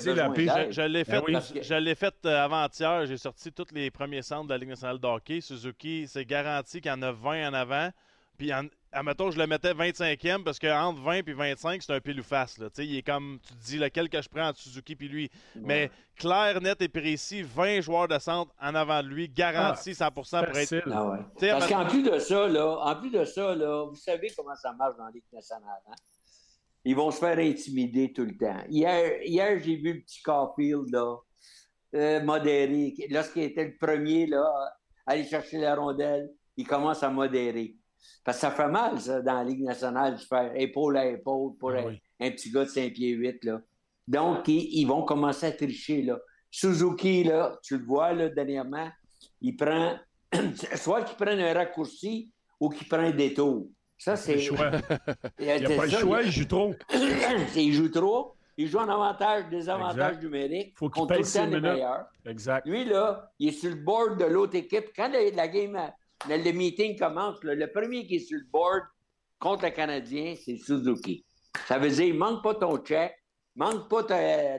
Je l'ai fait avant-hier. J'ai sorti tous les premiers centres de la Ligue nationale de hockey. Suzuki, c'est garanti qu'il y en a 20 en avant. Puis, admettons, je le mettais 25e parce qu'entre 20 et 25, c'est un pile ou face. Là. Il est comme, tu te dis, lequel que je prends entre Suzuki puis lui. Ouais. Mais clair, net et précis, 20 joueurs de centre en avant de lui, garanti 100% pour être... Ah ouais. Parce qu'en plus de ça, là, vous savez comment ça marche dans la Ligue nationale. Hein? Ils vont se faire intimider tout le temps. Hier j'ai vu le petit Caulfield, là, modéré. Lorsqu'il était le premier là, à aller chercher la rondelle, il commence à modérer. Parce que ça fait mal, ça, dans la Ligue nationale, de faire épaule à épaule pour un petit gars de 5 pieds 8. Là. Donc, ils vont commencer à tricher. Là. Suzuki, là, tu le vois là, dernièrement, il prend soit qu'il prenne un raccourci ou qu'il prenne un détour. Ça, c'est. Il n'y a pas le choix, il joue trop. Il joue trop. Il joue en avantage, désavantage numériques. Il faut qu'il paye 6 minutes. Meilleurs. Exact. Lui, là, il est sur le board de l'autre équipe. Quand la game, le meeting commence, là, le premier qui est sur le board contre le Canadien, c'est Suzuki. Ça veut dire, il manque pas ton check, manque pas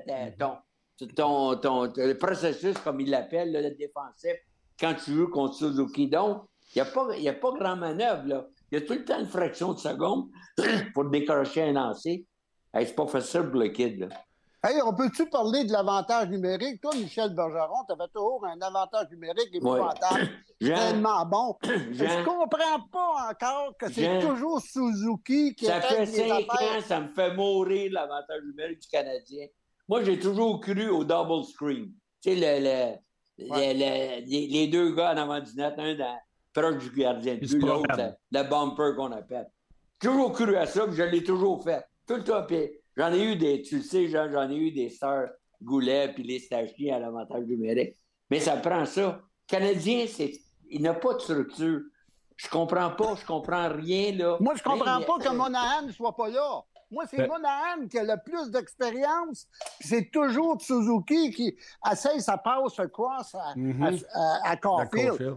le processus, comme il l'appelle, le défensif, quand tu joues contre Suzuki. Donc, il n'y a pas grand manœuvre, là. Il y a tout le temps une fraction de seconde pour décrocher un lancer. Hey, c'est pas facile pour le kid, là. Hey, on peut-tu parler de l'avantage numérique? Toi, Michel Bergeron, tu avais toujours un avantage numérique épouvantable, tellement bon. Je comprends pas encore que c'est toujours Suzuki qui ça fait fait 5 ans, ça me fait mourir l'avantage numérique du Canadien. Moi, j'ai toujours cru au double screen. Tu sais, les deux gars en avant du net, un proche du gardien de but, l'autre, le bumper qu'on appelle. J'ai toujours cru à ça, puis je l'ai toujours fait. Tout le temps, puis j'en ai eu tu le sais, j'en ai eu des sœurs Goulet puis les Stachny à l'avantage numérique. Mais ça prend ça. Canadien, il n'a pas de structure. Je comprends rien, là. Moi, je comprends pas que Monahan ne soit pas là. Moi, c'est Monahan qui a le plus d'expérience. C'est toujours Suzuki qui essaye sa passe cross à Caulfield.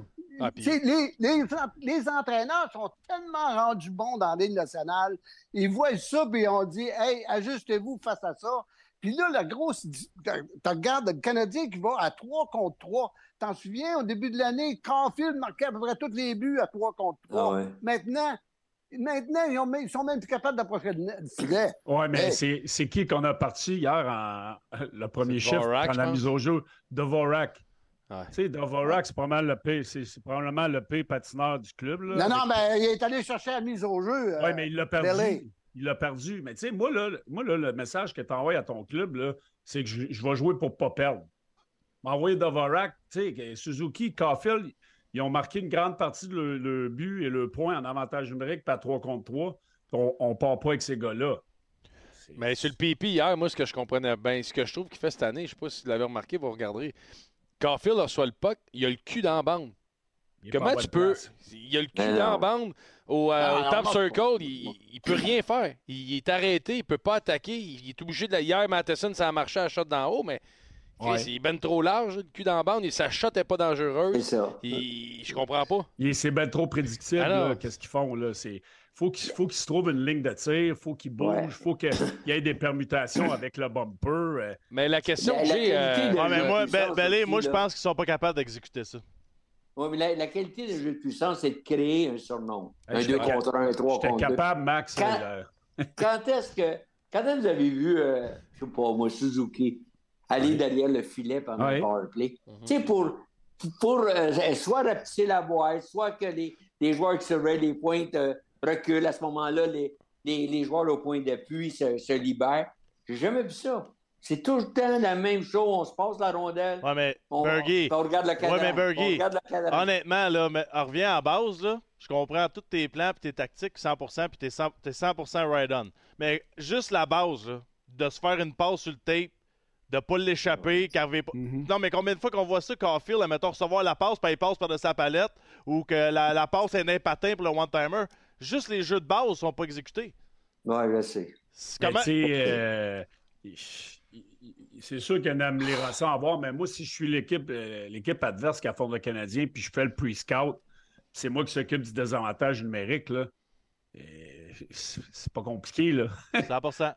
Les entraîneurs sont tellement rendus bons dans la Ligue nationale. Ils voient ça et on dit « Hey, ajustez-vous face à ça. » Puis là, la grosse... Tu regardes le Canadien qui va à 3 contre 3. T'en souviens, au début de l'année, Caulfield marquait à peu près tous les buts à 3 contre 3. Ah ouais. Maintenant, ils sont même plus capables d'approcher le filet. Oui, mais c'est qui qu'on a parti hier le premier chiffre quand la mise au jeu? Dvorak. Ouais. Tu sais, Dvorak, c'est probablement le pire patineur du club. Là, non, mais il est allé chercher la mise au jeu. Oui, mais il l'a perdu. Il l'a perdu. Mais tu sais, moi, le message que tu envoies à ton club, là, c'est que je vais jouer pour ne pas perdre. M'envoyer Dvorak, tu sais, Suzuki, Caulfield, ils ont marqué une grande partie de le but et le point en avantage numérique, pas 3 contre 3. On ne part pas avec ces gars-là. Mais sur le PP hier, moi, ce que je comprenais bien, ce que je trouve qu'il fait cette année, je ne sais pas si vous l'avez remarqué, vous regarderez. Caulfield reçoit le puck, il a le cul dans la bande. Comment tu peux. Il a le cul dans la bande au top circle, il peut rien faire. Il est arrêté, il peut pas attaquer. Il est obligé de. Hier, Matheson, ça a marché à la shot d'en haut, mais il est ben trop large, le cul dans la bande, et sa shot n'est pas dangereuse. C'est ça. Je comprends pas. C'est ben trop prédictible, là, qu'est-ce qu'ils font, là. Faut qu'il se trouve une ligne de tir, faut qu'il bouge, faut qu'il y ait des permutations avec le bumper. Mais la question que j'ai... moi, je pense qu'ils sont pas capables d'exécuter ça. Oui, mais la qualité du jeu de puissance, c'est de créer un surnom. Un 2 contre 1, un 3 contre 2. J'étais capable, Max. Quand est-ce que vous avez vu, je sais pas moi, Suzuki aller derrière le filet pendant le powerplay? Tu sais, pour soit rapetisser la boîte, soit que les joueurs qui surveillent les pointes reculent. À ce moment-là, les joueurs au point d'appui se libèrent. J'ai jamais vu ça. C'est tout le temps la même chose. On se passe la rondelle. Ouais, mais Bergie. On regarde le cadran. Ouais, mais Bergie. Honnêtement, là, reviens à base, là. Je comprends tous tes plans et tes tactiques 100% puis t'es 100% right-on. Mais juste la base, là, de se faire une passe sur le tape, de ne pas l'échapper, Non, mais combien de fois qu'on voit ça, Caulfield, mettons, recevoir la passe, puis il passe par-dessus sa palette, ou que la passe est un patin pour le one-timer. Juste les jeux de base ne sont pas exécutés. Ouais, je sais. C'est sûr qu'il y en a amélioration à avoir, mais moi, si je suis l'équipe adverse qui affronte le Canadien, puis je fais le pre-scout, c'est moi qui s'occupe du désavantage numérique, là. C'est pas compliqué, là. 100%.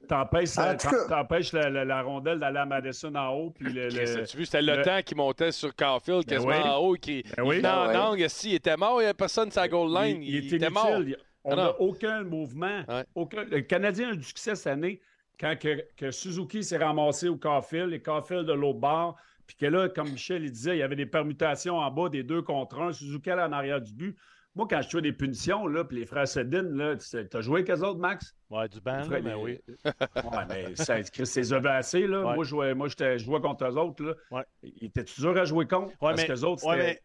T'empêches la rondelle d'aller à Madison en haut. Puis tu as vu, c'était le temps qui montait sur Caulfield, quasiment en haut. Non, il était mort, il n'y avait personne sur la goal line. Il était mort. On n'a aucun mouvement. Le Canadien a eu du succès cette année quand que Suzuki s'est ramassé au Caulfield et Caulfield de l'autre bord. Puis que là, comme Michel il disait, il y avait des permutations en bas des 2 contre 1. Suzuki allait en arrière du but. Moi, quand je fais des punitions, là, puis les frères Sedin, là, t'as joué avec eux autres, Max? Ouais, du banc, mais oui. Ouais, mais ça, c'est assez, là. Ouais. Moi, je jouais contre eux autres, là. Ouais. Étais-tu dur à jouer contre? Ouais, parce qu'eux autres, c'était...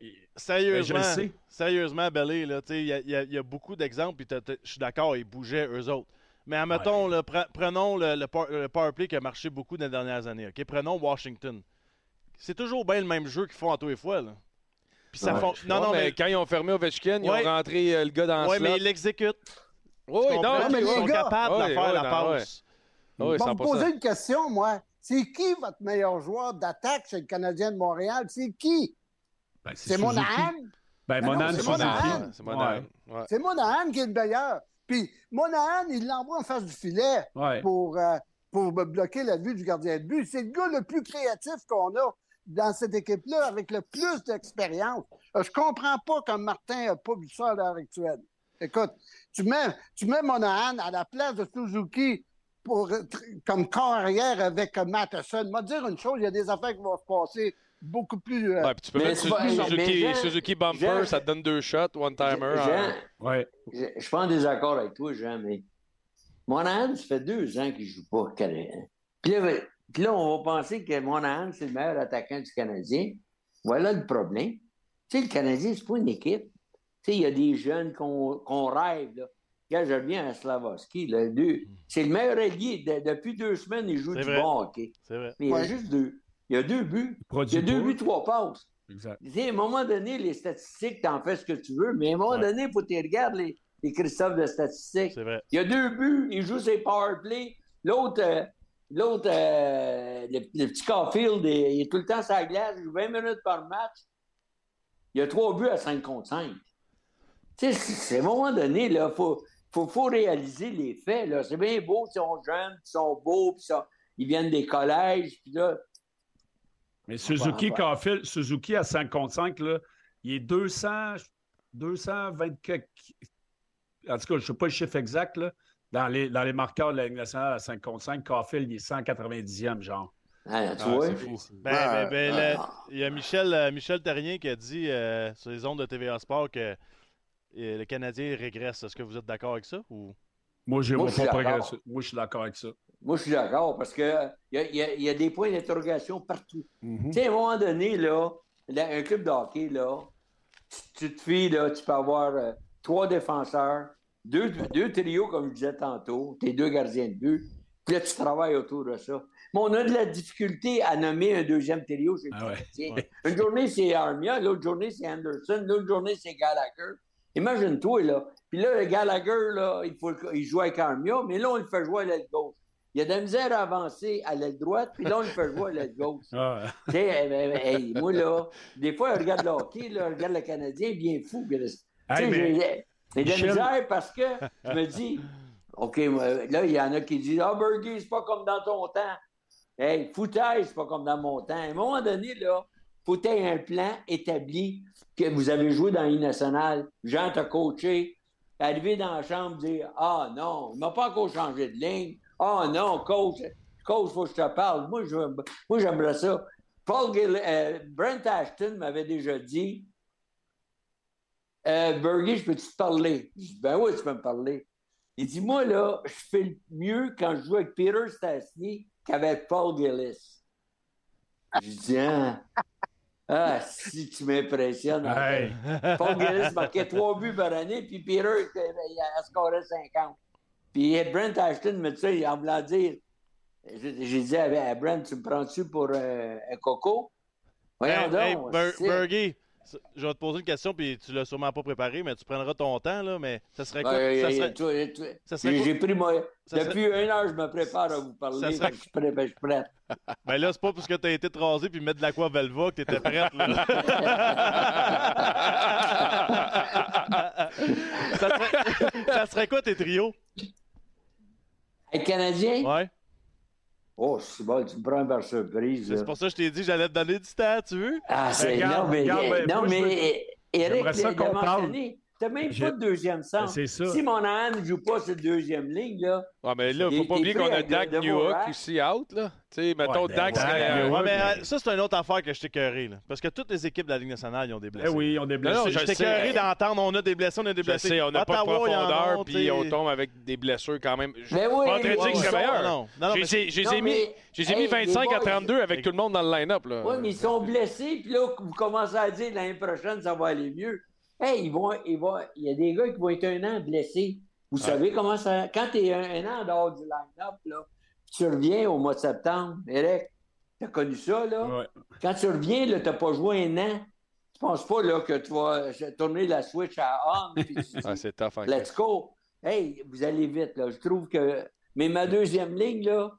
Sérieusement, Belly, là, il y a beaucoup d'exemples, puis je suis d'accord, ils bougeaient, eux autres. Mais admettons, prenons le power play qui a marché beaucoup dans les dernières années. OK? Prenons Washington. C'est toujours bien le même jeu qu'ils font à tous les fois, là. Puis ça non, mais quand ils ont fermé Ovechkin, ils ont rentré le gars dans le slot. Oui, mais ils l'exécutent. Oui, mais ils sont capables de faire la passe. Bon, vous poser une question, moi. C'est qui votre meilleur joueur d'attaque chez le Canadien de Montréal? C'est qui? C'est Monahan? Monahan, c'est Monahan. C'est Monahan. C'est Monahan qui est le meilleur. Puis Monahan, il l'envoie en face du filet pour bloquer la vue du gardien de but. C'est le gars le plus créatif qu'on a dans cette équipe-là, avec le plus d'expérience. Je comprends pas comme Martin n'a pas vu ça à l'heure actuelle. Écoute, tu mets Monahan à la place de Suzuki comme corps arrière avec Matheson. Je vais te dire une chose, il y a des affaires qui vont se passer beaucoup plus... puis tu peux mettre Suzuki Bumper, ça te donne 2 shots, one-timer. Je suis pas en désaccord avec toi, Jean, mais Monahan, ça fait 2 ans qu'il joue pas au Canadien. Puis là, on va penser que Monahan, c'est le meilleur attaquant du Canadien. Voilà le problème. Tu sais, le Canadien, c'est pas une équipe. Tu sais, il y a des jeunes qu'on rêve, là. Regarde, je reviens à Slavoski. C'est le meilleur allié. Depuis 2 semaines, il joue bon hockey. C'est vrai. Mais il y a juste 2. Il y a 2 buts. Il y a 2 buts, 3 passes. Exact. Tu sais, à un moment donné, les statistiques, t'en fais ce que tu veux, mais à un moment donné, il faut que tu regardes les Christophe de statistiques. C'est vrai. Il y a 2 buts, il joue ses power play. L'autre, le petit Caulfield, il est tout le temps sur la glace, il joue 20 minutes par match. Il y a 3 buts à 5 contre 5. Tu sais, c'est à un moment donné, il faut réaliser les faits. Là. C'est bien beau, ils sont jeunes, ils sont beaux, ils viennent des collèges. Puis là, mais Suzuki à 5 contre 5, là, il est 220 en tout cas, je ne sais pas le chiffre exact, là. Dans les marqueurs de la Ligue nationale à 5 contre 5, Caulfield, il est 190e, genre. Tu vois? C'est fou. Il y a Michel Terrien qui a dit sur les ondes de TVA Sport que le Canadien régresse. Est-ce que vous êtes d'accord avec ça? Ou... Moi, je suis d'accord avec ça. Moi, je suis d'accord parce qu'il y a des points d'interrogation partout. Tu sais, à un moment donné, là, un club de hockey, là, tu te fies, là, tu peux avoir 3 défenseurs, deux trios, comme je disais tantôt, tes 2 gardiens de but. Puis là, tu travailles autour de ça. Mais on a de la difficulté à nommer un deuxième trio chez le Canadien. Ouais. Une journée, c'est Armia, l'autre journée, c'est Anderson, l'autre journée, c'est Gallagher. Imagine-toi, là. Puis là, le Gallagher, là, il joue avec Armia, mais là, on le fait jouer à l'aile gauche. Il y a de la misère à avancer à l'aile droite, puis là, on le fait jouer à l'aile gauche. Tu sais, moi, là, des fois, je regarde le hockey, là, je regarde le Canadien bien fou. Tu sais, j'ai de la misère parce que je me dis, OK, là, il y en a qui disent, Bergie, c'est pas comme dans ton temps. Hey, foutaise, c'est pas comme dans mon temps. À un moment donné, là, faut qu'il y ait un plan établi que vous avez joué dans l'Union nationale. Jean t'a coaché, arrivé dans la chambre, dire, ah non, il m'a pas encore changé de ligne. Ah non, coach, faut que je te parle. Moi, j'aimerais ça. Brent Ashton m'avait déjà dit, Bergie, je peux-tu te parler? Je dis, ben oui, tu peux me parler. Il dit, moi, là, je fais mieux quand je joue avec Peter Stastny qu'avec Paul Gillis. Je dis, si tu m'impressionnes. Hey. Paul Gillis marquait 3 buts par année, puis Peter, il a scoré 50. Puis Brent Ashton me dit ça, il en voulant dire. J'ai dit à Brent, tu me prends-tu pour un coco? Voyons donc. Bergie, je vais te poser une question, puis tu l'as sûrement pas préparé, mais tu prendras ton temps, là, mais ça serait quoi? J'ai pris depuis 1 heure, je me prépare à vous parler. Je suis prêt. Ben là, c'est pas parce que tu as été rasé puis mettre de l'Aqua Velva que tu étais prête, là. ça serait quoi tes trios? Avec Canadien? Ouais. Oh, c'est bon, tu me prends par surprise. C'est pour ça que je t'ai dit que j'allais te donner du temps, tu veux? Ah, c'est... Non, mais Eric l'a mentionné. T'as même pas de deuxième centre. C'est ça. Si Monahan ne joue pas cette deuxième ligne, là... Ouais, mais là, faut pas oublier qu'on a Dak Newhook aussi out, là. Tu sais, mettons, Dak serait... Ouais, mais ça, c'est une autre affaire que je t'ai écœuré, là. Parce que toutes les équipes de la Ligue nationale, ils ont des blessés. Eh oui, ils ont des blessés. Non, je t'ai écœuré d'entendre, on a des blessés, on a des blessés. Je sais, on n'a pas de profondeur, puis on tombe avec des blessures quand même. Mais oui, pas en train de dire que c'est meilleur. Non, j'ai mis 25 à 32 avec tout le monde dans le line-up, là. Oui, mais ils sont blessés, puis là, vous commencez à dire l'année prochaine, ça va aller mieux. Hey, il y a des gars qui vont être 1 an blessés. Vous savez comment ça... Quand tu es un an en dehors du line-up, là, tu reviens au mois de septembre, Eric, tu as connu ça, là? Ouais. Quand tu reviens, tu n'as pas joué 1 an. Tu penses pas là, que tu vas tourner la switch à on, puis tu dis, c'est tough, hein, let's go. Hey, vous allez vite, là. Je trouve que... Mais ma deuxième ligne, là,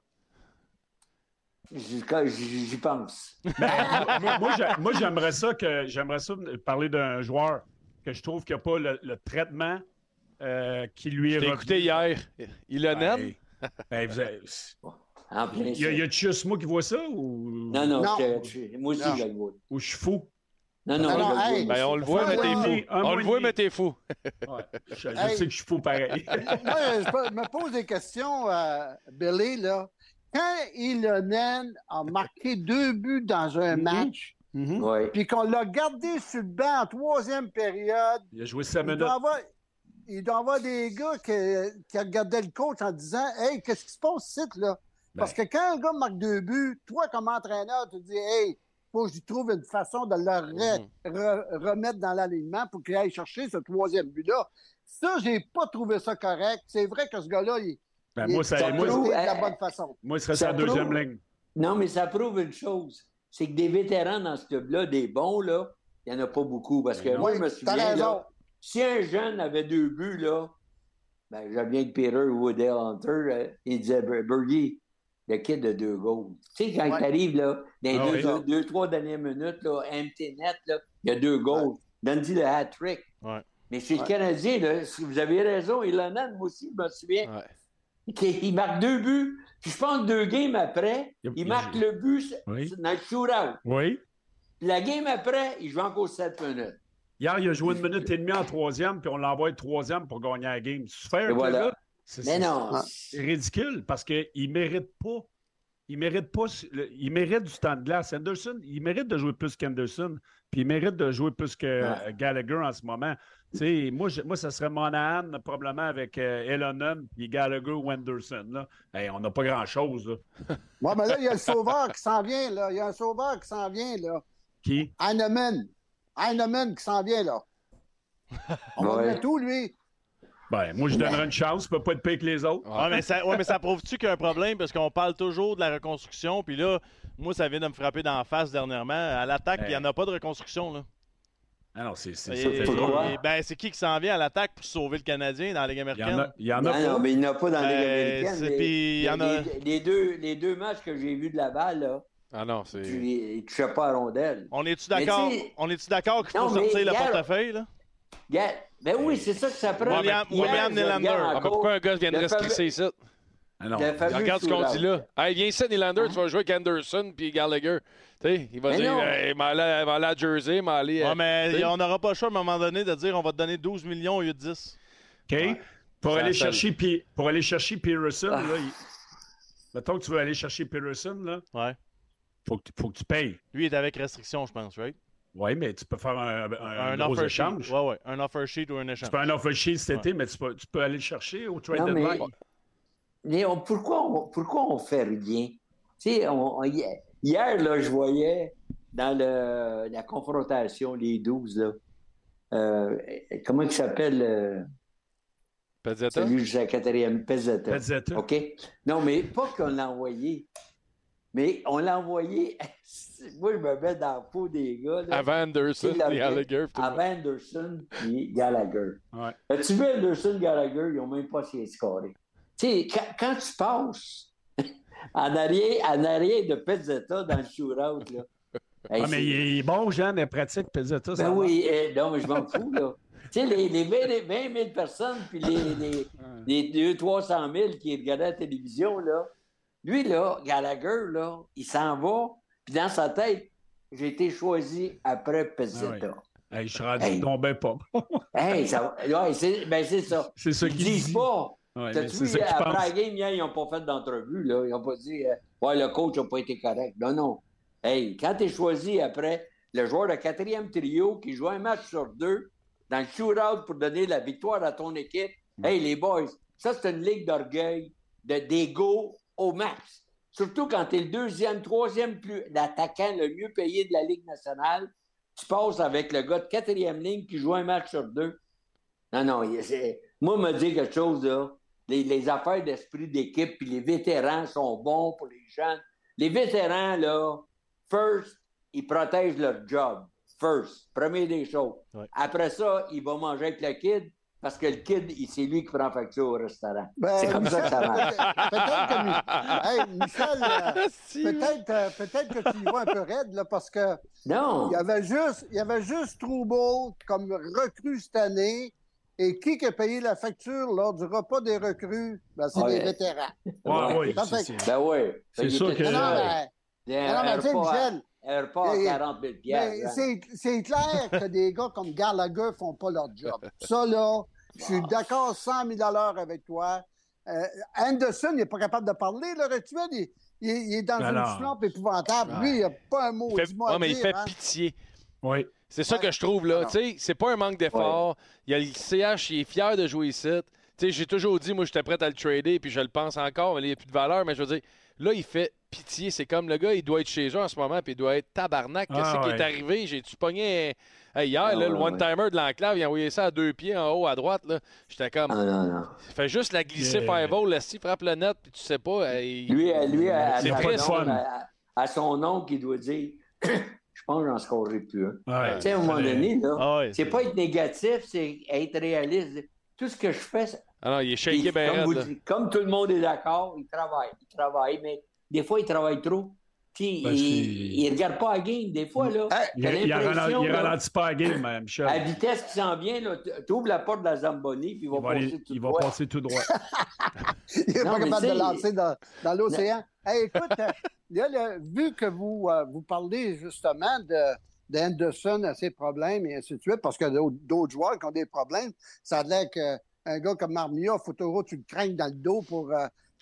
j'y pense. moi, j'aimerais ça parler d'un joueur que je trouve qu'il n'y a pas le traitement qui lui est revenu. J'ai écouté hier. Ilonen? Il y a juste moi qui vois ça? Ou... Non. Moi aussi, je le vois. Ou je suis fou? Non. On le voit, mais t'es fou. On le voit, mais t'es fou. Je sais que je suis fou pareil. Moi, je me pose des questions, Billy, là. Quand Ilonen a marqué 2 buts dans un match, puis qu'on l'a gardé sur le banc en 3e période. Il a joué 5 minutes. Il doit y avoir des gars qui regardaient le coach en disant « Hey, qu'est-ce qui se passe ici, là? » Parce que quand un gars marque 2 buts, toi, comme entraîneur, tu dis « Hey, faut que je trouve une façon de le remettre dans l'alignement pour qu'il aille chercher ce 3e but-là. » Ça, j'ai pas trouvé ça correct. C'est vrai que ce gars-là, il de la bonne façon. Moi, il serait sa 2e ligne. Non, mais ça prouve une chose. C'est que des vétérans dans ce club-là, des bons, là, il n'y en a pas beaucoup. Parce que moi, je me souviens, là, si un jeune avait 2 buts, là, ben, j'aime bien que Peter ou Dale Hunter, il disait Bergie, le kid de 2 goals. Tu sais, quand il arrive, là, dans les 2-3 dernières minutes, là, empty net, là, il y a 2 goals. Donne-lui le hat-trick. Ouais. Mais chez le Canadien, là, si vous avez raison, Ilonen, moi aussi, je me souviens. Il marque 2 buts. Puis je pense 2 games après, il marque le but dans le shootout. Oui. Puis la game après, il joue encore 7 minutes. Hier, il a joué 1 minute et demie en 3e, puis on l'envoie 3e pour gagner la game. C'est ridicule parce qu'il ne mérite pas. Il mérite du temps de glace. Anderson, il mérite de jouer plus qu'Anderson, puis il mérite de jouer plus que Gallagher en ce moment. Moi, ça serait Monahan, probablement avec Ilonen, puis Gallagher ou Anderson. Là. Hey, on n'a pas grand-chose. Oui, mais là, il y a le sauveur qui s'en vient. Là. Il y a un sauveur qui s'en vient. Là. Qui? Heinemann qui s'en vient. Là. On va mettre tout, lui. Ben, moi, je donnerais une chance. Il ne peut pas être pire que les autres. Mais ça prouve-tu qu'il y a un problème? Parce qu'on parle toujours de la reconstruction. Puis là, moi, ça vient de me frapper d'en face dernièrement. À l'attaque, il n'y en a pas de reconstruction. Là. Ah non, c'est ça. C'est qui s'en vient à l'attaque pour sauver le Canadien dans la Ligue américaine? Il y en a pas. Non, mais il n'y en a pas dans la Ligue américaine. Les deux matchs que j'ai vus de Laval, là, il ne touchait pas à rondelle. On est-tu d'accord qu'il faut sortir le portefeuille? Là? Ben oui, c'est ça que ça prend. William Nylander. Pourquoi un gars viendrait se crisser ici? Regarde ce qu'on dit là. Hey, viens ici, Nylander, tu vas jouer avec Anderson puis Gallagher. T'sais, il va dire, il va aller à Jersey, il va aller... mais on n'aura pas le choix à un moment donné de dire on va te donner 12 millions au lieu de 10. OK. Ouais. Pour aller chercher Pearson, là, mettons que tu veux aller chercher Pearson, là, faut que tu payes. Lui, il est avec restriction, je pense, right? Oui, mais tu peux faire un gros offer échange. Oui, un offer sheet ou un échange. Tu peux un offer sheet cet été, mais tu peux aller le chercher au trade deadline. Mais pourquoi on fait rien? Tu sais, hier, là, je voyais dans la confrontation, les 12, là, comment il s'appelle? Pezzetta? Celui de la quatrième, Pezzetta. OK? Non, mais pas qu'on l'a envoyé. Mais on l'a envoyé... Moi, je me mets dans la peau des gars. Là, avant Anderson et Gallagher. Avant Anderson et Gallagher. Ouais. Tu veux Anderson et Gallagher, ils n'ont même pas essayé de scorer. Tu sais, quand tu passes en arrière de Pezzetta dans le shootout, là. Hey, mais il est bon, Jean, mais pratique Pezzetta. Ben oui, non, mais je m'en fous, là. Tu sais, les 20 000 personnes, puis les 200-300 000 qui regardaient la télévision, là, lui, là, Gallagher, là, il s'en va, puis dans sa tête, j'ai été choisi après Pezzetta. Ah oui. Je suis rendu tombé pas. C'est ça. C'est ça qu'ils disent pas. Ouais, t'as-tu vu, après la game, hier, ils n'ont pas fait d'entrevue, là. Ils n'ont pas dit, le coach n'a pas été correct. Non. Hey, quand tu es choisi après le joueur de quatrième trio qui joue un match sur 2 dans le shootout pour donner la victoire à ton équipe, hey, les boys, ça, c'est une ligue d'orgueil, d'ego au max. Surtout quand tu es le deuxième, troisième l'attaquant le mieux payé de la Ligue nationale, tu passes avec le gars de quatrième ligne qui joue un match sur 2. Non, moi, me dire quelque chose, là, les affaires d'esprit d'équipe, puis les vétérans sont bons pour les jeunes. Les vétérans, là, first, ils protègent leur job. First, première des choses. Ouais. Après ça, il va manger avec le kid, parce que le kid, c'est lui qui prend facture au restaurant. C'est comme ça que ça marche. Michel, peut-être que tu y vois un peu raide, là, parce que non. Il y avait juste Troubault comme recrue cette année. Et qui a payé la facture lors du repas des recrues? Ben, c'est les vétérans. Oui. C'est sûr que... Michel... Un repas à 40 000 $. C'est clair que des gars comme Gallagher ne font pas leur job. Ça, là, je suis d'accord 100 000 $ avec toi. Anderson, il n'est pas capable de parler, le rituel. Il est dans une slump épouvantable. Lui, il n'a pas un mot. Il fait pitié. Oui. C'est ça que je trouve, là. Tu sais, c'est pas un manque d'effort. Il y a le CH, il est fier de jouer ici. Tu sais, j'ai toujours dit, moi, j'étais prêt à le trader, puis je le pense encore, mais il n'y a plus de valeur. Mais je veux dire, là, il fait pitié. C'est comme le gars, il doit être chez eux en ce moment, puis il doit être tabarnak. Qu'est-ce qui est arrivé? J'ai-tu pogné hier, le one-timer de l'enclave, il a envoyé ça à 2 pieds en haut à droite. Là. J'étais comme. Non. Il fait juste la glisser five-hole, là, s'il frappe le net, puis tu sais pas. Lui, c'est très fun. À son nom, qu'il doit dire. Je pense que j'en scorerai plus. Tu sais, à un moment donné, là, c'est pas être négatif, c'est être réaliste. Tout ce que je fais, il est shaké bien comme tout le monde est d'accord, il travaille, mais des fois, il travaille trop. Il ne regarde pas la game, des fois. Là, il ralentit pas la game, Michel. À la vitesse qui s'en vient, tu ouvres la porte de la Zamboni, puis il va passer tout droit. Il n'est pas capable de lancer dans l'océan. Hey, écoute, là, vu que vous parlez justement d'Anderson à ses problèmes et ainsi de suite, parce que d'autres joueurs qui ont des problèmes, ça a l'air qu'un gars comme Marmia, faut toujours tu le craignes dans le dos pour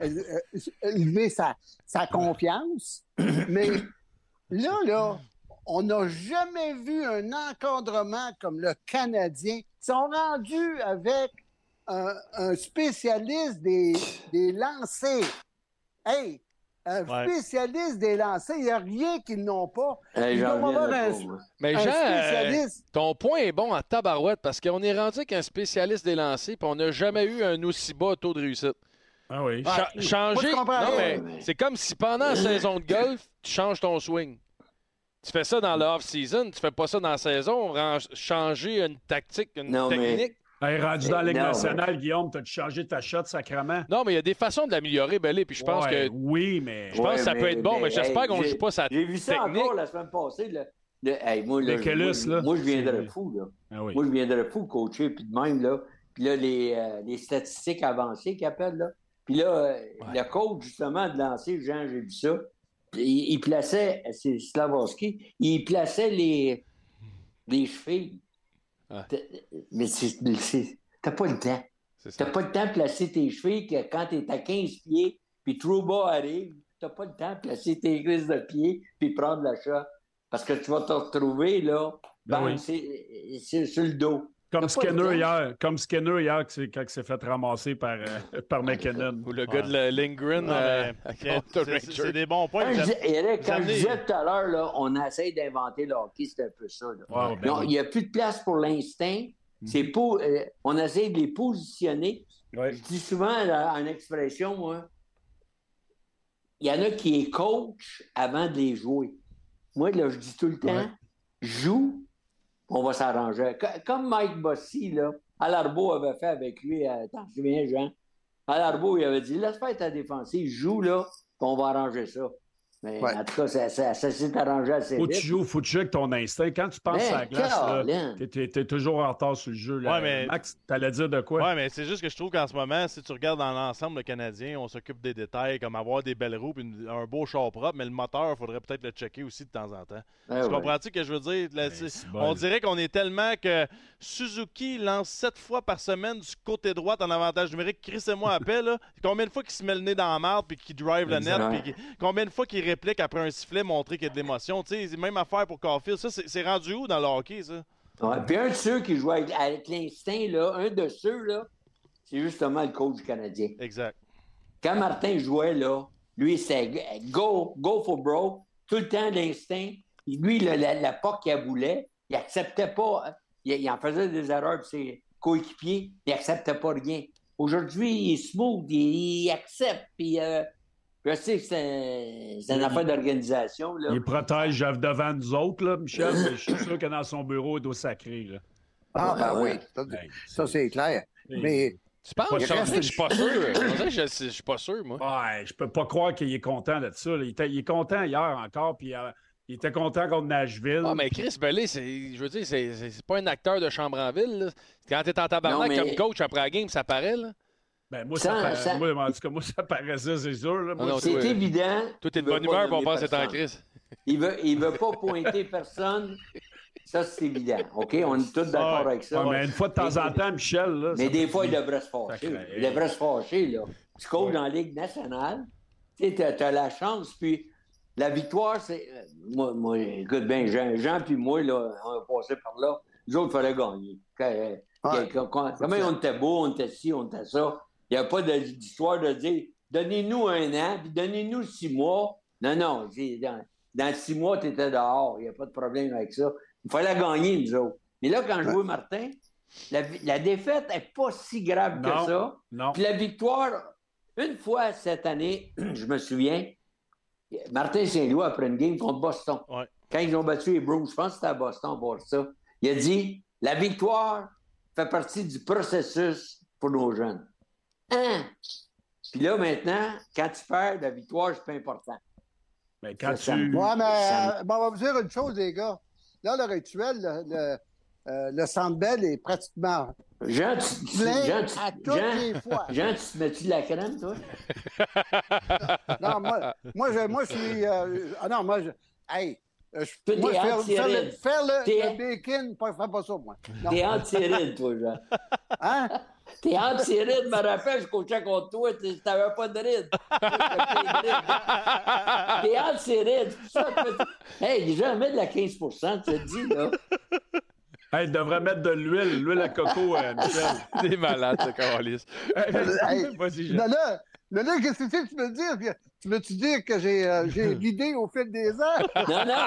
élever sa confiance. Mais là, on n'a jamais vu un encadrement comme le Canadien. Ils sont rendus avec un spécialiste des lancers. Hey! un Ouais. spécialiste des lancers. Il n'y a rien qu'ils n'ont pas. Ils J'en doivent avoir reviendrai un, pas, moi. Mais un Jean, spécialiste. ton point est bon en tabarouette parce qu'on est rendu qu'un spécialiste des lancers puis on n'a jamais eu un aussi bas taux de réussite. Ah oui. Changer. Moi, je comprends Non, rien. mais c'est comme si pendant la saison de golf, tu changes ton swing. Tu fais ça dans l'off-season, tu fais pas ça dans la saison, changer une tactique, une Non, mais- technique. Hey, rendu dans la Ligue Non, nationale, Guillaume, t'as-tu changé ta shot sacrement? Non, mais il y a des façons de l'améliorer, Belé, puis je pense Ouais, que oui, mais. je pense que ça peut être bon, mais j'espère qu'on ne j'ai- joue pas sa J'ai vu ça technique. encore la semaine passée. Hey, moi, là, Les Kellus, moi, là. moi, je viendrais C'est- fou. Là. Ah oui. Moi, je viendrais fou coacher, puis de même, là. Puis là, les statistiques avancées qu'ils appellent, là. Puis là, le coach, justement, de lancer, Jean, j'ai vu ça. Puis il plaçait, c'est Slavoski, il plaçait les chevilles. Ouais. Mais t'as pas le temps. C'est ça. T'as pas le temps de placer tes chevilles que quand t'es à 15 pieds, puis Trouba arrive, t'as pas le temps de placer tes grises de pied, puis prendre la shot. Parce que tu vas te retrouver, là, Ben bang, oui. c'est sur le dos. Comme T'as pas le Skinner temps. hier. Comme Skinner hier, quand il s'est fait ramasser par McKinnon. Ou le gars de Lindgren Non, mais contre c'est Rangers. des bons points. Quand je, J'aime- dis- Eric, quand je J'amenais- disais tout à l'heure, là, on essaie d'inventer le hockey, c'est un peu ça. Là. Ouais, ben Non, oui. il n'y a plus de place pour l'instinct. C'est pour, on essaie de les positionner. Ouais. Je dis souvent là, en expression, moi, il y en a qui les coachent avant de les jouer. Moi, là, je dis tout le temps, Ouais. joue, on va s'arranger. Comme Mike Bossy, là, Alarbeau avait fait avec lui, t'en souviens, Jean? Alarbeau, il avait dit, laisse faire ta défensive, joue là, puis on va arranger ça. Mais Ouais. en tout cas, ça s'est arrangé assez Faut que vite. tu joues, faut que tu joues avec ton instinct. Quand tu penses Mais, à la glace, là, Colin. t'es toujours en retard sur le jeu. Là. Ouais, mais- Max, t'allais dire de quoi? Ouais, mais c'est juste que je trouve qu'en ce moment, si tu regardes dans l'ensemble le Canadien, on s'occupe des détails, comme avoir des belles roues puis un beau char propre, mais le moteur, il faudrait peut-être le checker aussi de temps en temps. Ah Tu ouais. comprends-tu ce que je veux dire? Là, c'est bon. on dirait qu'on est tellement que Suzuki lance 7 fois par semaine du côté droit en avantage numérique. Chris et moi appelle, là. Combien de fois qu'il se met le nez dans la marde puis qu'il drive le net? Exact. Puis combien de fois qu'il réplique après un sifflet montrer qu'il y a de l'émotion? Tu sais, c'est même affaire pour Caulfield. Ça, c'est rendu où dans le hockey, ça? Ouais. Puis un de ceux qui joue avec l'instinct, là, un de ceux, là, c'est justement le coach du Canadien. Exact. Quand Martin jouait, là, lui, c'est go for broke, tout le temps l'instinct. Lui, la POC qu'il voulait, il acceptait pas, il en faisait des erreurs, puis ses coéquipiers, il acceptait pas rien. Aujourd'hui, il est smooth, il accepte, puis je sais que c'est une affaire d'organisation, là. Il protège devant nous autres, là, Michel. Mais je suis sûr que dans son bureau, il doit sacrer. Là. Ah, ben oui, Hey, ça c'est clair. Mais Tu penses? Il Je reste- suis pas sûr. On dirait que je suis pas sûr, moi. Ouais, je peux pas croire qu'il est content de ça. Là. Il est content hier encore, puis il était content contre Nashville. Ah, mais Chris Belé, je veux dire, c'est pas un acteur de chambre en ville. Là. Quand t'es en tabarnak Non, mais- comme coach après la game, ça paraît, là. Ben, moi, Ça- moi, en tout cas, moi, ça paraissait, c'est sûr. Là. Moi, Ah non, C'est toi, évident. Toi, t'es de il veut bonne pas humeur, puis on nommer pense que c'est en personne. crise. Il veut pas pointer personne. Ça, c'est évident. OK? On est tous d'accord avec ça. ouais, mais une fois de temps en temps, Michel. Là, Mais ça des peut- fois, il devrait se fâcher. Sacré. Il devrait se fâcher, là. Tu coaches dans la Ligue nationale, tu sais, t'as la chance, puis la victoire, c'est... Moi, écoute bien, Jean puis moi, là, on a passé par là. Nous autres, il fallait gagner. Comment on était beau, on était ci, on était ça. Il n'y a pas d'histoire de dire, donnez-nous 1 an, puis donnez-nous 6 mois. Non, dans 6 mois, tu étais dehors. Il n'y a pas de problème avec ça. Il fallait gagner, nous autres. Mais là, quand je vois Martin, la défaite n'est pas si grave Non. que ça. Non. Puis la victoire, une fois cette année, je me souviens, Martin Saint-Louis, après une game contre Boston, Ouais. quand ils ont battu les Bruins, je pense que c'était à Boston, voir ça, il a dit, la victoire fait partie du processus pour nos jeunes. Hein? Puis là, maintenant, quand tu perds, la victoire, c'est pas important. Mais quand Ça, tu. ouais, mais Ça- bon, on va vous dire une chose, les gars. Là, à l'heure actuelle, le Centre Bell est pratiquement Jean, plein à toutes les fois. Jean, tu te mets-tu de la crème, toi? Non, moi, je suis. Ah non, moi, je. Hey! Toi, Moi, t'es anti-ride. faire le T'es- bacon, fais pas ça, moi. Non. T'es anti-ride, toi, Jean. Hein? T'es anti-ride, je me rappelle, je coachais contre toi, t'avais pas de ride. T'es anti-ride. c'est ça, toi. Hey, Jean, mets de la 15 tu te dis, là. Hey, il devrait mettre de l'huile à coco, Michel. T'es malade, ce calice. Hey, Vas-y, Jean. là, qu'est-ce que tu veux dire? Tu veux-tu dire que j'ai guidé au fil des ans? Non, non.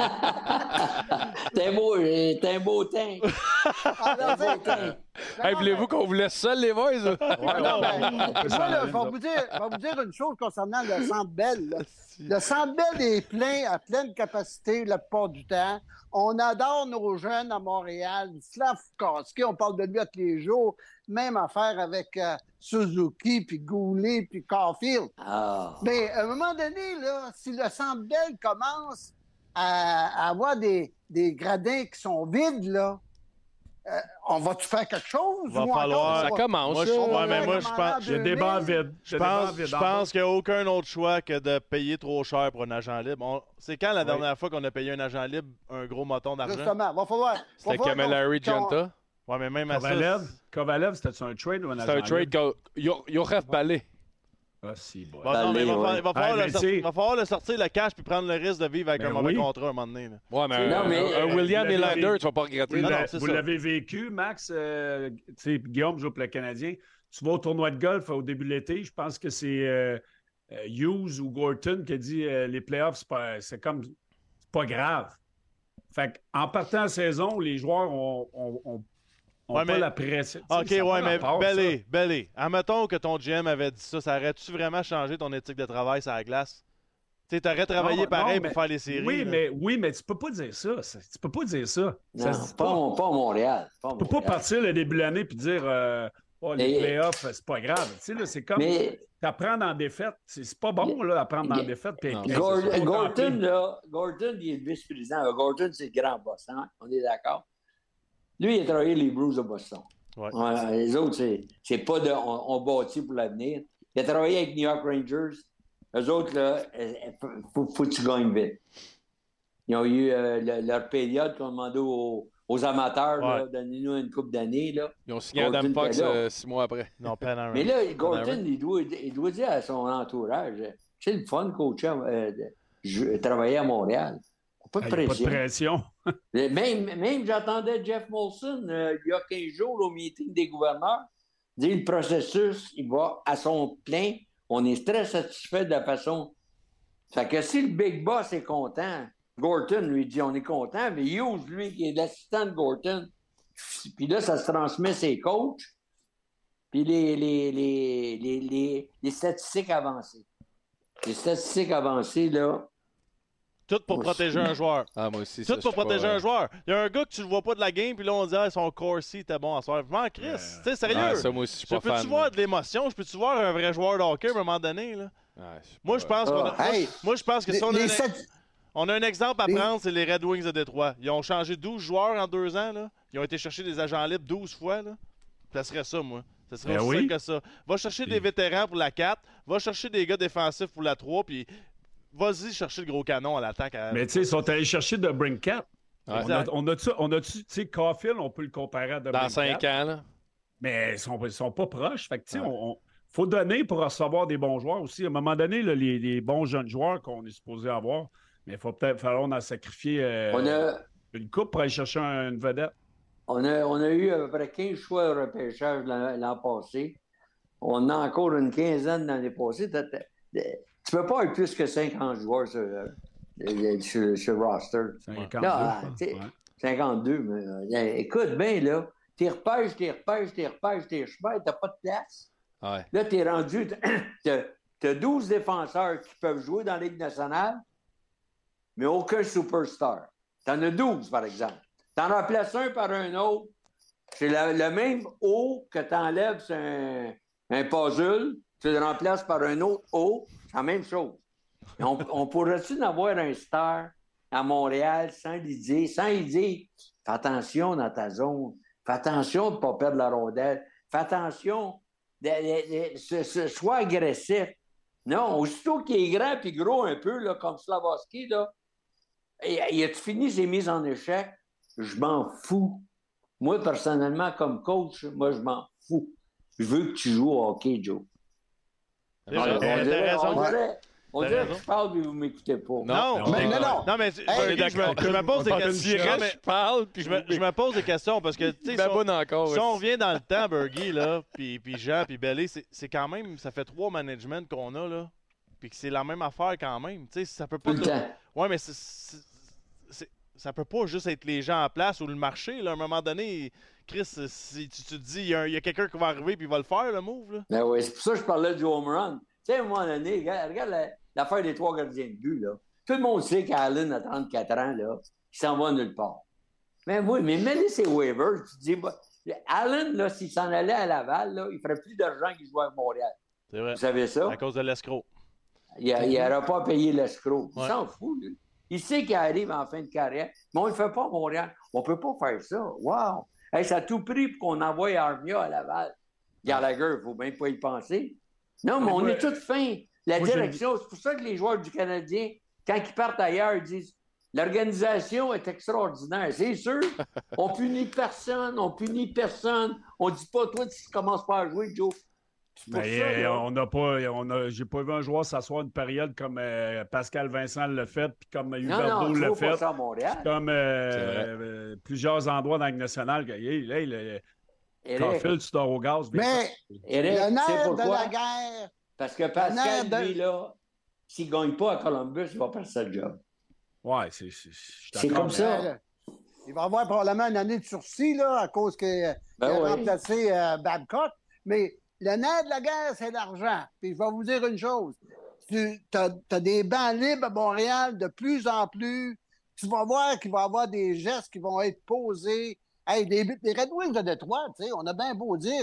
T'es un beau teint. Ah, non, T'es un beau teint. Hey, voulez-vous qu'on vous laisse seul, les boys? là? Ouais, non, ben, on peut s'en moi, là, aller, je vais vous dire une chose concernant le Centre Bell. Là. Le Centre Bell est plein, à pleine capacité la plupart du temps. On adore nos jeunes à Montréal. Slavkovski, on parle de lui tous les jours. Même affaire avec Suzuki, puis Goulet, puis Caulfield. Ah. Mais à un moment donné, là, si le Centre Bell commence à avoir des gradins qui sont vides, là, on va-tu faire quelque chose? Va ou falloir- encore, Ça on va- commence. Moi, je pense. J'ai des bancs vides. Je pense qu'il n'y a aucun autre choix que de payer trop cher pour un agent libre. C'est quand la dernière fois qu'on a payé un agent libre un gros moton d'argent? Justement, va falloir. C'était Camillary Genta. Ouais, mais même à Kovalev, ça. Kovalev, c'était un trade ou un C'était un agent trade libre? Yorev Ballet. Ah, si, bon. Bon, non, mais il va falloir mais le sortir- tu sais- va falloir le sortir le cash puis prendre le risque de vivre avec Ben un mauvais oui. contrat à un moment donné. là. Ouais, mais, Non, mais- un William vous l'avez- Nylander, tu vas pas regretter. Non, Vous c'est vous ça. l'avez vécu, Max. Tu sais, Guillaume joue pour le Canadien. Tu vas au tournoi de golf au début de l'été. Je pense que c'est Hughes ou Gorton qui a dit les playoffs, c'est pas grave. Fait en partant en saison, les joueurs ont Ouais, pas mais- la pression. Tu sais, OK, ça a ouais, pas mais rapport, ça. Bellé. Admettons que ton GM avait dit ça aurait-tu vraiment changé ton éthique de travail sur la glace? Tu sais, t'aurais travaillé Non, pareil non, pour mais- faire les séries. Oui, là. mais tu peux pas dire ça. Tu peux pas dire ça. Ça Non, se dit pas à Montréal. Pas à Tu peux pas Montréal. partir le début de l'année et dire oh, les Mais- playoffs, c'est pas grave. Tu sais, là, c'est comme Mais t'apprends en défaite. C'est pas bon, là, apprendre en défaite. Puis Non. hey, c'est pas Gorton, tant pis. là, Gorton, il est le vice-président. Gorton, c'est le grand boss, hein? On est d'accord? Lui, il a travaillé les Blues de Boston. Ouais. Les autres, c'est pas de. On bâtit pour l'avenir. Il a travaillé avec New York Rangers. Eux autres, là, faut que tu gagnes vite. Ils ont eu leur période qu'on demandait aux amateurs, là, Ouais. donnez-nous une couple d'années. Là. Ils ont signé Gordon Adam Fox était là. 6 mois après. Non, Panarin. Mais là, Gordon, Panarin. il doit dire à son entourage, c'est le fun, coacher, travailler à Montréal. Pas de Ah, il y a pas de pression. pression. Même j'entendais Jeff Molson, il y a 15 jours, au meeting des gouverneurs, dire le processus, il va à son plein. On est très satisfait de la façon. Fait que si le Big Boss est content, Gorton lui dit on est content, mais Hughes, lui, qui est l'assistant de Gorton, puis là, ça se transmet ses coachs, puis les statistiques avancées. Les statistiques avancées, là, Tout pour Moi, protéger un joueur. Ah, moi aussi. Tout ça, pour je suis protéger pas, un joueur. Il y a un gars que tu le vois pas de la game, puis là, on dit son Corsi était bon à soir. Vraiment, Chris, tu sais, sérieux. Ouais, ça, moi aussi, je suis Je pas fan. peux-tu voir de l'émotion? Je peux-tu voir un vrai joueur de hockey à un moment donné? Là? Ouais, je suis Moi, pas- je pense qu'on a... Hey, moi, je pense que si on a, les stati- on a un exemple à Les- prendre, c'est les Red Wings de Détroit. Ils ont changé 12 joueurs en 2 ans. Là. Ils ont été chercher des agents libres 12 fois. Là. Ça serait ça, moi. Ça serait Ben aussi oui. simple que ça. Va chercher des vétérans pour la 4, va chercher des gars défensifs pour la 3, puis vas-y chercher le gros canon à l'attaque. Mais tu sais, ils sont allés chercher de Brinkat. Ouais. On a-tu, tu sais, Caulfield, on peut le comparer à de Dans Brinkat. 5 ans, là. Mais ils sont pas proches. Fait que, tu sais, faut donner pour recevoir des bons joueurs aussi. À un moment donné, là, les bons jeunes joueurs qu'on est supposé avoir, mais il faut peut-être falloir en sacrifier on a, une coupe pour aller chercher une vedette. On a eu à peu près 15 choix de repêchage l'an passé. On en a encore une quinzaine l'année passée. Tu peux pas avoir plus que 50 joueurs sur le roster. 52. Là, je pense. tu sais, Ouais. 52. Mais, écoute bien, là, t'es repêches, t'as pas de place. Ouais. Là, t'es rendu, t'as 12 défenseurs qui peuvent jouer dans la Ligue nationale, mais aucun superstar. T'en as 12, par exemple. T'en remplaces un par un autre. C'est le même O que t'enlèves sur un puzzle, tu le remplaces par un autre O, c'est la même chose. Et on pourrait-tu en avoir un star à Montréal sans lui dire, fais attention dans ta zone, fais attention de ne pas perdre la rondelle, fais attention, sois agressif. Non, aussitôt qu'il est grand et gros un peu, là, comme Slavkovski, là, il a fini ses mises en échec, je m'en fous. Moi, personnellement, comme coach, moi, je m'en fous. Je veux que tu joues au hockey, Joe. T'as raison. On T'as dirait raison. que je parle, mais vous ne m'écoutez pas. Non, Mais non. Non, mais Hey, je me pose des questions. Je parle, puis Je me pose des questions parce que, tu sais, baboune encore. si on revient dans le temps, Bergie, là, puis Jean, puis Bellé, c'est quand même, ça fait 3 managements qu'on a, là. puis que c'est la même affaire quand même. Tu sais, ça peut pas. Tout le temps. Ouais, mais ça peut pas juste être les gens en place ou le marché. Là. À un moment donné, Chris, si tu te dis, il y a quelqu'un qui va arriver et il va le faire, le move. Là. Ben oui, c'est pour ça que je parlais du home run. Tu sais, à un moment donné, regarde l'affaire des 3 gardiens de but. Là. Tout le monde sait qu'Allen a 34 ans, là, il s'en va nulle part. Mais oui, mais mets-les ses waivers. Tu te dis, bah, Allen, là, s'il s'en allait à Laval, là, il ferait plus d'argent qu'il jouait à Montréal. C'est vrai. Vous savez ça? À cause de l'escroc. Il n'aura pas payé l'escroc. Il Ouais. s'en fout, lui. Il sait qu'il arrive en fin de carrière, mais on ne le fait pas à Montréal. On ne peut pas faire ça. Wow! Hey, ça a tout pris pour qu'on envoie Armia à Laval. Gallagher, il ne faut même pas y penser. Non, mais on est tous fins. La direction, c'est pour ça que les joueurs du Canadien, quand ils partent ailleurs, ils disent l'organisation est extraordinaire. C'est sûr, on punit personne, on ne dit pas, toi, tu ne commences pas à jouer, Joe. Mais j'ai pas vu un joueur s'asseoir une période comme Pascal Vincent l'a fait, puis comme Huberdeau l'a fait. Pas ça à Montréal. Comme plusieurs endroits dans la Ligue nationale. Caulfield, tu dors au gaz. Mais Eric, le c'est nerf de pourquoi? la guerre. Parce que Pascal, lui, là, s'il ne gagne pas à Columbus, il va perdre sa job. Ouais, c'est comme ça. Il va avoir probablement une année de sursis là, à cause qu'il a remplacé Babcock. Mais le nerf de la guerre, c'est l'argent. Puis je vais vous dire une chose. Tu as des bancs libres à Montréal de plus en plus. Tu vas voir qu'il va y avoir des gestes qui vont être posés. Hey, des Red Wings de Détroit, tu sais, on a bien beau dire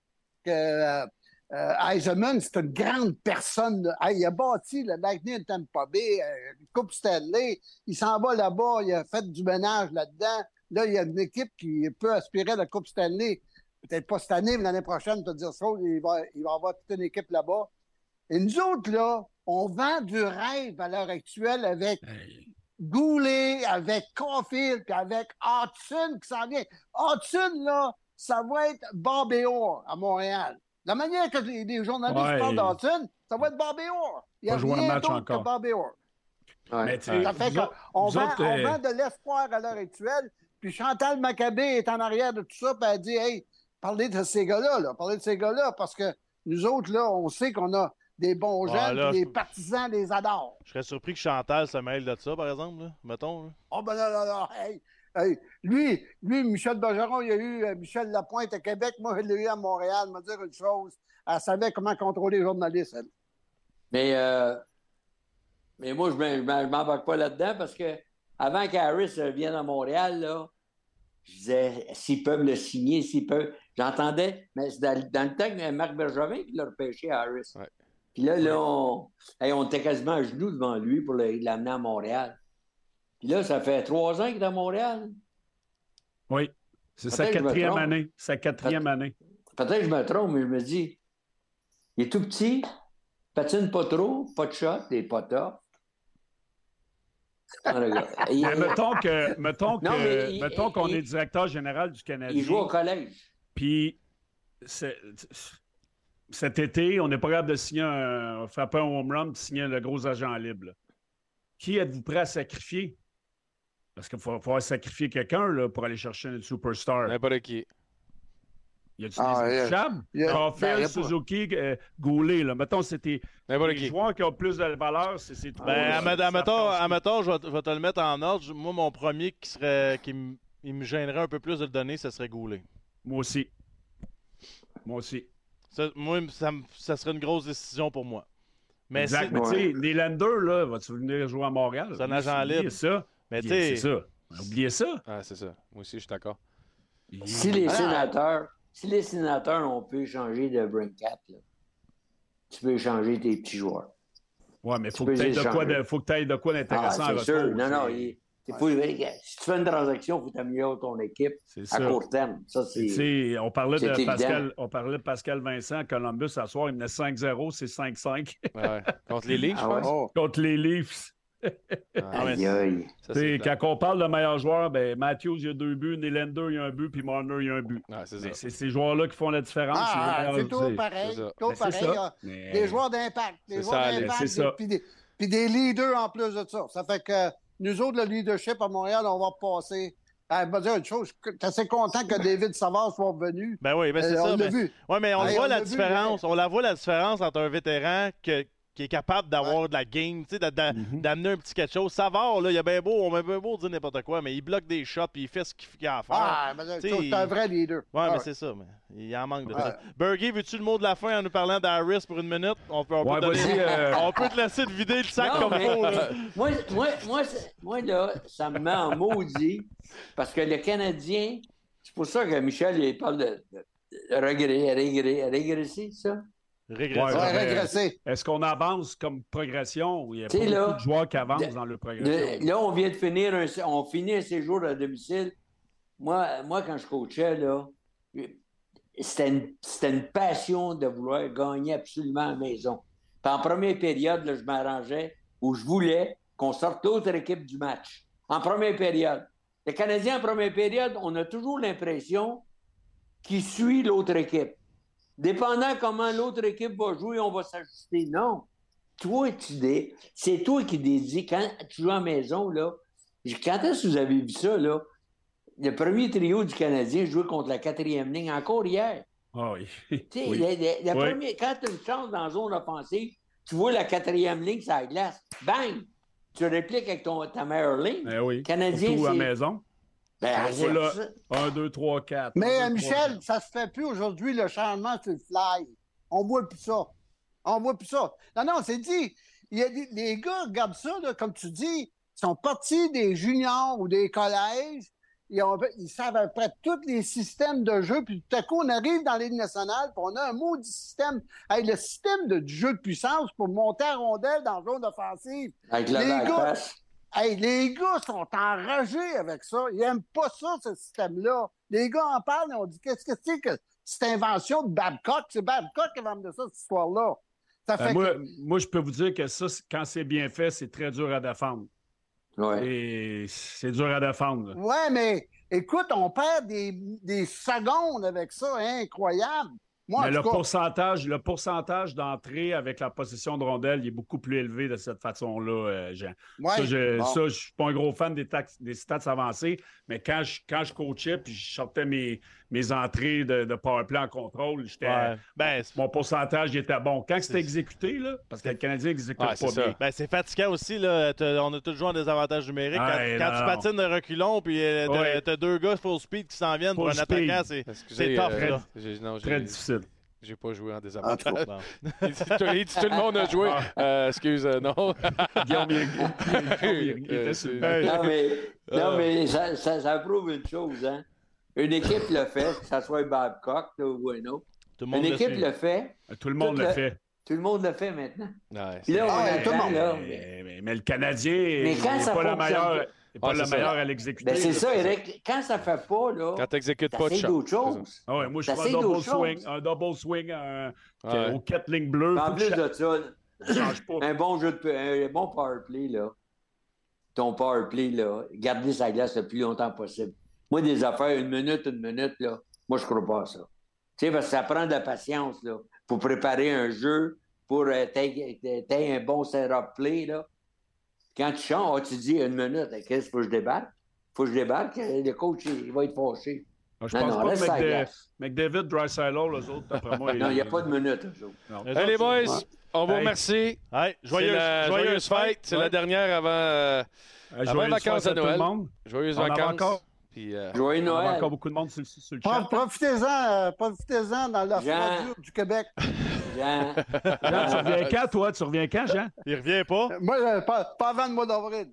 que Eisenman, c'est une grande personne. Hey, il a bâti le Lightning de Tampa Bay, Coupe Stanley. Il s'en va là-bas, il a fait du ménage là-dedans. Là, il y a une équipe qui peut aspirer à la Coupe Stanley. Peut-être pas cette année, mais l'année prochaine, tu vas dire ça, il va avoir toute une équipe là-bas. Et nous autres, là, on vend du rêve à l'heure actuelle avec Goulet, avec Caulfield, puis avec Hudson qui s'en vient. Hudson, là, ça va être Bobby Orr à Montréal. La manière que les journalistes parlent d'Hudson, ça va être Bobby Orr. Il y a rien d'autre que Bobby Orr. Ouais. Ça fait qu'on vend de l'espoir à l'heure actuelle. Puis Chantal Maccabé est en arrière de tout ça, puis elle dit, hey, parlez de ces gars-là, parlez de ces gars-là, parce que nous autres, là, on sait qu'on a des bons jeunes, puis les partisans les adorent. Je serais surpris que Chantal se mêle de ça, par exemple, là, mettons. Là. Oh, ben là, hey, lui, Michel Bergeron, il y a eu Michel Lapointe à Québec, moi, je l'ai eu à Montréal, me dire une chose, elle savait comment contrôler les journalistes, elle. Mais moi, je ne m'embarque pas là-dedans, parce que avant qu'Harris vienne à Montréal, là, je disais, s'ils peuvent le signer, s'ils peuvent... J'entendais, mais c'est dans le temps que Marc Bergevin qui l'a repêché à Harris. Ouais. Puis là, on était quasiment à genoux devant lui pour l'amener à Montréal. Puis là, ça fait 3 ans qu'il est à Montréal. Oui, c'est sa 4e année. Sa 4e année. Peut-être que je me trompe, mais je me dis, il est tout petit, patine pas trop, pas de shot, et pas top. Mettons qu'on est directeur général du Canadien. Il joue au collège. Puis, cet été, on n'est pas capable de signer frapper un home run et signer le gros agent libre. Là. Qui êtes-vous prêt à sacrifier? Parce qu'il faut falloir sacrifier quelqu'un là, pour aller chercher une superstar. N'importe qui. Y a-tu des intouchables? Caulfield, Suzuki, Goulet. Là. Mettons, c'était les joueurs qui ont plus de valeur. C'est tout. Admettons, je vais te le mettre en ordre. Moi, mon premier qui me gênerait un peu plus de le donner, ce serait Goulet. Moi aussi. Ça serait une grosse décision pour moi. Mais exact. Mais tu sais, Nylander, là, vas-tu venir jouer à Montréal? C'est un agent libre. Ça. Mais c'est ça. Oubliez ça. Ah, c'est ça. Moi aussi, je suis d'accord. Si les sénateurs ont pu échanger de Brincat, tu peux échanger tes petits joueurs. Oui, mais il faut que tu aies de quoi d'intéressant à retour. Sûr. Non, si tu fais une transaction, il faut t'améliorer ton équipe à court terme. Ça, on parlait de Pascal Vincent à Columbus ce soir. Il menait 5-0, c'est 5-5. Ouais. Contre les Leafs, je pense. Contre les Leafs. Quand on parle de meilleurs joueurs, ben, Matthews, il y a 2 buts, Nylander, il y a un but, puis Marner, il y a un but. C'est ces joueurs-là qui font la différence. C'est tout pareil. Des joueurs d'impact. Des joueurs d'impact, puis des leaders en plus de ça. Ça fait que nous autres, le leadership à Montréal, on va passer. Je vais dire une chose, je suis assez content que David Savard soit revenu. Ben oui, ben c'est ça. On voit la différence. On la voit la différence entre un vétéran qui est capable d'avoir de la game, d'amener un petit quelque chose. Savard, là, il a bien beau, on a bien beau dire n'importe quoi, mais il bloque des shots et il fait ce qu'il a à faire. Ah, mais c'est un vrai leader. Ouais, mais c'est ça. Mais il en manque de ça. Bergie, veux-tu le mot de la fin en nous parlant d'Harris pour une minute? On peut te laisser te vider le sac comme faut. Là. Moi, là, ça me met en maudit parce que le Canadien, c'est pour ça que Michel il parle de régresser, ça? Régresser. Est-ce qu'on avance comme progression ou il y a pas beaucoup de joueurs qui avancent dans le progression? Là, on vient de finir on finit un séjour à domicile. Moi, quand je coachais, là, c'était une passion de vouloir gagner absolument à la maison. Puis en première période, là, je m'arrangeais où je voulais qu'on sorte l'autre équipe du match. En première période. Les Canadiens, en première période, on a toujours l'impression qu'ils suivent l'autre équipe. Dépendant comment l'autre équipe va jouer, on va s'ajuster. Non. C'est toi qui décides. Quand tu joues à la maison, là, quand est-ce que vous avez vu ça, là? Le premier trio du Canadien jouait contre la 4e ligne encore hier. Ah oui. Première, quand tu as une chance dans la zone offensive, tu vois la 4e ligne, ça la glace. Bang! Tu répliques avec ta meilleure ligne. Oui. Canadien, surtout à la maison. Ben, on là, 1, 2, 3, 4. Mais 1, 2, Michel, 3, ça se fait plus aujourd'hui, le changement sur le fly. On voit plus ça. Non, c'est dit. Les gars, regarde ça, là, comme tu dis, ils sont partis des juniors ou des collèges. Ils savent à peu près tous les systèmes de jeu, puis tout à coup, on arrive dans la Ligue nationale, puis on a un maudit système. Hey, le système du jeu de puissance pour monter à rondelle dans la zone offensive. Avec la les gars sont enragés avec ça. Ils n'aiment pas ça, ce système-là. Les gars en parlent et on dit qu'est-ce que c'est que cette invention de Babcock? C'est Babcock qui va amener ça, cette histoire-là. Ça fait moi, je peux vous dire que ça, quand c'est bien fait, c'est très dur à défendre. Ouais. Et c'est dur à défendre. Là. Ouais, mais écoute, on perd des secondes avec ça, hein, incroyable. Moi, mais le pourcentage d'entrée avec la possession de rondelle, il est beaucoup plus élevé de cette façon-là, Jean. Ouais, je suis pas un gros fan des stats avancées, mais quand je coachais puis je sortais mes entrées de powerplay en contrôle, mon pourcentage il était bon. Quand c'était exécuté, là, parce que le Canadien n'exécute pas bien. Ben, c'est fatigant aussi. Là, on a toujours un désavantage numérique. Quand tu patines de reculons puis t'as deux gars full speed qui s'en viennent pour un attaquant, c'est tough. Très difficile. J'ai pas joué en désavantage. Il dit tout le monde a joué. Excuse, non. Guillaume, Non, mais ça prouve une chose, hein. Une équipe le fait, que ce soit Babcock ou un autre. Une équipe le fait. Tout le monde le fait. Tout le monde le fait maintenant. Ouais, là, on attend, là. Mais le Canadien n'est pas le meilleur. C'est pas le meilleur à l'exécuter. Ben c'est ça, Eric. Quand ça fait pas, là. Quand tu n'exécutes pas de d'autres choses. Ah ouais, moi, je fais un double swing aux 4 lignes bleues. En plus de ça, un bon power play, là. Ton power play, là, garder sa glace le plus longtemps possible. Moi, des affaires, une minute, là, moi, je crois pas à ça. Tu sais, parce que ça prend de la patience, là, pour préparer un jeu, pour t'aies un bon setup play, là. Quand tu chantes, tu dis une minute, qu'est-ce qu'il faut que je débarque? Faut que je débarque, le coach, il va être fâché. Je pense pas que McDavid, Draisaitl, les autres, d'après moi... Non, il n'y a pas de minute, eux autres. Allez, boys, on vous remercie. Joyeuse fête. C'est la dernière avant les vacances de Noël. Joyeuses vacances. Joyeux Noël. Il y a encore beaucoup de monde sur le chat. Profitez-en dans la froidure du Québec. Jean, tu reviens quand, toi? Tu reviens quand, Jean? Il revient pas? Moi, pas avant le mois d'avril.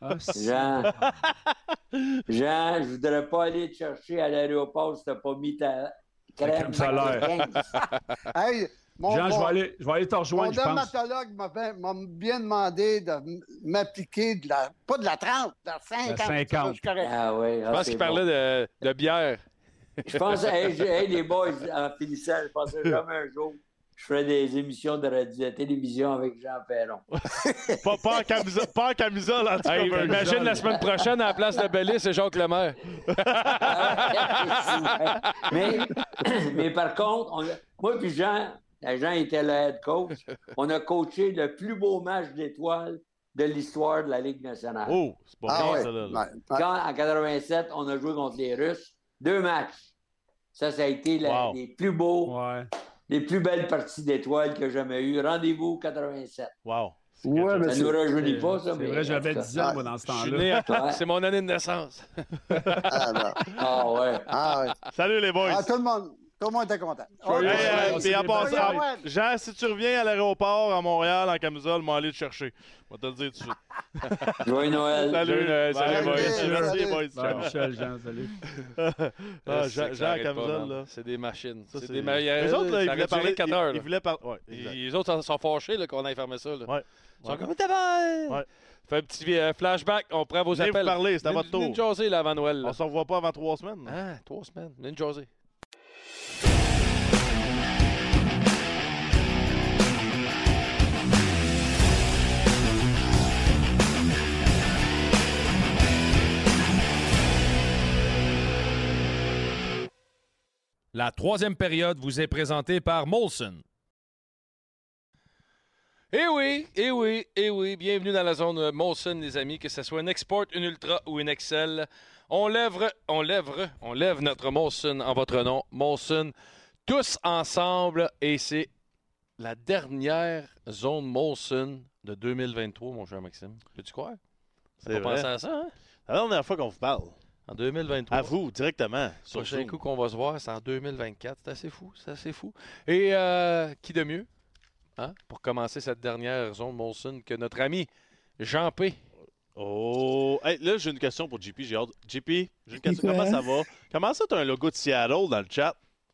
Jean, je voudrais pas aller te chercher à l'aéroport si t'as pas mis ta crème solaire. Hey, Jean, je vais aller te rejoindre, je pense. Mon dermatologue m'a bien demandé de m'appliquer pas de la 30, de la 50. La 50. Ah oui, je pense qu'il parlait de bière. Je pense, les boys, en finissant, je pensais jamais un jour je ferais des émissions de télévision avec Jean Perron. pas en camisole, en tout cas. Imagine la semaine prochaine, à la place de Bellis, c'est Jacques Lemaire. mais par contre, moi puis Jean était le head coach. On a coaché le plus beau match d'étoiles de l'histoire de la Ligue nationale. Oh, c'est pas bien, ça, là. Quand, en 87, on a joué contre les Russes. 2 matchs. Ça a été les plus beaux. Ouais. les plus belles parties d'étoiles que j'ai jamais eues. Rendez-vous 87. Wow. Ouais, mais Ça ne nous rajeunit pas, ça. C'est vrai, j'avais 10 ans, moi, dans ce Je suis temps-là. né Ouais. C'est mon année de naissance. Ah, non. Ah ouais. Ah, ouais. Salut les boys. Ah, tout le monde était content. Joyeux Ok. Noël. Puis en Joyeux passant, Noël. Jean, si tu reviens à l'aéroport à Montréal en camisole, moi aller te chercher. On va te le dire tout de suite. Joyeux Noël. Salut. Joyeux Noël, salut, Bye. boys. Merci, Salut. boys. Bye, Ciao. Michel, Jean, salut. Ah, C'est que Jean ça à arrête pas, camisole, man. là. C'est des machines. Ça, C'est des machines. Les autres, là, ils ça voulaient aurait duré parler. 4 heures. Ils là. voulaient parler. Ouais, exact. Les autres sont fâchés là, qu'on ait fermé ça. Là. Ouais. Ils sont Ouais. comme tabac! Ouais. Fait un petit flashback. On prend vos Venez vous appels. parler, c'est à Venez- votre tour. venez nous jaser là, avant Noël. là. On se revoit pas avant 3 semaines. Ah, 3 semaines. Venez nous jaser. La troisième période vous est présentée par Molson. Eh oui, eh oui, eh oui. Bienvenue dans la zone Molson, les amis. Que ce soit une Export, une Ultra ou une Excel. On lève notre Molson en votre nom. Molson, tous ensemble. Et c'est la dernière zone Molson de 2023, mon cher Maxime. Peux-tu croire? C'est T'as pas vrai. pensé à ça, hein? C'est la dernière fois qu'on vous parle. En 2023. À vous, directement. Le Sur prochain Zoom. coup qu'on va se voir, c'est en 2024. C'est assez fou, c'est assez fou. Et qui de mieux, hein, pour commencer cette dernière zone Molson, que notre ami Jean P. Oh, hey, là, j'ai une question pour JP. J'ai hâte. JP, j'ai une question. Quoi? Comment ça va? Comment ça, tu as un logo de Seattle dans le chat?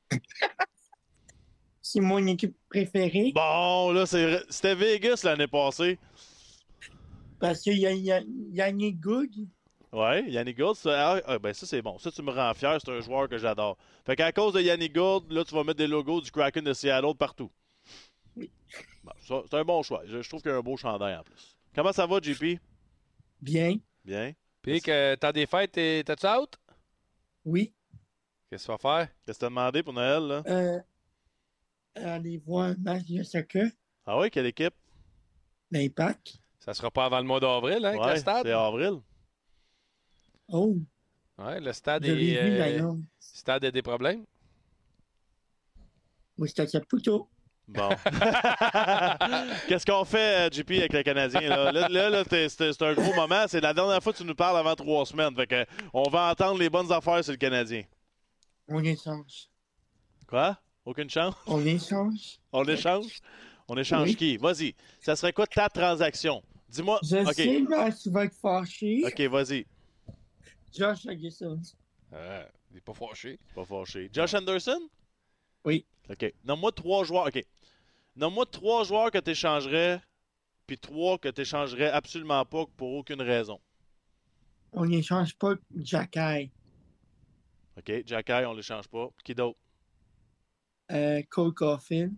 C'est mon équipe préférée Bon, là, c'était Vegas l'année passée. parce qu'il y a Yannick Good. Ouais, Yannick Gould, ben ça c'est bon. Ça, tu me rends fier, c'est un joueur que j'adore. Fait qu'à cause de Yannick Gould, là, tu vas mettre des logos du Kraken de Seattle partout. Oui. Bon, ça, c'est un bon choix. Je trouve qu'il y a un beau chandail en plus. Comment ça va, JP? Bien. Bien. Puis que t'as des fêtes, t'as-tu out? Oui. Qu'est-ce que tu vas faire? Qu'est-ce que t'as demandé pour Noël, là? Aller voir un match de soccer. Ah oui, quelle équipe? L'Impact. Ça sera pas avant le mois d'avril, hein, avec Ouais, le stade? c'est avril. Oh, Ouais, le stade je l'ai vu d'ailleurs. stade a des problèmes. Moi, c'est à Saputo. Bon. Qu'est-ce qu'on fait, JP, avec le Canadien? Là, c'est un gros moment. C'est la dernière fois que tu nous parles avant 3 semaines. Fait que on va entendre les bonnes affaires sur le Canadien. On échange. Quoi? Aucune chance? On échange. On échange? On échange Oui. qui? Vas-y. Ça serait quoi ta transaction? Dis-moi. Je OK. sais, là, tu vas être fâché. OK, vas-y. Josh Aguesson. Il n'est pas fâché. Pas fâché. Josh Anderson? Oui. OK. Nomme-moi 3 joueurs. OK. Nomme-moi 3 joueurs que tu échangerais, puis 3 que tu échangerais absolument pas pour aucune raison. On n'échange pas Jacky. OK. Jacky, on l'échange pas. Qui d'autre? Cole Caulfield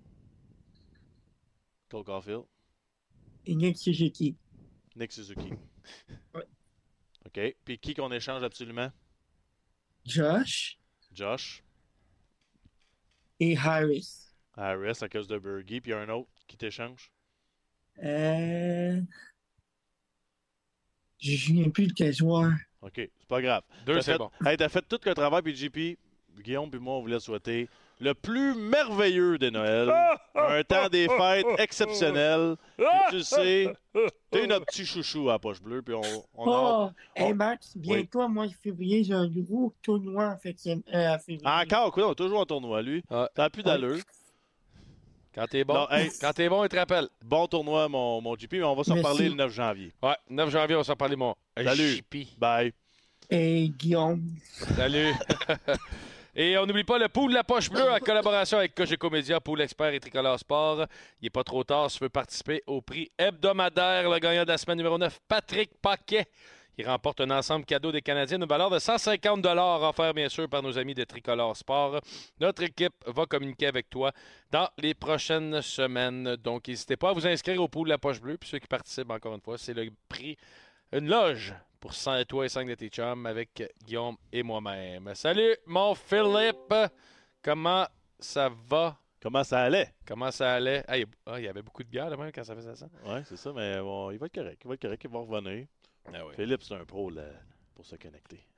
Cole Caulfield. et Nick Suzuki. Nick Suzuki. Ouais. OK. Puis qui qu'on échange absolument? Josh Josh. et Harris. Harris à cause de Bergie. Puis un autre qui t'échange? Je ne me souviens plus de quel joueur. OK. C'est pas grave. 2, T'as c'est fait- bon. Hey, t'as fait tout le travail, puis JP, Guillaume puis moi, on voulait souhaiter le plus merveilleux des Noëls. Un temps des fêtes exceptionnel. Puis tu le sais, t'es notre petit chouchou à la poche bleue, puis on a hâte. Hey Max, bientôt, au mois de février, j'ai un gros tournoi en février. Encore, quoi, on est toujours en tournoi, lui. Ouais. T'as plus d'allure. Quand t'es bon, Non, hey. quand t'es bon, il te rappelle. Bon tournoi, mon JP, mais on va s'en Merci. parler le 9 janvier. Ouais, 9 janvier, on s'en parler, mon Salut. JP. Bye. Et Guillaume. Salut. Et on n'oublie pas le pool de la poche bleue en collaboration avec Cogeco Média, Pool Expert et Tricolore Sport. Il n'est pas trop tard si tu veux participer au prix hebdomadaire. Le gagnant de la semaine numéro 9, Patrick Paquet. Il remporte un ensemble cadeau des Canadiens d'une valeur de 150 $ offert bien sûr par nos amis de Tricolore Sport. Notre équipe va communiquer avec toi dans les prochaines semaines. Donc, n'hésitez pas à vous inscrire au pool de la poche bleue. Puis ceux qui participent, encore une fois, c'est le prix, une loge pour 100 toi et 5 de tes chums avec Guillaume et moi-même. Salut, mon Philippe. Comment ça va? Comment ça allait? Comment ça allait? Ah, il y avait beaucoup de bière, là, même, quand ça faisait ça. Ouais, c'est ça, mais bon, il va être correct. Il va revenir. Ah oui. Philippe, c'est un pro là, pour se connecter.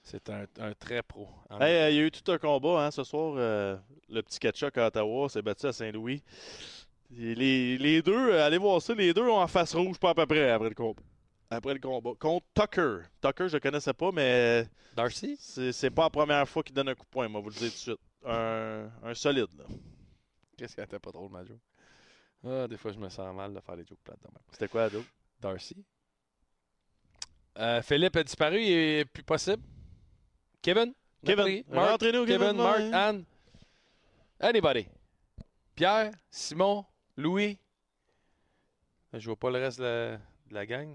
C'est un très pro. Hey, il y a eu tout un combat ce soir. Le petit Ketchup à Ottawa s'est battu à Saint-Louis. Les deux, allez voir ça, les deux ont en face rouge pas à peu près après le combat. Contre Tucker. Tucker, je ne connaissais pas, mais... Darcy? C'est pas la première fois qu'il donne un coup de poing, moi, vous le dire tout de suite. Un solide, là. Qu'est-ce qu'elle était pas drôle, ma joke? Ah, des fois, je me sens mal de faire les jokes plates de même. C'était quoi la joke? Darcy. Philippe a disparu, il est plus possible. Kevin? Mark, rentrez-nous, Kevin, Mark, ouais. Anne. Anybody? Pierre, Simon, Louis. Je vois pas le reste de la gang.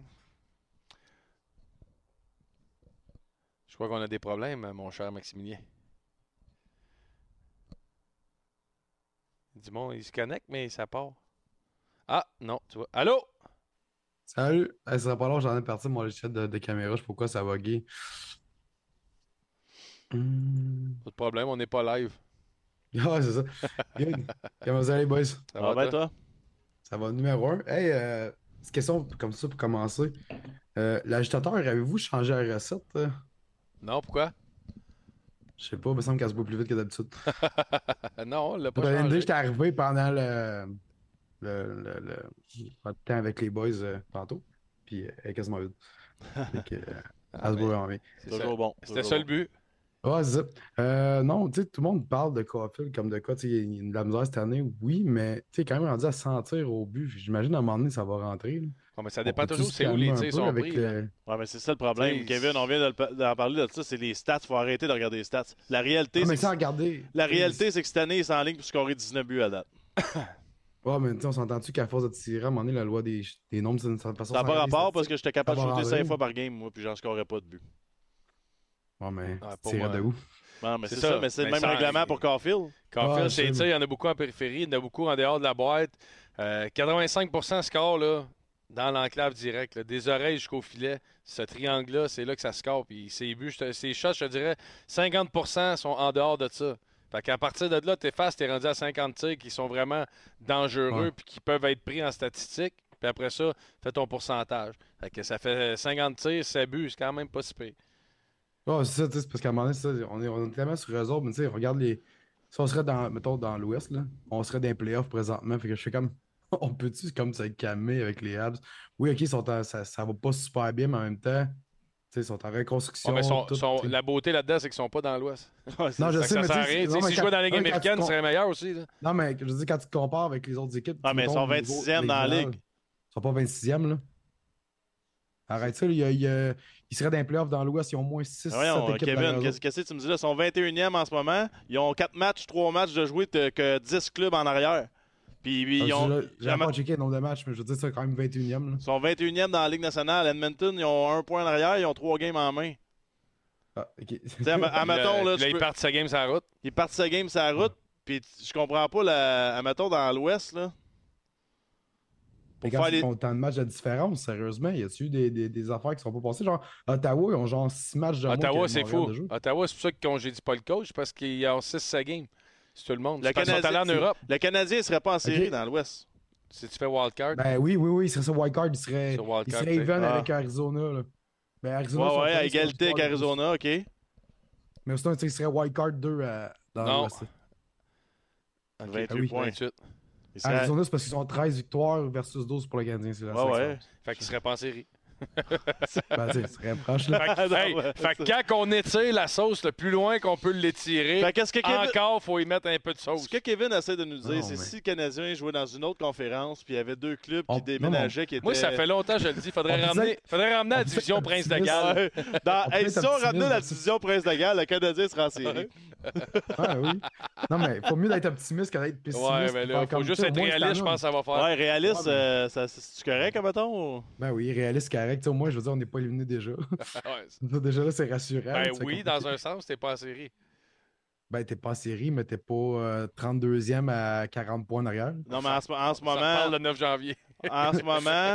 Je crois qu'on a des problèmes, mon cher Maximilien. Dis-moi, il se connecte, mais ça part. Ah, non, tu vois. Allô? Salut! Ça sera pas long, j'en ai parti mon logiciel de caméra, je sais pas pourquoi ça va bugger. Pas de problème, on n'est pas live. Ah, c'est ça. Good. Comment vous allez, boys? Ça va bien, toi? Ça va, numéro 1. Hey, petite question comme ça pour commencer. L'agitateur, avez-vous changé la recette? Non, pourquoi? Je sais pas, il me semble qu'elle se boit plus vite que d'habitude. Non, on l'a pas Pour donner une idée, changé. j'étais arrivé pendant le temps avec les boys tantôt, puis elle est quasiment vide. Fait que, elle se boit vraiment bien. C'est toujours bon. C'était ça le but. Ouais, c'est ça. Non, tu sais, tout le monde parle de Caulfield comme de quoi, tu sais, il y a de la misère cette année, oui, mais tu sais, quand même rendu à sentir au but, j'imagine à un moment donné, ça va rentrer. Là. Ouais, mais ça dépend toujours c'est où les tirs sont pris. Ouais, mais c'est ça le problème, Kevin. On vient d'en parler de ça, c'est les stats. Il faut arrêter de regarder les stats. La réalité, c'est que cette année, il s'enligne pour scorer 19 buts à date. Ouais, mais tu sais, on s'entend-tu qu'à force de tirer, à un moment donné, la loi des nombres, c'est une façon. Ça n'a pas rapport parce que j'étais capable de shooter 5 fois par game, moi, puis j'en scorerais pas de but. Ouais, mais pour tirer moi. de où? Non, mais c'est ça, mais c'est le même règlement pour Caulfield. Caulfield, c'est ça, il y en a beaucoup en périphérie, il y en a beaucoup en dehors de la boîte. 85% score là, dans l'enclave directe, là, des oreilles jusqu'au filet. Ce triangle-là, c'est là que ça score. Puis ses buts, ses shots, je te dirais, 50% sont en dehors de ça. Fait qu'à partir de là, t'es rendu à 50 tirs qui sont vraiment dangereux puis qui peuvent être pris en statistique. Puis après ça, fais ton pourcentage. Fait que ça fait 50 tirs, 7 buts, c'est quand même pas si pire. Ouais, c'est ça, parce qu'à un moment donné, ça, on est tellement sur eux autres, mais tu sais, regarde les. Si on serait mettons, dans l'Ouest, là, on serait dans les playoffs présentement. Fait que je fais comme. On peut-tu comme se calmer avec les Habs? Oui, ok, ça va pas super bien, mais en même temps, tu sais, ils sont en reconstruction. Ouais, mais la beauté là-dedans, c'est qu'ils sont pas dans l'Ouest. Non, je sais, mais ça sert à rien. Si je jouais dans la Ligue américaine, ce serait meilleur aussi. Là. Non, mais je veux dire, quand tu te compares avec les autres équipes. Ah, mais ils sont 26e dans la Ligue. Ils sont pas 26e, là. Arrête ça, ils seraient dans les playoffs dans l'Ouest, ils ont au moins 6 voyons, équipes. Kevin, qu'est-ce que tu me dis là? Ils sont 21e en ce moment. Ils ont 4 matchs, 3 matchs de jouer que 10 clubs en arrière. Puis ils ont. J'ai pas checké le nombre de matchs, mais je veux dire, c'est quand même 21e. Là. Ils sont 21e dans la Ligue nationale. Edmonton, ils ont 1 point en arrière, ils ont 3 games en main. Ah, ok. Admettons, là, ils partent sa game sur la route. Ils partent sa game sur la route, puis je comprends pas, admettons, dans l'Ouest, là. Mais quand ils font autant de matchs de différence, sérieusement, y a-tu eu des affaires qui sont pas passées? Genre, Ottawa, ils ont genre 6 matchs de Ottawa, c'est fou. Ottawa, c'est pour ça qu'ils congédient pas le coach, parce qu'il ont 6 games. C'est tout le monde. Ils sont allés en Europe. Le Canadien ne serait pas en série dans l'Ouest. Si tu fais wildcard. Ben oui, il serait ça wildcard. Il serait even avec Arizona. Là. Ben, Arizona ouais, à égalité avec Arizona, OK. Mais sinon, il serait wildcard 2 dans l'Ouest. 28 points. 28. Arizona, c'est parce qu'ils ont 13 victoires versus 12 pour le Canadien. C'est la ouais. Fait qu'ils seraient pas en série. Ben, tu sais, c'est très proche, là. Fait que quand on étire la sauce le plus loin qu'on peut l'étirer, encore, il faut y mettre un peu de sauce. Ce que Kevin essaie de nous dire, c'est si le Canadien jouait dans une autre conférence, puis il y avait 2 clubs qui déménageaient, qui étaient... Moi, ça fait longtemps, je le dis, faudrait ramener la division Prince de Galles. Si on ramenait la division Prince de Galles, le Canadien sera en série. Ah oui. Non, mais il faut mieux d'être optimiste que d'être pessimiste. Ouais, mais là, il faut juste être réaliste, je pense que ça va faire. Ouais, réaliste, c'est correct, mettons? Ben oui, réaliste, correct. Au moins, je veux dire, on n'est pas éliminé déjà. Déjà là, c'est rassurant. Ben oui, dans un sens, t'es pas en série. Ben, t'es pas en série, mais t'es pas 32e à 40 points en arrière. Non, mais en ce moment... Ça parle le 9 janvier. En ce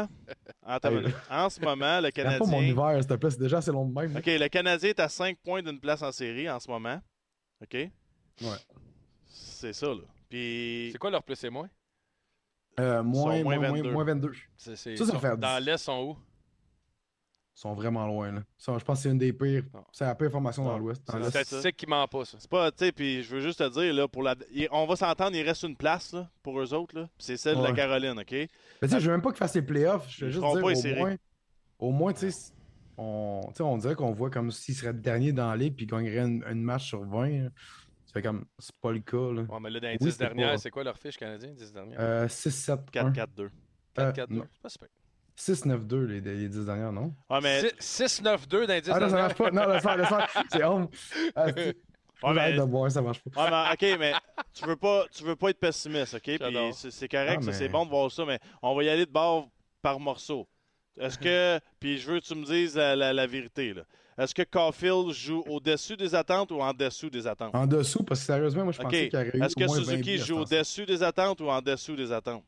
moment, le Canadien... pas mon hiver, s'il te plaît, c'est déjà assez long de même. OK, le Canadien est à 5 points d'une place en série en ce moment. OK? Ouais. C'est ça, là. Puis... C'est quoi leur plus et moins? Moins 22. Ça fait... Dans l'Est, sont où? sont vraiment loin. Là. Ça, je pense que c'est une des pires. C'est la pire formation dans l'Ouest. C'est une statistique qui ment pas, ça. C'est pas, tu sais, puis je veux juste te dire, là, on va s'entendre, il reste une place là, pour eux autres, là, puis c'est celle de la Caroline, OK? Mais tu sais, je veux même pas qu'ils fassent les playoffs. Je veux juste dire, au moins, tu sais, on dirait qu'on voit comme s'ils seraient derniers dans la ligue puis qu'ils gagneraient une match sur 20. Là. C'est comme, c'est pas le cas. Là. Ouais, mais là, dans les 10 dernières, c'est quoi leur fiche canadien, 10 dernières? 6-7. 4-4-2. 4-4-2, c'est pas super. 6-9-2 les 10 dernières, non? Ouais, mais... 6-9-2 dans les 10 dernières. Ah non, ça marche pas. Non, laisse faire. C'est honte. De boire, ça marche pas. Ouais, mais, OK, mais tu veux pas être pessimiste, OK? Puis c'est correct, ça, c'est bon de voir ça, mais on va y aller de bord par morceau. Est-ce que... Puis je veux que tu me dises la vérité, là. Est-ce que Caulfield joue au-dessus des attentes ou en dessous des attentes? En dessous, parce que sérieusement, moi, je pensais qu'il y aurait eu Est-ce que Suzuki joue au-dessus des attentes ou en dessous des attentes?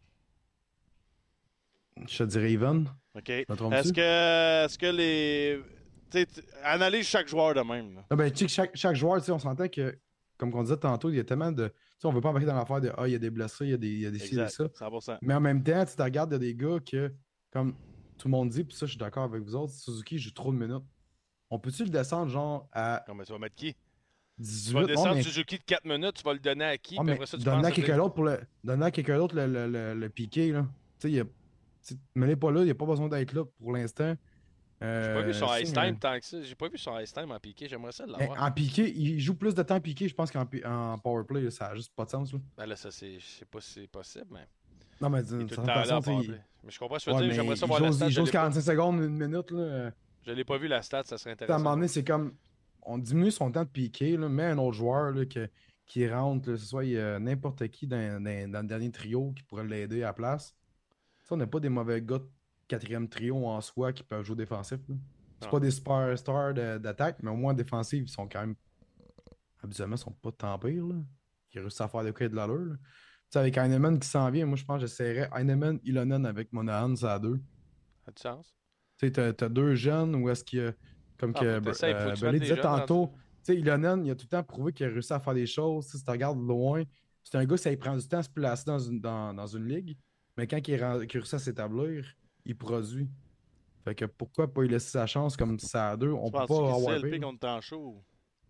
Je te dirais even. OK. Est-ce que les... analyse chaque joueur de même. Là. Ah ben, chaque joueur, on s'entend que, comme on disait tantôt, il y a tellement de... On ne veut pas embarquer dans l'affaire de « Ah, il y a des blessés, il y a des ci et ça. » 100%. Mais en même temps, tu regardes, il y a des gars que, comme tout le monde dit, puis ça, je suis d'accord avec vous autres, Suzuki joue trop de minutes. On peut-tu le descendre, genre, à... Non, mais tu vas mettre qui? 18. Tu vas descendre Suzuki de 4 minutes, tu vas le donner à qui? Puis après ça, tu donner à quelqu'un d'autre le piquer, là. Tu sais, mais pas là, il n'y a pas besoin d'être là pour l'instant. J'ai pas vu son ice time tant que ça. J'ai pas vu son ice time en piqué. J'aimerais ça l'avoir. En piqué, il joue plus de temps en piqué, je pense qu'en powerplay, ça n'a juste pas de sens. Là. Ben là, ça, je sais pas si c'est possible, mais. Non, mais d'une certaine façon, mais je comprends ce que tu veux dire. J'aimerais ça voir la stat. Il joue 45 secondes, une minute. Là. Je l'ai pas vu la stat, ça serait intéressant. À un moment donné, c'est comme. On diminue son temps de piqué, là, mais un autre joueur là, qui rentre, là, que ce soit n'importe qui dans le dernier trio qui pourrait l'aider à la place. Ça, on n'a pas des mauvais gars de quatrième trio en soi qui peuvent jouer défensif. C'est pas des superstars d'attaque, mais au moins défensifs, ils sont quand même. Habituellement, ils sont pas tant pires. Là. Ils réussissent à faire des cas de l'allure. Tu sais, avec Heinemann qui s'en vient, moi je pense que j'essaierais Heinemann, Ilonen avec Monahan, ça a deux. Ça a du sens. Tu sais, t'as deux jeunes où est-ce qu'il y a. Comme que Belé disait tantôt, tu sais, Ilonen, il a tout le temps prouvé qu'il a réussi à faire des choses. Si tu regardes loin, c'est un gars, ça il prend du temps à se placer dans une ligue, mais quand il réussit à s'établir, il produit. Fait que pourquoi pas lui laisser sa chance comme ça à deux? On peut pas avoir. C'est LP contre Tancho.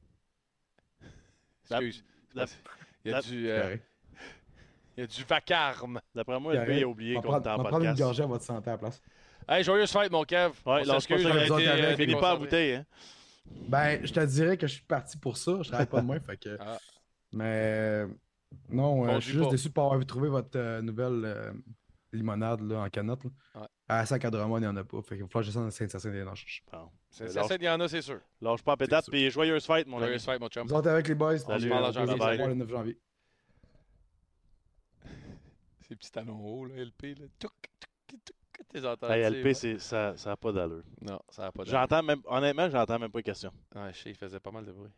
Excuse. Il y a du vacarme. D'après moi, LP a oublié qu'on était en podcast. On va prendre une gorgée à votre santé à la place. Hey, joyeuse fête, mon Kev. Ouais, là, je finis pas à bouteille. Hein? Ben, je te dirais que je suis parti pour ça. Je travaille pas de moins. Fait que... Mais non, je suis juste déçu de ne pas avoir trouvé votre nouvelle limonade là, en canette. Là. Ouais. À Saint-Cadremont, il n'y en a pas. Fait qu'il va falloir que je descende à Saint-Hyacinthe et Saint-Hyacinthe, il y en a, c'est sûr. Lâche pas à pétate, puis joyeuse fête, mon ami. Joyeuse fête, mon chum. Vous êtes avec les boys. On se parle en janvier. On se le 9 janvier. Ces petits talons hauts, là, LP. Là. Hey, LP, ça n'a pas d'allure. Non, ça n'a pas d'allure. Honnêtement, j'entends même pas les questions. Ouais, je sais, il faisait pas mal de bruit.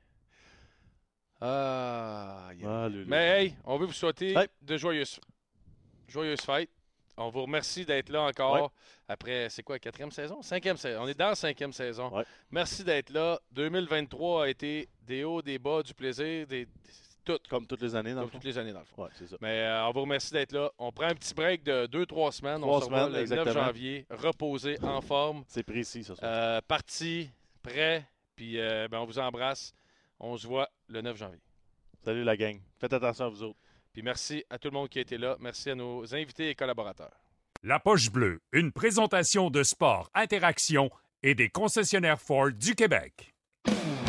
Mais hey, on veut vous souhaiter de joyeuses fêtes. On vous remercie d'être là encore. Après, c'est quoi, 4e saison? 5e saison. On est dans la 5e saison. Merci d'être là. 2023 a été des hauts, des bas, du plaisir, comme toutes les années, dans le fond. Toutes les années, dans le fond. Ouais, c'est ça. Mais on vous remercie d'être là. On prend un petit break de 2-3 semaines. On se revoit le 9 janvier, reposé, en forme. C'est précis, ça. Parti, prêt, puis on vous embrasse. On se voit le 9 janvier. Salut la gang. Faites attention à vous autres. Puis merci à tout le monde qui a été là. Merci à nos invités et collaborateurs. La Poche Bleue, une présentation de Sport Interaction et des concessionnaires Ford du Québec.